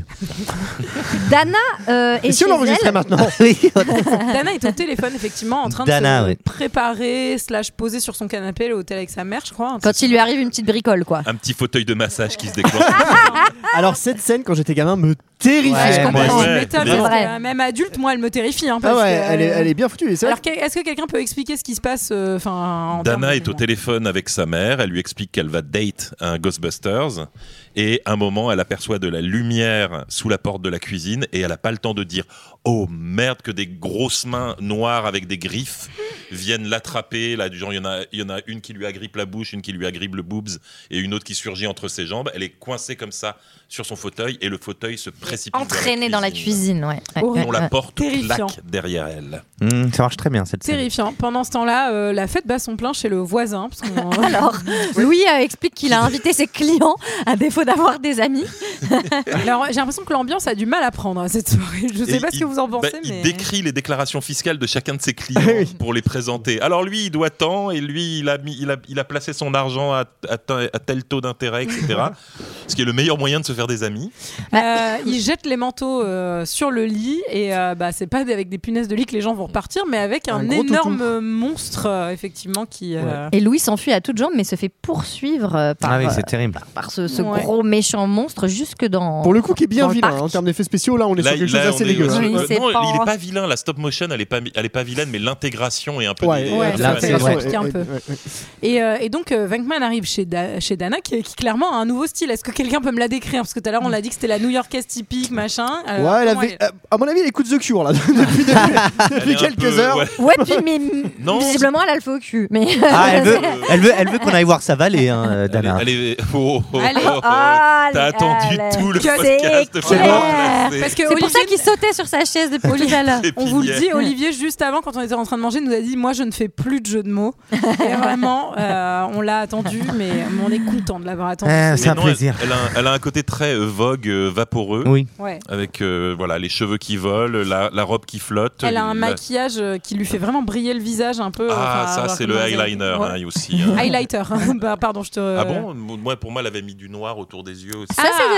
Dana euh, Et est si on chez l'enregistrait elle. maintenant Oui. Dana est au téléphone, effectivement, en train Dana, de se oui. préparer, slash poser sur son canapé, au hôtel avec sa mère, je crois. Quand il lui arrive une petite bricole, quoi. Un petit fauteuil de massage qui se déclenche. Alors, cette scène, quand j'étais gamin, me terrifiait. Ouais, Je comprends, moi, tu ouais, m'étonnes, c'est parce vrai. que, euh, même adulte, moi, elle me terrifie. Hein, Ah parce ouais, que, elle est, euh, elle est bien foutue. Et c'est vrai Alors, que- est-ce que quelqu'un peut expliquer ce qui se passe euh, enfin, en termes Dana de- est au téléphone avec sa mère, elle lui explique qu'elle va date un Ghostbusters et un moment elle aperçoit de la lumière sous la porte de la cuisine et elle n'a pas le temps de dire oh merde que des grosses mains noires avec des griffes viennent l'attraper, là du genre il y en a il y en a une qui lui agrippe la bouche, une qui lui agrippe le boobs et une autre qui surgit entre ses jambes, elle est coincée comme ça sur son fauteuil et le fauteuil se précipite Entraîné dans la cuisine, ouais. ouais, Horrible. dont ouais, la ouais. porte Terrifiant. claque derrière elle. Mmh, ça marche très bien cette série. Terrifiant. Pendant ce temps-là, euh, la fête bat son plein chez le voisin. Parce qu'on- Alors, Louis euh, explique qu'il a invité ses clients à défaut d'avoir des amis. Alors, j'ai l'impression que l'ambiance a du mal à prendre à cette soirée. Je sais Et pas ce il- que vous en pensez, bah, mais Il décrit les déclarations fiscales de chacun de ses clients pour les présenter. Alors lui, il doit tant, et lui, il a, mis, il a, il a placé son argent à, à, te- à tel taux d'intérêt, et cetera. Ce qui est le meilleur moyen de se faire des amis. Euh, il jette les manteaux euh, sur le lit et euh, bah, c'est pas avec des punaises de lit que les gens vont repartir, mais avec un, Un gros énorme toutou. monstre euh, effectivement qui. euh, Et Louis s'enfuit à toutes jambes, mais se fait poursuivre euh, par, Ah oui, euh, c'est terrible. par ce, ce Ouais. gros méchant monstre jusque dans. Pour le coup, qui est bien dans le vilain. parc. hein, En termes d'effets spéciaux, là, on est Là, sur quelque là, chose d'assez on est- dégueu. hein. Oui, euh, c'est non, pas- il est pas vilain. La stop motion, elle est pas, elle est pas vilaine, mais l'intégration est un peu. Ouais, dé- ouais, un peu là, mal c'est faite. vrai. ouais, compliqué un ouais, peu. ouais, ouais. Et, euh, et donc euh, Venkman arrive chez, Da- chez Dana qui, qui clairement a un nouveau style. Est-ce que quelqu'un peut me la décrire? Parce que tout à l'heure on l'a dit que c'était la New-Yorkaise typique, machin. Alors, Ouais, elle comment avait, elle- euh, à mon avis, elle écoute The Cure là depuis, depuis- depuis Elle est un quelques peu- heures. ouais. Ouais, puis mais Non, visiblement elle a le faux cul. Mais Ah, elle veut, elle veut, elle veut qu'on aille voir sa vallée, hein, euh, Elle est- Dana. elle est- oh, oh, Allez. oh, oh. Allez, T'as attendu allez. tout le Que podcast c'est pour le clair. remplacer. Parce que c'est pour Olivier, ça qu'il sautait sur sa chaise depuis tout à l'heure. on vous le Pépinière. dit, Olivier, juste avant, quand on était en train de manger, nous a dit moi je ne fais plus de jeux de mots. Et vraiment, euh, on l'a attendu, mais on est content de l'avoir attendu. Euh, c'est un Mais non, elle- plaisir. Elle, a, un- elle a un côté très euh, vogue, euh, vaporeux, Oui. Ouais. avec euh, voilà les cheveux qui volent, la, la robe qui flotte. Elle a un la- maquillage euh, qui lui fait vraiment briller le visage un peu. Ah, enfin, ça alors c'est que le dans- eyeliner Ouais. hein, aussi. hein. Highlighter. Bah, pardon, je te. Ah bon Moi, pour moi, elle avait mis du noir autour des yeux aussi. Ça, c'est de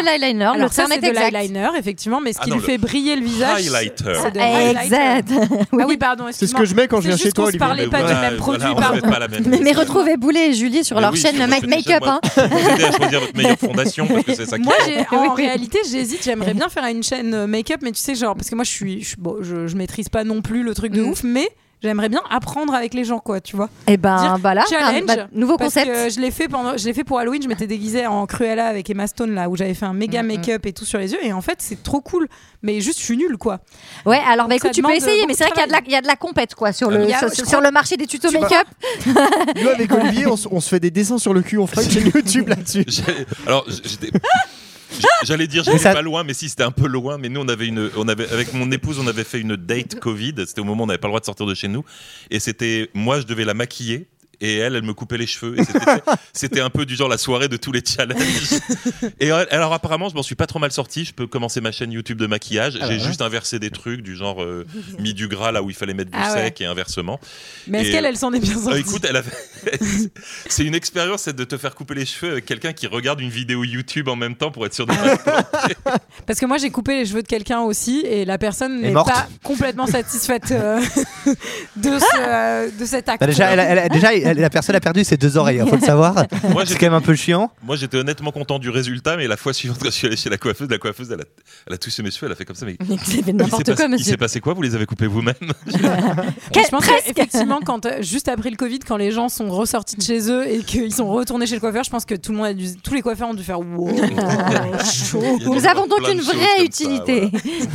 l'eyeliner. Alors le ça, terme c'est est de exact. l'eyeliner, effectivement, mais ce Ah qui non, lui le fait briller le visage, highlighter. c'est de Ah, l'highlighter. exact. Ah oui, pardon, C'est ce excuse-moi. que je mets quand je C'est viens juste chez toi, qu'on se Olivier. parlait Mais pas voilà, du même produit, voilà, on pardon. fait pas la même Mais, mais chose. retrouvez Boulet et Julie sur Mais leur oui, chaîne sur Make votre chaîne, Make-up. moi, Hein. pour vous aider à choisir votre meilleure fondation, parce que c'est ça qui Moi, j'ai, en Oui, oui. réalité, j'hésite. J'aimerais bien faire une chaîne euh, make-up, mais tu sais, genre, parce que moi, je suis, je, suis- bon, je, je maîtrise pas non plus le truc de Mm. ouf, mais j'aimerais bien apprendre avec les gens, quoi, tu vois. Et ben Dire voilà, challenge, un bah, nouveau parce concept. que je l'ai fait pendant, je l'ai fait pour Halloween. Je m'étais déguisée en Cruella avec Emma Stone là, où j'avais fait un méga Mhm. make-up et tout sur les yeux. Et en fait, c'est trop cool. Mais juste, je suis nulle, quoi. Ouais, alors bah, Donc, ça écoute, tu peux demande essayer, beaucoup mais de c'est vrai qu'il y a de la, travail. il y a de la compète quoi sur Ah, le il y a- sur, je sur crois- le marché des tutos Tu vois- make-up. Nous, avec Olivier, on, s- on se fait des dessins sur le cul, on fera une chaîne YouTube là-dessus. J'ai- Alors, j'étais. J'allais dire, j'étais ça- pas loin, mais si, c'était un peu loin. Mais nous, on avait une, on avait, avec mon épouse, on avait fait une date Covid. C'était au moment où on n'avait pas le droit de sortir de chez nous. Et c'était, moi, je devais la maquiller. Et elle, elle me coupait les cheveux. Et c'était, c'était un peu du genre la soirée de tous les challenges. Et alors, apparemment, je m'en suis pas trop mal sorti. Je peux commencer ma chaîne YouTube de maquillage. Ah J'ai ouais. juste inversé des trucs, du genre euh, mis du gras là où il fallait mettre du Ah ouais. sec et inversement. Mais est-ce Et- qu'elle, elle s'en est bien Euh, sortie? écoute, elle avait... c'est une expérience, c'est de te faire couper les cheveux avec quelqu'un qui regarde une vidéo YouTube en même temps pour être sûr de pas se planter. Parce que moi, j'ai coupé les cheveux de quelqu'un aussi, et la personne n'est morte. pas complètement satisfaite euh, de, ce, euh, de cet acte. Bah, déjà, elle a- elle a- déjà elle- la personne a perdu ses deux oreilles, il faut le savoir. Moi, C'est j'ai- quand même un peu chiant. Moi, j'étais honnêtement content du résultat, mais la fois suivante, quand je suis allé chez la coiffeuse, la coiffeuse, elle a, elle a touché mes cheveux, elle a fait comme ça. Mais Mais vous avez il s'est n'importe passé- quoi, il monsieur. s'est passé quoi? Vous les avez coupés vous-même? Et je pense Presque. qu'effectivement, quand, euh, juste après le Covid, quand les gens sont ressortis de chez eux et qu'ils sont retournés chez le coiffeur, je pense que tout le monde a dû, tous les coiffeurs ont dû faire wow, chaud. Il y a dû Nous avoir avons donc plein de une choses vraie comme ça, utilité.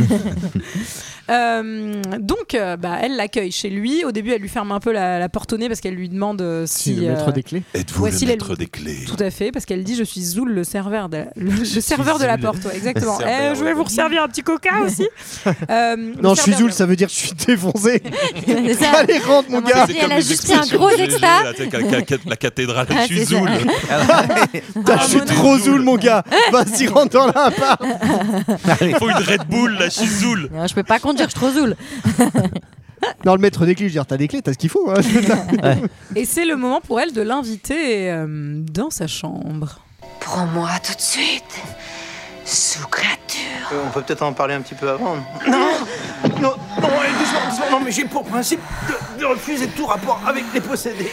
Euh, donc, euh, bah, elle l'accueille chez lui. Au début, elle lui ferme un peu la, la porte au nez parce qu'elle lui demande euh, si. Si, le maître euh, des clés. Êtes-vous Voici le les- maître des clés? Tout à fait, parce qu'elle dit je suis Zoul, le serveur de, le, le serveur de la Zoul. porte. Ouais, exactement. Le serveur, Eh, je vais ouais. vous resservir un petit coca aussi. Euh, le Non, je suis serveur Zoul, de- ça veut dire que je suis défoncé. C'est ça. Allez, rentre, mon Non, moi, gars. j'ai- C'est comme elle a les juste pris un expressions gros G G, extra. là, tu sais, la, la- la cathédrale, Ah, je suis c'est ça. Zoul. Putain, je suis Ah, trop Zoul, mon gars. Vas-y, rentre dans l'appart. Il faut une Red Bull, là, je suis Zoul. Non, je peux pas conduire, je suis trop zoule. Non, le maître des clés, je veux dire, t'as des clés, t'as ce qu'il faut. hein. Et c'est le moment pour elle de l'inviter euh, dans sa chambre. Prends-moi tout de suite, sous-créature. Euh, on peut peut-être en parler un petit peu avant. Non, non, non, allez, doucement, doucement. Non, mais j'ai pour principe de, de refuser tout rapport avec les possédés.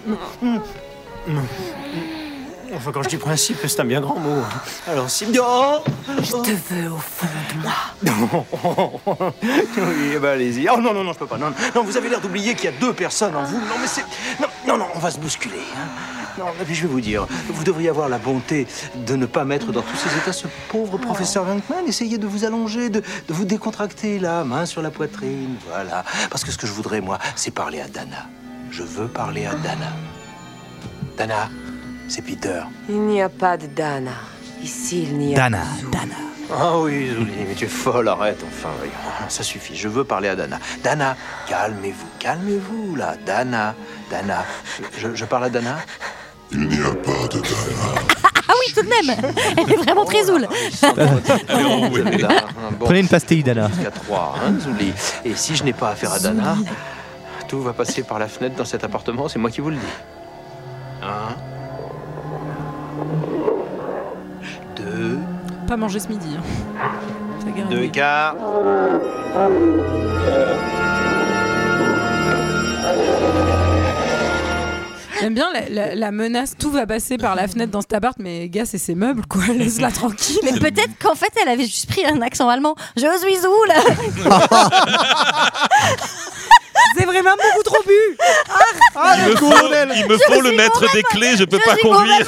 Enfin, quand je dis principe, c'est un bien grand mot. Alors, si... Oh, Je te veux au fond de moi. oui, bah allez-y. Oh non, non, non, je peux pas. Non, non, vous avez l'air d'oublier qu'il y a deux personnes en vous. Non, mais c'est... Non, non, non, on va se bousculer. Hein. Non, et puis je vais vous dire, vous devriez avoir la bonté de ne pas mettre dans tous ces états ce pauvre professeur Venkman. Essayez de vous allonger, de, de vous décontracter, là, main sur la poitrine, voilà. Parce que ce que je voudrais, moi, c'est parler à Dana. Je veux parler à Dana. Dana, c'est Peter. Il n'y a pas de Dana. Ici, il n'y a Dana, que Zoul. Dana. Ah oui, Zouli, mais tu es folle, arrête, enfin, voyons. Ça suffit, je veux parler à Dana. Dana, calmez-vous, calmez-vous, là. Dana, Dana. Je, je parle à Dana? Il n'y a pas de Dana. Ah oui, tout de même. Elle est vraiment très zoule. Allez, on roule. Bon, Prenez une pastille, Dana. jusqu'à trois, hein, Zouli. Et si je n'ai pas affaire à Dana, tout va passer par la fenêtre dans cet appartement, c'est moi qui vous le dis. Un. Deux. Pas manger ce midi. hein. Ça guérit. Deux quarts. J'aime bien la, la- la menace, tout va passer par la fenêtre dans cet appart, mais gars, c'est ses meubles, quoi. Laisse-la tranquille. Mais peut-être qu'en fait, elle avait juste pris un accent allemand. Je suis zoule. C'est vraiment beaucoup trop bu. Ah, Il le me faut, colonel. il me faut le maître des clés, je peux Je pas suis conduire.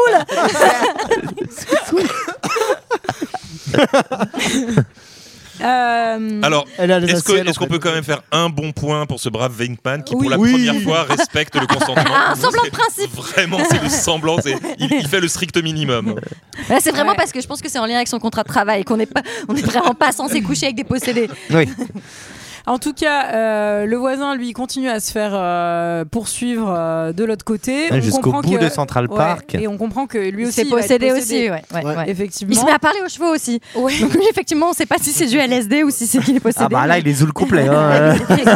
complètement zoule. Euh, Alors, Elle a les est-ce que- assielles, est-ce qu'on en fait. peut quand même faire un bon point pour ce brave Venkman qui, Oui. pour la Oui. première fois, respecte le consentement? Un semblant de principe. Vraiment, c'est le semblant. c'est- Il, il fait le strict minimum. Là, c'est vraiment Ouais. parce que je pense que c'est en lien avec son contrat de travail qu'on n'est pas, on est vraiment pas censé coucher avec des possédés. Oui. En tout cas, euh, le voisin, lui, continue à se faire euh, poursuivre euh, de l'autre côté. Ouais, On jusqu'au comprend bout que- de Central ouais, Park. Et on comprend que lui Il aussi, s'est il va être possédé aussi, ouais, ouais, Ouais, ouais. Effectivement. Il se met à parler aux chevaux aussi. Ouais. Donc lui, effectivement, on ne sait pas si c'est du L S D ou si c'est qu'il est possédé. Ah bah là, il est sous le couplet. Hein.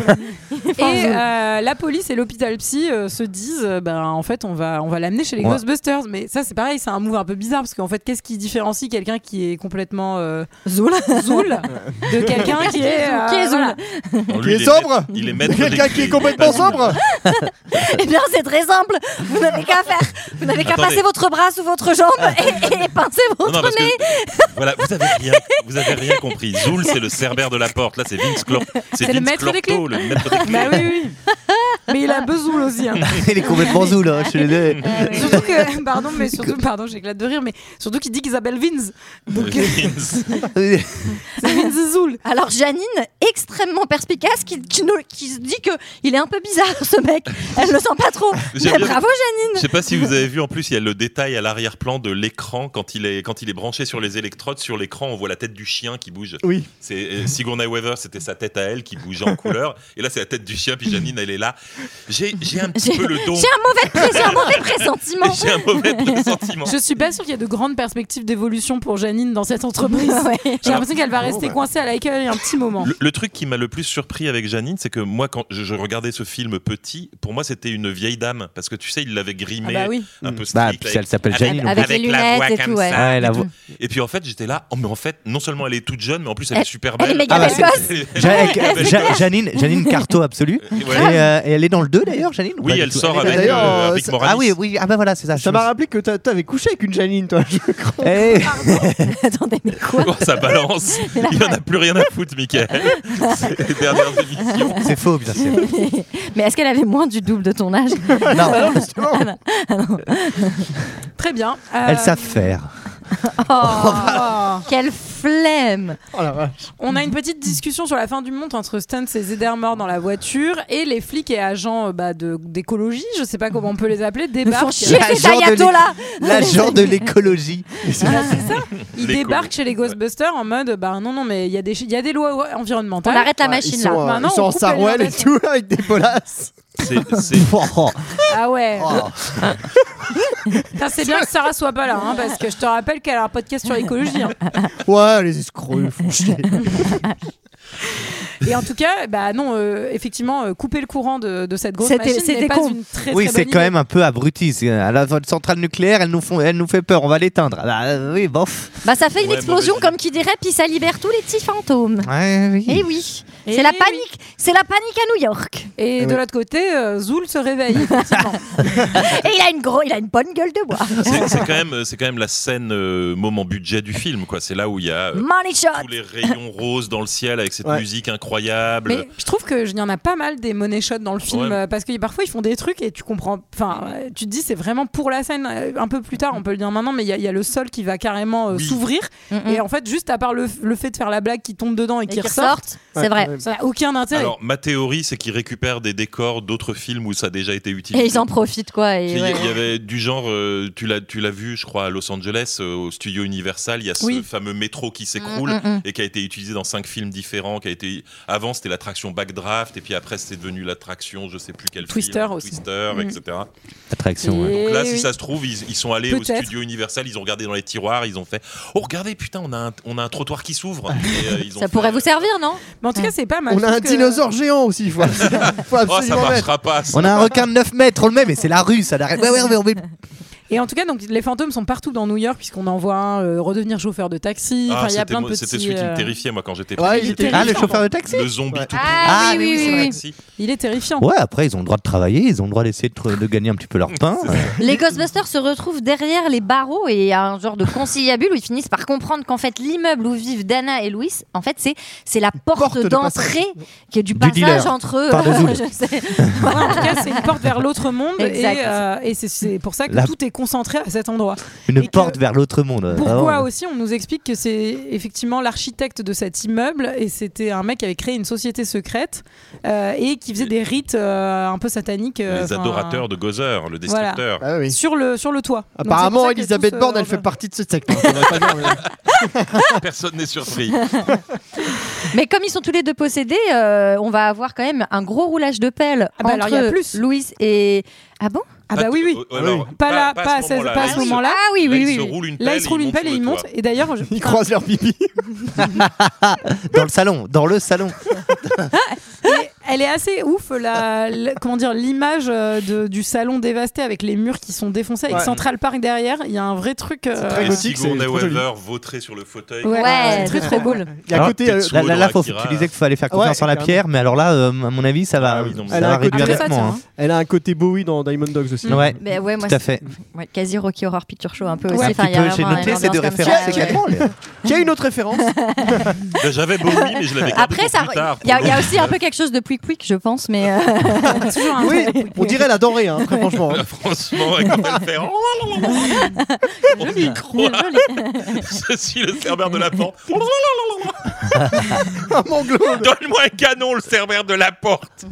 Et euh, la police et l'hôpital psy euh, se disent, euh, ben en fait, on va, on va l'amener chez les Ouais. Ghostbusters. Mais ça, c'est pareil, c'est un move un peu bizarre parce qu'en fait, qu'est-ce qui différencie quelqu'un qui est complètement euh, Zoul, zoul de quelqu'un qui est, euh, Qui est zoul. voilà. Bon, Qui lui, est il est sobre maître- Il est maître Quelqu'un des- qui est complètement sobre Eh bien, c'est très simple. Vous n'avez qu'à faire. Vous n'avez qu'à Attendez. passer votre bras sous votre jambe et, et pincer Non, votre non, parce nez. que, voilà, vous avez rien, vous avez rien compris. Zoul, c'est le cerbère de la porte. Là, c'est Vince Clor, C'est Vince le maître des Clorto, le maître des clés. Bah oui, oui. Mais il a besoul aussi. Hein. Il est complètement zoul, hein, je suis désolé. Surtout que, pardon, mais surtout, pardon, j'éclate de rire, mais surtout qu'il dit qu'il s'appelle Vince. Donc, euh, Vince. c'est Vince Zoul. Alors Janine, extrêmement perspicace, qui, qui, ne- qui se dit que il est un peu bizarre ce mec. Elle le sent pas trop. J'aime Mais bien- bravo Je Janine. sais pas si vous avez vu, en plus, il y a le détail à l'arrière-plan de l'écran quand il est quand il est branché sur les électrodes. Sur l'écran, on voit la tête du chien qui bouge. Oui. C'est euh, Sigourney Weaver, c'était sa tête à elle qui bougeait en couleur, et là c'est la tête du chien. Puis Janine, elle est là. J'ai j'ai un petit J'ai peu le don. j'ai un mauvais, pré- j'ai un mauvais pressentiment. J'ai un mauvais pressentiment. Je suis pas sûre qu'il y ait de grandes perspectives d'évolution pour Janine dans cette entreprise. Ouais. J'ai l'impression qu'elle va rester coincée à l'accueil un petit moment. Le, le truc qui m'a le plus surpris avec Janine, c'est que moi, quand je, je regardais ce film petit, pour moi, c'était une vieille dame. Parce que tu sais, il l'avait grimée Ah bah oui. un peu Bah, strict. puis elle s'appelle avec- Janine, Avec les la voix lunettes et comme tout, ouais. ça. Ouais, et, la tout. voix. Et puis en fait, j'étais là, oh, mais en fait, non seulement elle est toute jeune, mais en plus elle est Elle- super elle belle. est méga Ah bah, belle c'est- gosse. Ja- Elle est Ja- belle Ja- gosse. Janine, Janine Carto absolue. Ouais. Et, euh, et elle est dans le deux d'ailleurs, Janine ou Oui, pas du elle tout sort Elle est avec d'ailleurs, euh, euh, Rick ça- Moranis. Ah oui, oui, ah bah voilà, c'est ça. Ça m'a rappelé que t'a- t'avais couché avec une Janine, toi. Je crois. Eh, Attendez, mais quoi? Oh, ça balance. Il n'y en a plus rien à foutre, Mickaël. C'est les dernières émissions. c'est faux, bien sûr. Mais est-ce qu'elle avait moins du double de ton âge? Non, Très bien. Euh, elles savent faire. Oh, quelle flemme! Oh la vache. On a une petite discussion sur la fin du monde entre Stuntz et Zedermore dans la voiture et les flics et agents euh, bah, de- d'écologie, je sais pas comment on peut les appeler, Ils me font débarquent. chier La ces genre de ayatollahs! L'agent de l'écologie. Bah, c'est ça. Ils L'écolo. débarquent chez les Ghostbusters en mode bah non non mais il y a des il y a des lois environnementales. On arrête la Ouais, machine ils là. sont, euh, Maintenant, ils sont on en coupe sarouel et l'alimentation. tout, avec des bolasses. C'est- c'est- Oh, Ah ouais. oh. Putain, c'est bien que Sarah soit pas là hein, parce que je te rappelle qu'elle a un podcast sur l'écologie. hein. Ouais, les escrocs, ils font chier. Et en tout cas, bah non, euh, effectivement, euh, couper le courant de, de cette grosse C'était- machine c'était n'est pas con. une très, Oui, très c'est bonne quand idée. même un peu abruti. C'est- À la centrale nucléaire, elle nous, font, elle nous fait peur. On va l'éteindre. Ah, euh, oui, bof. Bah ça fait une Ouais, explosion mauvaise comme qui dirait, puis ça libère tous les petits fantômes. Ouais, oui. Eh oui, Eh c'est la oui. panique, c'est la panique à New York. Et Eh de oui. l'autre côté, euh, Zoul se réveille. effectivement. Et il a une gros, il a une bonne gueule de bois. c'est- c'est quand même, c'est quand même la scène euh, moment budget du film, quoi. C'est là où il y a euh, Money shot. tous les rayons roses dans le ciel avec cette Ouais. musique incroyable. Mais je trouve qu'il y en a pas mal des money shots dans le film Ouais. euh, parce que parfois ils font des trucs et tu comprends. Enfin, euh, tu te dis c'est vraiment pour la scène. Euh, Un peu plus tard, on peut le dire maintenant, mais il y, a- il y a le sol qui va carrément euh, Oui. s'ouvrir. Mm-mm. Et en fait, juste à part le, le fait de faire la blague qui tombe dedans et, Et qui qui ressort, ressortent, c'est vrai. Ouais. ça n'a aucun intérêt. Alors, ma théorie, c'est qu'ils récupèrent des décors d'autres films où ça a déjà été utilisé. Et ils en profitent quoi. Il Et y, ouais. il y avait du genre, euh, tu l'as, tu l'as vu, je crois, à Los Angeles, euh, au studio Universal, il y a ce Oui. fameux métro qui s'écroule Mm, mm, mm. et qui a été utilisé dans cinq films différents. Qui a été, avant, c'était l'attraction Backdraft, et puis après, c'était devenu l'attraction, je sais plus quel Twister film, aussi. Twister, Mm. et cetera. Attraction. ouais. Et Donc là, oui. si ça se trouve, ils, ils sont allés au Peut-être. studio Universal, ils ont regardé dans les tiroirs, ils ont fait, oh regardez, putain, on a un, on a un trottoir qui s'ouvre. Et, euh, ils ont Ça fait, pourrait vous servir, non? Mais en tout cas, c'est pas mal. On Je a un trouve que- dinosaure géant aussi, il faut, faut Oh, ça absolument mettre. marchera pas. ça. On a un requin de neuf mètres, on le met, mais c'est la rue, ça n'arrête. Ouais, ouais, ouais, ouais. Et en tout cas, donc les fantômes sont partout dans New York puisqu'on en voit un euh, redevenir chauffeur de taxi. Ah, Enfin, il y a c'était plein de moi- petits. C'était celui qui me euh, terrifiait, moi, quand j'étais Ouais, petit. il était Ah, le terrifiant. chauffeur de taxi. Le zombie Ouais. tout Ah, pourri. oui, oui, c'est oui, vrai oui. que si. Il est terrifiant. Ouais, après, ils ont le droit de travailler, ils ont le droit d'essayer de, tr- de gagner un petit peu leur pain. C'est ça. Les Ghostbusters se retrouvent derrière les barreaux et il y a un genre de conciliabule où ils finissent par comprendre qu'en fait l'immeuble où vivent Dana et Louis, en fait c'est c'est la porte, Porte de d'entrée qui est du, Du passage dealer. entre eux. Par de Zoul. Je sais. Ouais, en tout cas, c'est une porte vers l'autre monde Exact. et, euh, et c'est- c'est pour ça que La- tout est concentré à cet endroit. Une Et que- porte vers l'autre monde. Pourquoi Vraiment. aussi on nous explique que c'est effectivement l'architecte de cet immeuble et c'était un mec qui avait créé une société secrète euh, et qui faisait des rites euh, un peu sataniques. euh, Les enfin, adorateurs de Gozer, le destructeur. Ah oui. sur le sur le toit. Donc, c'est Apparemment, pour ça que Elisabeth tous, Borne, euh, elle fait partie de ce secte. hein, ça devrait pas dire, mais- Personne n'est surpris. Mais comme ils sont tous les deux possédés, euh, on va avoir quand même un gros roulage de pelle Ah bah alors, entre il y a plus. Louis et... Ah bon Ah bah oui, oui. Euh, alors, Pas là, pas à ce moment-là. pas à Là, ce il se- moment-là. Ah oui, là, oui, il oui. se oui. roule une Là, pelle ils se roulent une monte pelle et sur ils le montent. toit. Et d'ailleurs, je- Ils croisent leur pipi. Dans le salon, dans le salon. Et elle est assez ouf, la, la- comment dire, l'image euh, de- du salon dévasté avec les murs qui sont défoncés, avec Ouais. Central Park derrière. Il y a un vrai truc. euh, très Et gothique, Sigourney c'est trop joli. Weaver vautré sur le fauteuil. Ouais, Ouais, c'est très très cool. Il y a à Alors, côté. euh, Tetsuo Là, là, là, faut, Akira. tu disais qu'il fallait faire confiance Ouais, en la carrément. pierre, mais alors là, euh, à mon avis, ça va, Ah oui, non, mais ça elle a va un côté- réduire Après ça, nettement. tiens, hein. Elle a un côté Bowie dans Diamond Dogs aussi. Ouais, Mais ouais, moi, tout à c'est- fait. ouais, quasi Rocky Horror Picture Show un peu Ouais, aussi. Un Enfin, petit il y a peu, j'ai vraiment noté une ces deux ambiance comme références ça. également. les- Qui a une autre référence Là, J'avais Bowie, mais je l'avais gardé Après, pour ça, plus tard. il y, a- pour il y a le- aussi un peu quelque chose de Pouic Pouic, je pense, mais euh, Toujours un Oui, truc. on dirait la denrée, hein, très franchement. Franchement, quand elle fait on y croit. Je suis le serveur de la porte. Ah, mon glaude. Donne-moi un canon, le serveur de la porte.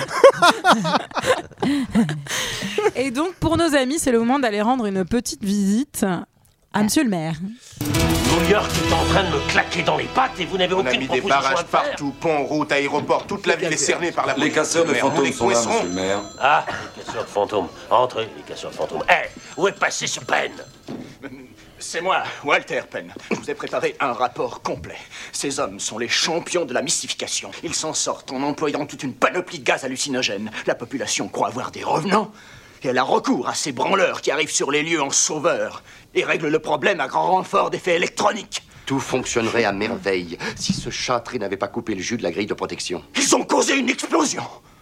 Et donc, pour nos amis, c'est le moment d'aller rendre une petite visite à Monsieur le maire. New York est en train de me claquer dans les pattes et vous n'avez On a aucune mis des proposition à barrages me faire. partout, ponts, routes, aéroports, toute la ville est cernée par la Les police. casseurs de Mais on fantômes les sont là, coinceront. monsieur le maire. Ah, les casseurs de fantômes. Entrez, les casseurs de fantômes. Hé, où est passé ce Penn? C'est moi, Walter Penn. Je vous ai préparé un rapport complet. Ces hommes sont les champions de la mystification. Ils s'en sortent en employant toute une panoplie de gaz hallucinogènes. La population croit avoir des revenants. Et elle a recours à ces branleurs qui arrivent sur les lieux en sauveurs et règlent le problème à grand renfort d'effets électroniques. Tout fonctionnerait à merveille si ce châtré n'avait pas coupé le jus de la grille de protection. Ils ont causé une explosion.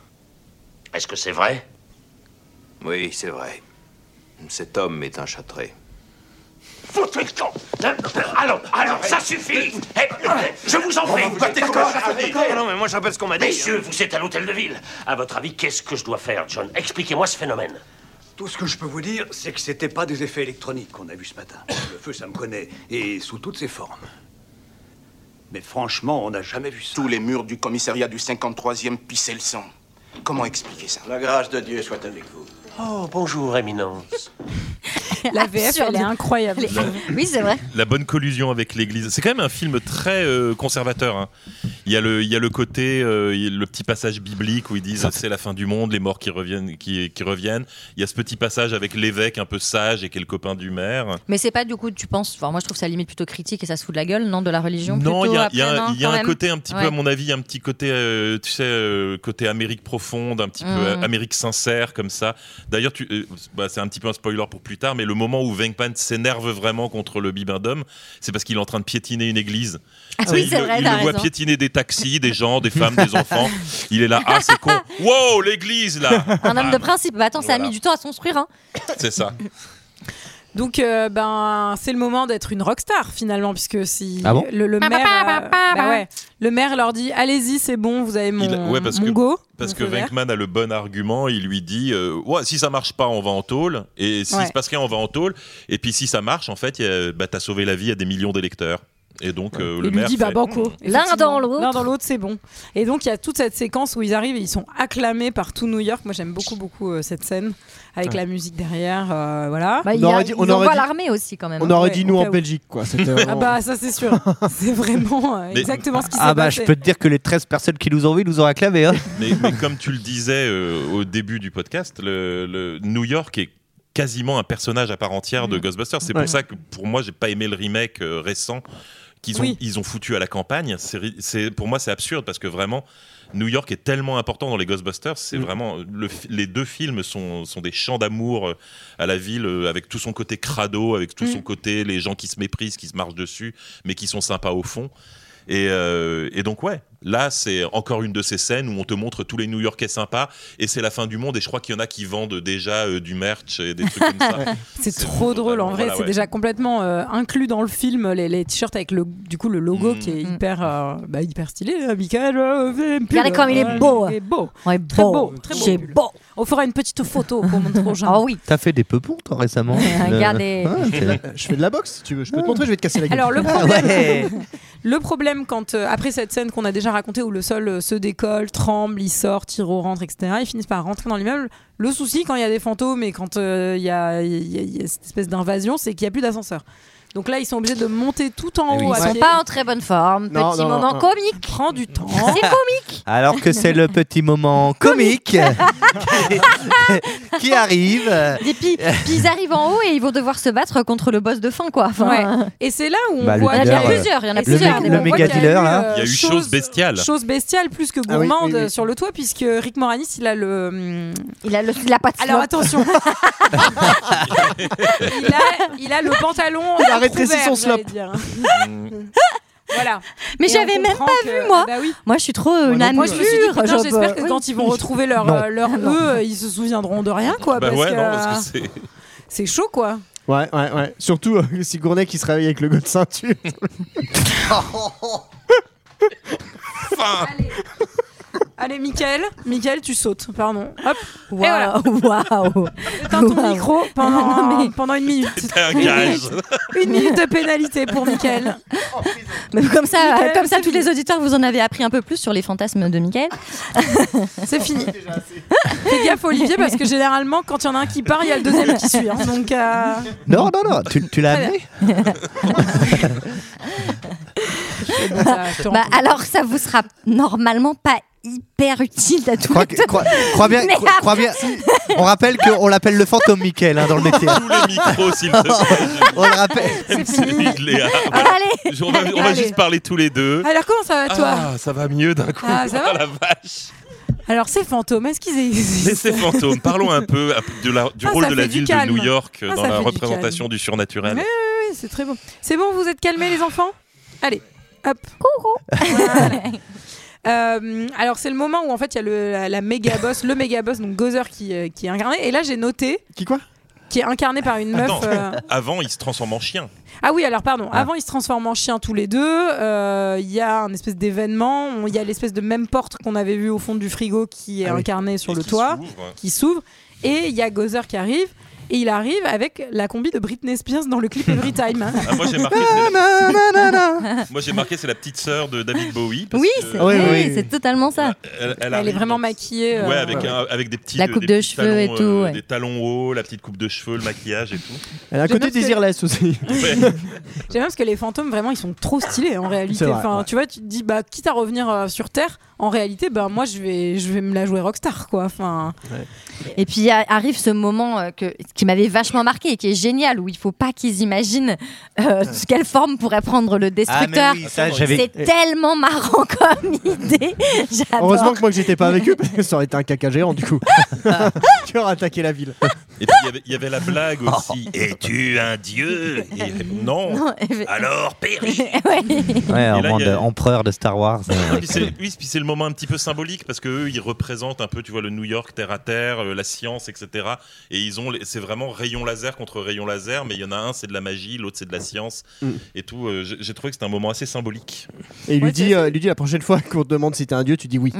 Est-ce que c'est vrai? Oui, c'est vrai. Cet homme est un châtré. Foutez le camp. Allons, allons, ça suffit. Eh, je vous en prie. d'accord, Non, mais moi j'appelle ce qu'on m'a dit. Messieurs, vous êtes à l'hôtel de ville. À votre avis, qu'est-ce que je dois faire, John? Expliquez-moi ce phénomène. Tout ce que je peux vous dire, c'est que c'était pas des effets électroniques qu'on a vus ce matin. Le feu, ça me connaît, et sous toutes ses formes. Mais franchement, on n'a jamais vu ça. Tous les murs du commissariat du cinquante-troisième pissaient le sang. Comment expliquer ça? La grâce de Dieu soit avec vous. Oh, bonjour, Éminence. La V F, Absurde. elle est incroyable. Les- Oui, c'est vrai. La bonne collusion avec l'église. C'est quand même un film très euh, conservateur. hein. Il y a le, il y a le côté, euh, il y a le petit passage biblique où ils disent c'est la fin du monde, les morts qui reviennent, qui, qui reviennent. Il y a ce petit passage avec l'évêque un peu sage et qui est le copain du maire. Mais c'est pas du coup, tu penses. Enfin, moi, je trouve ça limite plutôt critique et ça se fout de la gueule, non, de la religion. Non, plutôt, il y a, il y a après, un- non, il y a quand un même. côté un petit peu, Ouais. à mon avis, il y a un petit côté, euh, tu sais, euh, côté Amérique profonde, un petit peu Mm. euh, Amérique sincère comme ça. D'ailleurs, tu, euh, bah, c'est un petit peu un spoiler pour plus tard, mais le moment où Venkman s'énerve vraiment contre le bibendum, c'est parce qu'il est en train de piétiner une église. Ah Tu sais, oui, il c'est le, vrai, il t'as le voit raison. piétiner des taxis, des gens, des femmes, des enfants. Il est là, ah c'est con. Wow, l'église là. Un homme de principe. Bah attends, ça a Voilà. mis du temps à se construire. Hein. C'est ça. Donc, euh, ben, c'est le moment d'être une rockstar finalement, puisque si Ah bon le, le Pa, pa, maire, pa, euh, pa, pa, bah ouais, le maire leur dit, allez-y, c'est bon, vous avez mon, Il a- ouais, parce mon que- go. Parce mon que feu vert. Venkman a le bon argument, il lui dit euh, ouais, si ça marche pas, on va en tôle. Et s'il Ouais. se passe rien, on va en tôle. Et puis si ça marche, en fait, il y a- bah, t'as sauvé la vie à des millions d'électeurs. Et donc euh, Il le lui maire dit bah fait, banco. L'un Effectivement. dans l'autre. L'un dans l'autre, c'est bon. Et donc il y a toute cette séquence où ils arrivent et ils sont acclamés par tout New York. Moi j'aime beaucoup beaucoup euh, cette scène avec Ouais. la musique derrière, euh, voilà. Bah, il y On a, aurait dit- ils on aurait envoient dit- l'armée aussi quand même. On aurait Ouais, dit au nous cas en où. Belgique, quoi. C'était Ah vraiment- bah ça c'est sûr. C'est vraiment euh, Mais- exactement ce qui s'est Ah bah passé. je peux te dire que les treize personnes qui nous ont vus nous ont acclamé. Hein. mais, mais comme tu le disais euh, au début du podcast, le, le New York est quasiment un personnage à part entière de Ghostbusters. C'est Ouais. pour ça que pour moi, j'ai pas aimé le remake euh, récent qu'ils ont, Oui. ils ont foutu à la campagne. C'est, ri- c'est, pour moi, c'est absurde parce que vraiment, New York est tellement important dans les Ghostbusters. C'est Mm. vraiment le fi- les deux films sont, sont des chants d'amour euh, à la ville, euh, avec tout son côté crado, avec tout Mm. son côté les gens qui se méprisent, qui se marchent dessus, mais qui sont sympas au fond. Et, euh, et donc ouais, là c'est encore une de ces scènes où on te montre tous les New-Yorkais sympas et c'est la fin du monde et je crois qu'il y en a qui vendent déjà euh, du merch et des trucs comme ça. C'est trop drôle en vrai, voilà, c'est ouais. déjà complètement euh, inclus dans le film les, les t-shirts avec le du coup le logo Mm. qui est Mm. hyper euh, bah, hyper stylé. euh, Michael, euh, fait une pub. Regardez comme il est Ouais, beau. Il est beau. Ouais, Très beau. beau, très beau. C'est beau. On fera une petite photo pour montrer aux gens. Ah oui. T'as fait des peupons toi récemment. Regardez. Le- Ah, t'es- Je fais de la boxe, si tu veux. Je peux te montrer, je vais te casser la gueule. Alors le Ah problème, ouais. le problème quand euh, après cette scène qu'on a déjà racontée où le sol euh, se décolle, tremble, il sort, Tiro rentre, et cetera. Ils finissent par rentrer dans l'immeuble. Le souci quand il y a des fantômes et quand euh, il y, a, il y a- il y a cette espèce d'invasion, c'est qu'il n'y a plus d'ascenseur. Donc là, ils sont obligés de monter tout en Eh oui. haut. à Ils sont pied. pas en très bonne forme. Non, Petit non, moment non. comique. Prend du temps. C'est comique. Alors que c'est le petit moment comique qui, qui arrive. Et puis, puis ils arrivent en haut et ils vont devoir se battre contre le boss de fin, quoi. Enfin, Ouais. Et c'est là où on Bah, le voit. il y en a dealer, euh, plusieurs. Il y en a Et c'est le là plusieurs. mé- où le on voit méga qu'il y a dealer, eu, là. euh, Il y a eu chose bestiale. Chose bestiale plus que Ah oui, gourmande oui, oui. sur le toit, puisque Rick Moranis, il a le. hum, Il a le, la patte. Alors attention. il, a, il a le pantalon. Il a rétréci entrouvert, son j'allais slop. dire. Voilà. Mais Et j'avais on même comprend pas que- vu, moi. Ah bah oui. Moi, je suis trop une non plus. Moi, je me suis dit, amusure. putain, genre, j'espère que oui. quand ils vont retrouver leur, Non. euh, leur œuf, ils se souviendront de rien, quoi. Bah parce ouais, que, non, parce que euh, c'est. c'est chaud, quoi. Ouais, ouais, ouais. Surtout euh, Sigourney qui se réveille avec le go de ceinture. Enfin, Allez. Allez, Mickaël, Mickaël, tu sautes, pardon. Hop. Et voilà. Waouh, waouh. Éteins ton Waouh. micro pendant, pendant une minute. c'était un gage. Une minute de pénalité pour Mickaël. Mais comme ça, Mickaël, comme ça, c'est tous fini. les auditeurs, vous en avez appris un peu plus sur les fantasmes de Mickaël. C'est fini. Fais gaffe, Olivier, parce que généralement, quand il y en a un qui part, il y a le deuxième qui suit. hein. Donc, euh, Non, non, non, tu, tu l'as Très amené bon, ça, je te rends Bah, compte. alors, ça vous sera normalement pas hyper utile à tous Crois, les que- crois- crois bien, Mais crois, crois bien. On rappelle qu'on l'appelle le fantôme Mickaël hein, dans le métier. Tous les micros, s'il te plaît. On le rappelle. C'est Celui fini. de Léa. Alors, allez. On va, on va Allez. juste parler tous les deux. Alors, comment ça va, toi Ah, ça va mieux d'un coup. Ah, ça va Oh la vache. Alors, ces fantômes, est-ce qu'ils existent Mais ces fantômes, parlons un peu de la- du Ah, rôle ça de la fait du ville calme. de New York Ah, dans ça la fait du représentation calme. du surnaturel. Oui, oui, oui, c'est très bon. C'est bon, vous êtes calmés, les enfants Allez, hop. Coucou. Voilà. Euh, alors c'est le moment où en fait il y a le, la, la méga boss, le méga boss donc Gozer qui, euh, qui est incarné. Et là j'ai noté Qui quoi qui est incarné par une meuf. Attends, euh, avant, il se transforme en chien. Ah oui, alors pardon. Ah. Avant ils se transforment en chien tous les deux. Euh, Il y a un espèce d'événement. On- Il y a l'espèce de même porte qu'on avait vu au fond du frigo qui est Ah oui. incarnée sur Et le qui toit, s'ouvre. qui s'ouvre. Et il y a Gozer qui arrive. Et il arrive avec la combi de Britney Spears dans le clip Every Time. hein. Ah, moi j'ai marqué, c'est la... moi j'ai marqué c'est la petite sœur de David Bowie. Parce Oui, que- c'est Ah oui, vrai, oui, oui. c'est totalement ça. Elle, Elle, arrive est vraiment dans- maquillée. euh, Ouais, avec, un- avec des petits La coupe des de petits cheveux et talons, tout, euh, ouais. des talons hauts, la petite coupe de cheveux, le maquillage et tout. Elle a un J'aime côté bien que- désirless aussi. Ouais. J'aime bien parce que les fantômes, vraiment, ils sont trop stylés en réalité. C'est vrai, Enfin, ouais. tu vois, tu te dis, bah, quitte à revenir euh, sur Terre, en réalité, bah, moi, je vais, je vais me la jouer rockstar, quoi. Enfin, Et puis a- arrive ce moment euh, que, qui m'avait vachement marqué et qui est génial, où il faut pas qu'ils imaginent euh, quelle forme pourrait prendre le Ah, destructeur. mais oui, ça, j'avais. C'est tellement marrant comme idée. J'adore. Heureusement que moi que j'étais pas avec eux, parce que ça aurait été un caca géant du coup. Qui aurait attaqué la ville. Et puis il y avait- il y avait la blague aussi. Es-tu un dieu Et il répond, non. Non, et- Alors péris. Ouais. Ouais, en là, mode il y a- empereur de Star Wars. Et euh, puis c'est, oui, puis c'est le moment un petit peu symbolique parce que eux, ils représentent un peu, tu vois, le New York terre à terre, euh, la science, et cetera. Et ils ont, les- c'est vraiment rayon laser contre rayon laser, mais il y en a un c'est de la magie, l'autre c'est de la science Mm. et tout. Euh, j'ai, j'ai trouvé que c'était un moment assez symbolique. Et il Ouais, lui dit, c'est- euh, il lui dit la prochaine fois qu'on te demande si t'es un dieu, tu dis oui.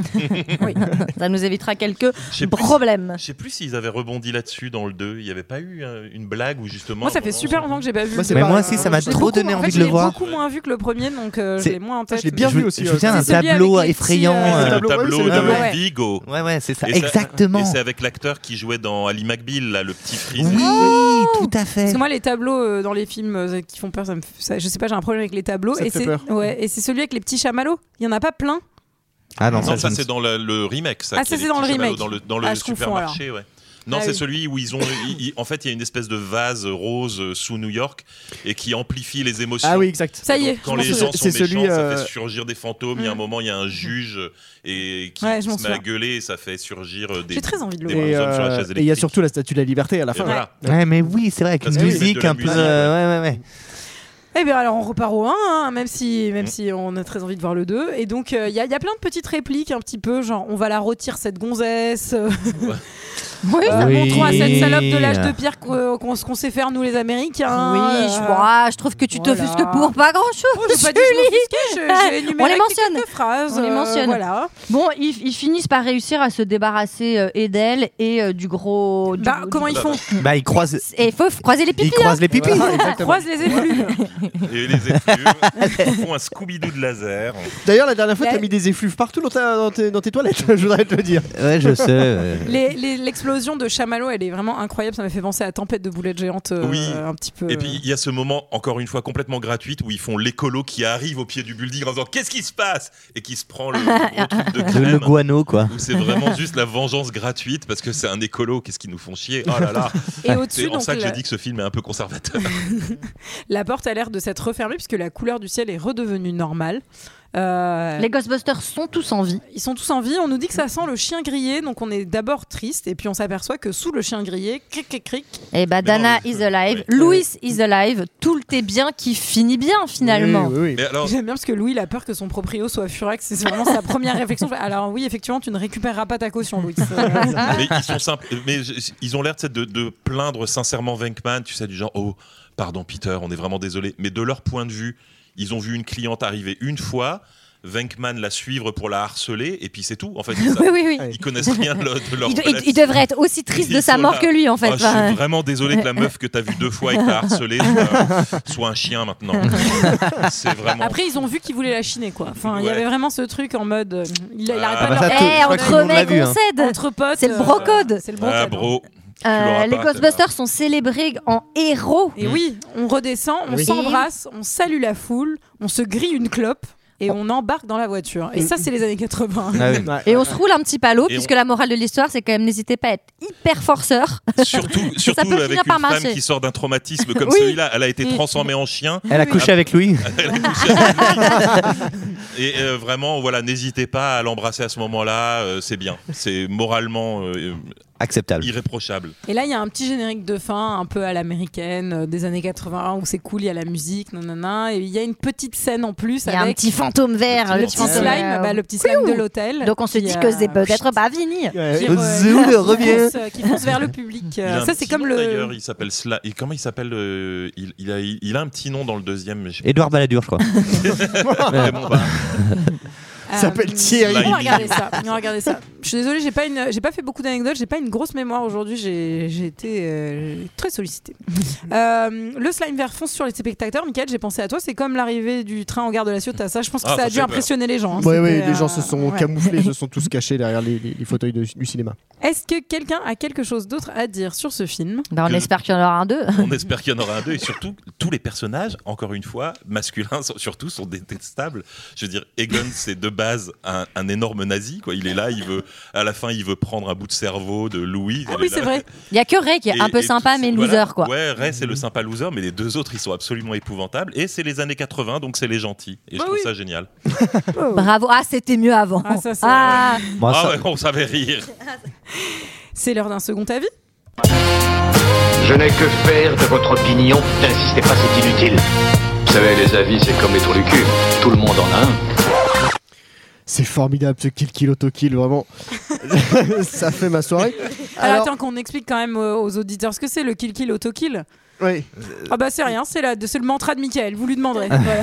Ça nous évitera quelques Je sais plus problèmes. Je sais plus s'ils avaient rebondi là-dessus dans le deux. Il n'y avait pas eu euh, une blague où justement. moi, ça à un fait moment, super on- longtemps que j'ai pas vu. Moi, c'est le- Mais pas- moi aussi, ça m'a Je l'ai trop beaucoup- donné en envie fait, de le Je voir. l'ai beaucoup moins vu que le premier, donc euh, je C'est- l'ai moins en tête. je l'ai bien Je, vu me- aussi, je euh, me souviens d'un c'est celui tableau avec les petits, effrayant. euh, Le euh, tableau, tableau ouais, c'est de le tableau, ouais. Vigo. Ouais, ouais, c'est ça. Et ça- Exactement. Et c'est avec l'acteur qui jouait dans Ali McBeal, là, le petit frisé. Oui, tout à fait. Parce que moi, les tableaux euh, dans les films euh, qui font peur, ça me fait- ça- je sais pas, j'ai un problème avec les tableaux. Ça te et fait c'est peur. ouais, et c'est celui avec les petits chamallows. Il y en a pas plein. Ah non, Non, ça, ça, je ne- c'est dans le, le remake. Ça, Ah, qu'il y a ça, les c'est dans petits le remake. chamallows Dans le, dans le Ah, je confonds, supermarché, ouais. Non, Ah c'est oui. celui où ils ont. ils- ils- en fait, il y a une espèce de vase rose euh, sous New York et qui amplifie les émotions. Ah oui, exact. Ça y est. Donc, quand je m'en les souviens. gens sont C'est méchants, celui, ça euh, fait surgir des fantômes. Il y a un Mm. moment, il y a un juge et qui Ouais, je m'en se met à souviens. gueuler et ça fait surgir euh, des, J'ai très envie de le des voir. Et bonshommes sur la euh, chaise et il y a électrique. surtout la statue de la liberté à la Et fin. voilà. Ouais, mais oui, c'est vrai, avec Parce une que c'est musique de la un peu. musique, euh, ouais, ouais, ouais. Eh bien alors on repart au un, hein, même si, même Mm. si on a très envie de voir le deux. Et donc il y, a- y a plein de petites répliques un petit peu, genre on va la rôtir cette gonzesse. euh, Oui, ça Oui. montre à cette salope de l'âge de pierre qu'on qu'on- qu'on sait faire nous les Américains. Oui, je, euh, vois, je trouve que tu voilà. t'offusques pour pas grand Oh, chose. j'ai pas dit que je m'offusquais, je- j'ai énuméré On les que mentionne. quelques phrases. On les euh, mentionne. voilà. Bon, ils, ils finissent par réussir à se débarrasser euh, et d'elle et euh, du gros. du- Bah, du- comment ils font Bah, ils croisent. Et il faut croiser les Ils pipis. croisent les pipis. Voilà, exactement. Croise les effluves. Et les effluves font un Scooby-Doo de laser. D'ailleurs, la dernière fois, La- t'as mis des effluves partout dans, ta- dans tes, dans tes toilettes, je voudrais te le dire. Ouais, je sais. euh. Les- les- L'explosion l'explosion de chamallow, elle est vraiment incroyable. Ça m'a fait penser à Tempête de boulettes géantes euh, Oui. un petit peu. Et puis il y a ce moment, encore une fois, complètement gratuit où ils font l'écolo qui arrive au pied du building en disant qu'est-ce qui se passe et qui se prend le gros truc de crème. Le, le guano, quoi. Où c'est vraiment juste la vengeance gratuite parce que c'est un écolo, qu'est-ce qu'ils nous font chier. Oh là là. Et au-dessus, c'est en donc, ça que la... je dis que ce film est un peu conservateur. La porte a l'air de s'être refermée puisque la couleur du ciel est redevenue normale. Euh... Les Ghostbusters sont tous en vie. Ils sont tous en vie. On nous dit que ça sent le chien grillé, donc on est d'abord triste et puis on s'aperçoit que sous le chien grillé, cric cric cric. Et bah Dana non, is alive, oui. Louis is alive, tout est bien qui finit bien finalement. Oui, oui, oui. Alors... J'aime bien parce que Louis il a peur que son proprio soit furax. C'est vraiment sa première réflexion. Alors oui, effectivement, tu ne récupéreras pas ta caution, Louis. mais ils sont simples. Mais ils ont l'air de, de plaindre sincèrement Venkman, tu sais, du genre oh pardon Peter, on est vraiment désolé. Mais de leur point de vue, ils ont vu une cliente arriver une fois. Venkman la suivre pour la harceler et puis c'est tout en fait ils, oui, oui, oui. ils connaissent rien de, de leur il, il, il devrait être aussi triste de sa mort là. Que lui en fait. Oh, je suis vraiment désolé que la meuf que t'as vue deux fois et que t'as harcelée soit, soit un chien maintenant. C'est vraiment... Après ils ont vu qu'il voulait la chiner quoi. Enfin il ouais. y avait vraiment ce truc en mode euh, il, il ah, arrête bah pas de leur... hey, entre mecs on cède hein. Entre potes c'est le brocode euh, c'est le brocode ah, bro. Euh, les Ghostbusters sont célébrés en héros. Et mmh. oui, on redescend, on oui. s'embrasse, on salue la foule, on se grille une clope. Et on embarque dans la voiture. Et ça, c'est les années quatre-vingts. Ah oui. Et on se roule un petit palo, et puisque on... la morale de l'histoire, c'est quand même n'hésitez pas à être hyper forceur. Surtout, surtout avec une femme marcher. Qui sort d'un traumatisme comme oui. celui-là. Elle a été transformée en chien. Elle a couché avec Louis. Elle a couché avec Louis. Et euh, vraiment, voilà, n'hésitez pas à l'embrasser à ce moment-là. Euh, c'est bien. C'est moralement... Euh, acceptable, irréprochable. Et là, il y a un petit générique de fin, un peu à l'américaine, euh, des années quatre-vingts, où c'est cool, il y a la musique, nanana, et il y a une petite scène en plus. Il y avec a un petit fantôme vert, le, le petit fantôme slime, euh... bah, le petit slime de l'hôtel. Donc on se dit que c'est peut-être pas fini. Qui, re... revient, qui fonce vers le public. Ça, c'est comme le. D'ailleurs, il s'appelle Sla... Et comment il s'appelle euh... il, il, a, il a un petit nom dans le deuxième. Mais je... Édouard Balladur, je crois. ouais, bon, bah... Il s'appelle Thierry. On va regarder ça. On va regarder ça. Je suis désolée, j'ai pas une, j'ai pas fait beaucoup d'anecdotes, j'ai pas une grosse mémoire aujourd'hui. J'ai, j'ai été euh, très sollicitée. euh, le slime vert fonce sur les spectateurs. Michael, j'ai pensé à toi. C'est comme l'arrivée du train en gare de la Ciotat. Ça, je pense que ah, ça a dû impressionner les gens. Hein. Oui, oui, euh, les gens se sont ouais. camouflés, se sont tous cachés derrière les, les, les fauteuils de, du cinéma. Est-ce que quelqu'un a quelque chose d'autre à dire sur ce film ? Ben, on que... espère qu'il y en aura un deux. On espère qu'il y en aura un deux et surtout tous les personnages, encore une fois, masculins surtout, sont détestables. Je veux dire, Egon, c'est de base un un énorme nazi, quoi. Il est là, il veut, à la fin, il veut prendre un bout de cerveau de Louis. Ah oui, c'est vrai. Il y a que Ray qui est et, un peu sympa, mais loser, voilà. quoi. Ouais, Ray, c'est le sympa loser, mais les deux autres, ils sont absolument épouvantables. Et c'est les années quatre-vingts, donc c'est les gentils. Et bah je trouve oui. ça génial. Bravo. Ah, c'était mieux avant. Ah, ça, c'est ah. Bon, ah ouais, on savait rire. C'est l'heure d'un second avis. Je n'ai que faire de votre opinion. N'insistez pas, c'est inutile. Vous savez, les avis, c'est comme les trous du cul. Tout le monde en a un. C'est formidable ce kill kill auto kill, vraiment. Ça fait ma soirée. Alors, Alors attends qu'on explique quand même aux auditeurs ce que c'est le kill kill auto kill. Oui. Ah bah c'est rien, c'est, la, c'est le mantra de Mickaël, vous lui demanderez. Voilà.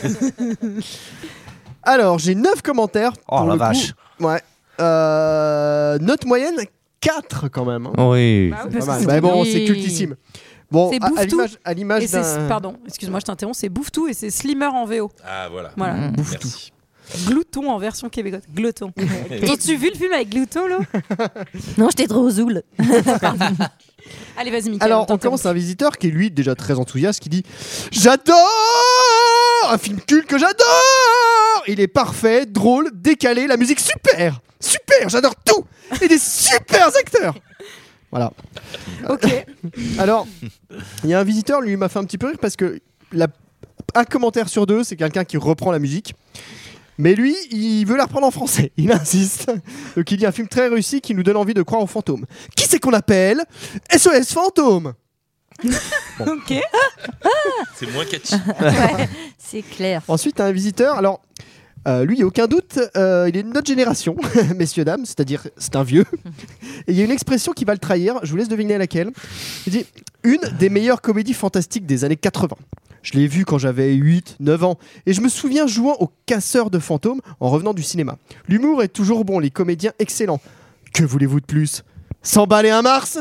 Alors j'ai neuf commentaires. Oh pour la le vache. Coup. Ouais. Euh, note moyenne quatre quand même. Hein. Oui. Bah, oui c'est Mais bon, c'est cultissime. Bon, c'est à, à l'image, à l'image d'un... c'est, pardon, excuse-moi, je t'interromps, c'est Bouffe-Tout et c'est Slimmer en V O. Ah voilà. Voilà. Mmh. Bouffe-Tout. Glouton en version québécoise. Glouton. As-tu vu le film avec Glouton là ? Non, j'étais trop zoul. Allez, vas-y, Mickaël. Alors, on, on commence un visiteur qui est lui déjà très enthousiaste, qui dit j'adore un film culte que j'adore. Il est parfait, drôle, décalé, la musique super, super, j'adore tout et des super acteurs. Voilà. Ok. Alors, il y a un visiteur, lui, il m'a fait un petit peu rire parce que la... un commentaire sur deux, c'est quelqu'un qui reprend la musique. Mais lui, il veut la reprendre en français. Il insiste. Donc il dit un film très réussi qui nous donne envie de croire aux fantômes. Qui c'est qu'on appelle S O S Fantôme. Bon. Ok. C'est moins catchy. Ouais, c'est clair. Ensuite, un visiteur. Alors, euh, lui, il n'y a aucun doute, euh, il est de notre génération, messieurs, dames, c'est-à-dire c'est un vieux. Et il y a une expression qui va le trahir. Je vous laisse deviner laquelle. Il dit une des meilleures comédies fantastiques des années quatre-vingts. Je l'ai vu quand j'avais huit neuf ans et je me souviens jouant au casseur de fantômes en revenant du cinéma. L'humour est toujours bon, les comédiens excellents. Que voulez-vous de plus ? S'emballer un Mars.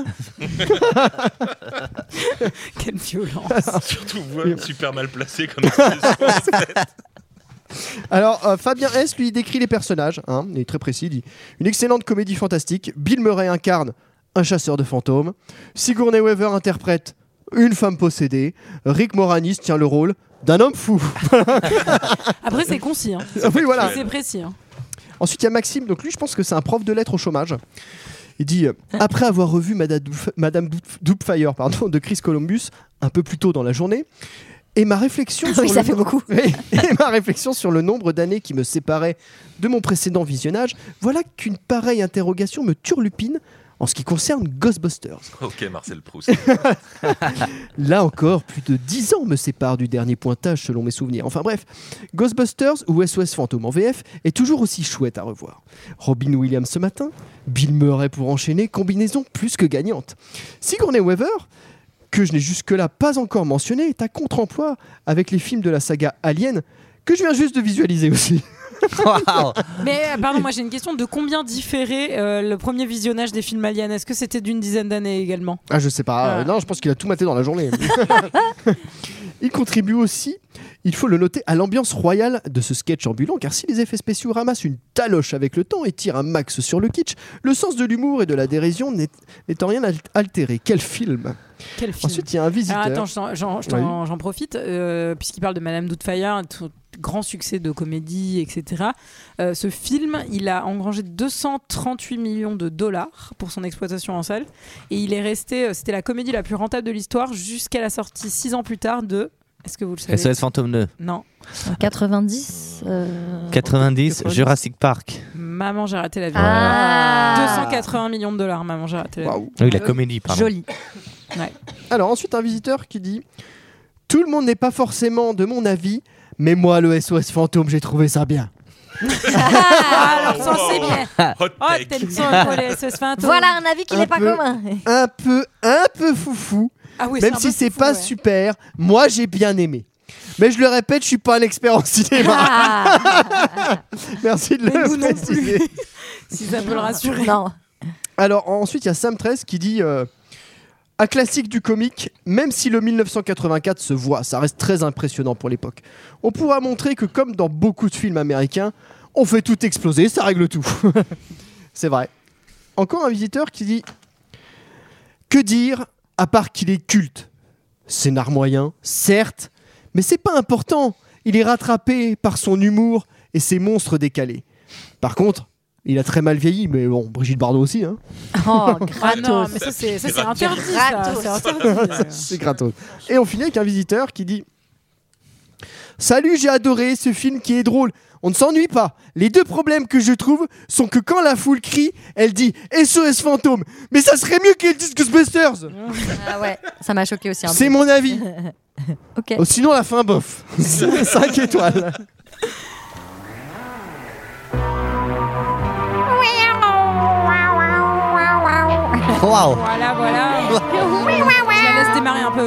Quelle violence. Surtout vous, super mal placé comme expression. Alors, euh, Fabien S, lui, décrit les personnages. Hein, il est très précis. Il dit une excellente comédie fantastique. Bill Murray incarne un chasseur de fantômes. Sigourney Weaver interprète une femme possédée. Rick Moranis tient le rôle d'un homme fou. Après, c'est concis. Hein. Oui, voilà. C'est précis. Hein. Ensuite, il y a Maxime. Donc lui, je pense que c'est un prof de lettres au chômage. Il dit euh, après avoir revu Madame, Doubf- Madame Doubf- Doubtfire pardon, de Chris Columbus un peu plus tôt dans la journée, et ma réflexion Oui, sur ça le... fait beaucoup. et ma réflexion sur le nombre d'années qui me séparaient de mon précédent visionnage, voilà qu'une pareille interrogation me turlupine en ce qui concerne Ghostbusters. Ok, Marcel Proust. Là encore, plus de dix ans me séparent du dernier pointage selon mes souvenirs. Enfin bref, Ghostbusters ou S O S Fantôme en V F est toujours aussi chouette à revoir. Robin Williams ce matin, Bill Murray pour enchaîner, combinaison plus que gagnante. Sigourney Weaver, que je n'ai jusque-là pas encore mentionné, est à contre-emploi avec les films de la saga Alien, que je viens juste de visualiser aussi. Wow. Mais euh, pardon, moi j'ai une question. De combien différait euh, le premier visionnage des films Alien? Est-ce que c'était d'une dizaine d'années également? Ah, je sais pas. Ah. Euh, non, je pense qu'il a tout maté dans la journée. Il contribue aussi, il faut le noter, à l'ambiance royale de ce sketch ambulant, car si les effets spéciaux ramassent une taloche avec le temps et tirent un max sur le kitsch, le sens de l'humour et de la dérision n'est, n'est en rien al- altéré. Quel film! Quel film. Ensuite, il y a un visiteur. Alors, attends, j'en, j'en, j'en, j'en profite, euh, puisqu'il parle de Madame Doubtfire, tout, grand succès de comédie, et cetera. Euh, ce film, il a engrangé deux cent trente-huit millions de dollars pour son exploitation en salle. Et il est resté, euh, c'était la comédie la plus rentable de l'histoire jusqu'à la sortie six ans plus tard de... Est-ce que vous le savez? S O S Fantôme deux. Non. quatre-vingt-dix euh... quatre-vingt-dix, Jurassic Park. Maman, j'ai raté l'avion. Ah. deux cent quatre-vingts millions de dollars, Maman, j'ai raté l'avion. Waouh. Oui, la comédie, pardon. Joli. Ouais. Alors, ensuite, un visiteur qui dit tout le monde n'est pas forcément de mon avis, mais moi, le S O S Fantôme, j'ai trouvé ça bien. Ah, alors ça c'est bien. Hot Oh, take. t'es le son pour les S O S Fantômes. Voilà un avis qui Un n'est pas peu. commun. Un peu, un peu foufou. Ah oui, Même c'est un si peu c'est foufou, pas ouais. super, moi j'ai bien aimé. Mais je le répète, je suis pas un expert en cinéma. Ah. Merci de Mais le nous non préciser. plus. Si ça peut le rassurer. Non. Alors ensuite, il y a Sam treize qui dit euh, un classique du comique, même si le mille neuf cent quatre-vingt-quatre se voit, ça reste très impressionnant pour l'époque. On pourra montrer que comme dans beaucoup de films américains, on fait tout exploser, ça règle tout. C'est vrai. Encore un visiteur qui dit que dire à part qu'il est culte. Scénar moyen, certes, mais c'est pas important. Il est rattrapé par son humour et ses monstres décalés. Par contre, il a très mal vieilli, mais bon, Brigitte Bardot aussi. Hein. Oh, Ah non, gratos. mais ça c'est, ça, c'est Gratos. interdit. Ça. Gratos. C'est interdit. C'est gratos. Et on finit avec un visiteur qui dit salut, j'ai adoré ce film qui est drôle. On ne s'ennuie pas. Les deux problèmes que je trouve sont que quand la foule crie, elle dit S O S Fantôme. Mais ça serait mieux qu'elle dise Ghostbusters. Ah ouais, ça m'a choqué aussi un C'est peu. mon avis. Ok. Oh, sinon, la fin, bof. cinq étoiles. Waouh. Voilà, voilà. Je la laisse démarrer un peu.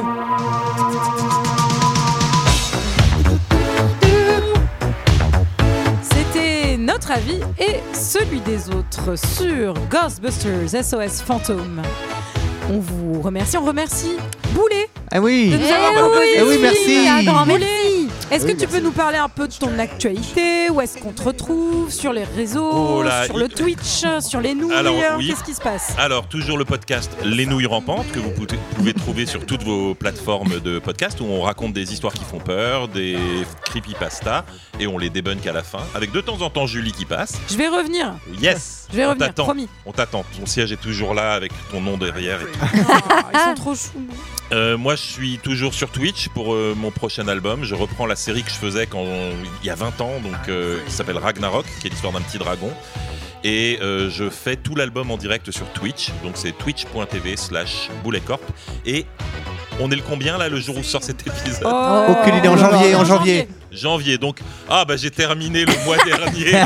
C'était notre avis et celui des autres sur Ghostbusters S O S Fantôme. On vous remercie, on remercie Boulet Ah oui. de nous Eh avoir oui, proposé eh ce oui, film. merci. Un grand Boulet, merci. est-ce Oui, que tu merci. peux nous parler un peu de ton actualité? Où est-ce qu'on te retrouve? Sur les réseaux, Oh là, sur il- le Twitch, sur les nouilles? Alors, oui. Qu'est-ce qui se passe? Alors, toujours le podcast Les Nouilles Rampantes que vous pouvez, pouvez trouver sur toutes vos plateformes de podcast où on raconte des histoires qui font peur, des creepypasta et on les débunk à la fin avec de temps en temps Julie qui passe. Je vais revenir. Yes. Je vais On revenir, t'attend. promis. On t'attend. Ton siège est toujours là avec ton nom derrière. Et tout. Ah, ils sont trop choux. Euh, moi, je suis toujours sur Twitch pour euh, mon prochain album. Je reprends la série que je faisais quand il y a vingt ans, donc euh, qui s'appelle Ragnarok, qui est l'histoire d'un petit dragon. Et euh, je fais tout l'album en direct sur Twitch. Donc c'est twitch.tv slash bouletcorp. Et on est le combien là le jour où sort cet épisode? Oh. Aucune idée, en janvier, en janvier. Janvier. Donc ah bah j'ai terminé le mois dernier.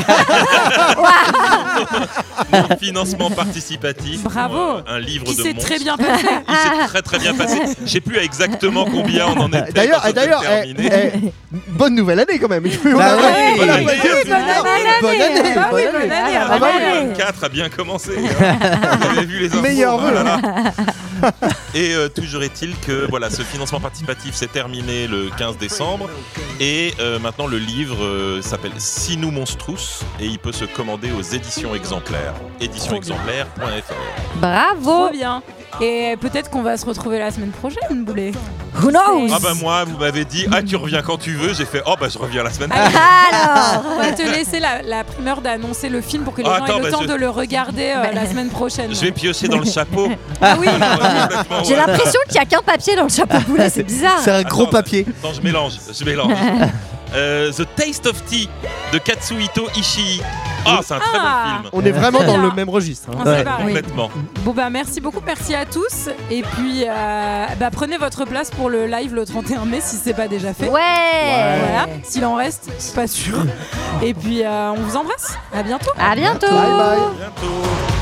Mon financement participatif. Bravo. pour, euh, un livre Qui de s'est monstres. très bien passé. Il s'est très très bien passé. Je sais plus à exactement combien on en était. D'ailleurs, quand on d'ailleurs s'est eh, terminé. eh, bonne nouvelle année quand même. Bah Voilà. oui. Voilà. Oui, Bonne bonne année. Bonne année. Ah oui, Bonne bonne année. année. Ah, bonne bonne année. année. vingt-quatre a bien commencé. Hein. Vous avez vu les infos. Meilleur Oh vœu. là là. Et euh, toujours est-il que voilà, ce financement participatif s'est terminé le quinze décembre et euh, maintenant le livre euh, s'appelle Sinus Monstrous et il peut se commander aux éditions exemplaires. éditions exemplaires point f r. Bravo. Trop bien. Et peut-être qu'on va se retrouver la semaine prochaine, Boulet. Who knows? Ah bah moi, vous m'avez dit, ah tu reviens quand tu veux. J'ai fait, oh bah je reviens la semaine prochaine. Alors, on va te laisser la, la primeur d'annoncer le film pour que les Ah, gens attends, aient le bah, temps je- de le regarder euh, la semaine prochaine. Je vais piocher dans le chapeau. Ah oui. Complètement, j'ai ouais. l'impression qu'il n'y a qu'un papier dans le chapeau boulet, c'est bizarre. C'est un gros Attends, papier. Attends, je mélange, je mélange. Euh, The Taste of Tea de Katsuhito Ishii. Ah, c'est un très Ah. bon film. On est vraiment dans Bien. le même registre. hein. On s'est barré. Complètement. Bon bah merci beaucoup, merci à tous. Et puis euh, bah, prenez votre place pour le live le trente et un mai si c'est pas déjà fait. Ouais. Voilà, s'il en reste, c'est pas sûr. Et puis euh, on vous embrasse. À bientôt. À bientôt. Bye bye. Bientôt.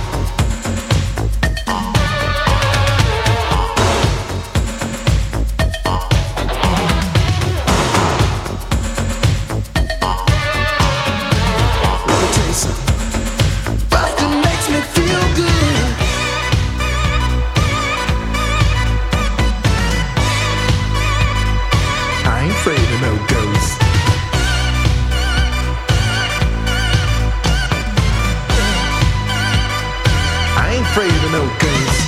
Boston makes me feel good. I ain't afraid of no ghosts. I ain't afraid of no ghosts.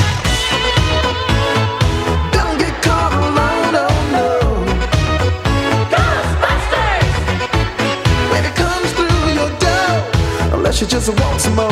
Don't get caught alone, oh no. Ghostbusters! When it comes through your door, unless you just want some more.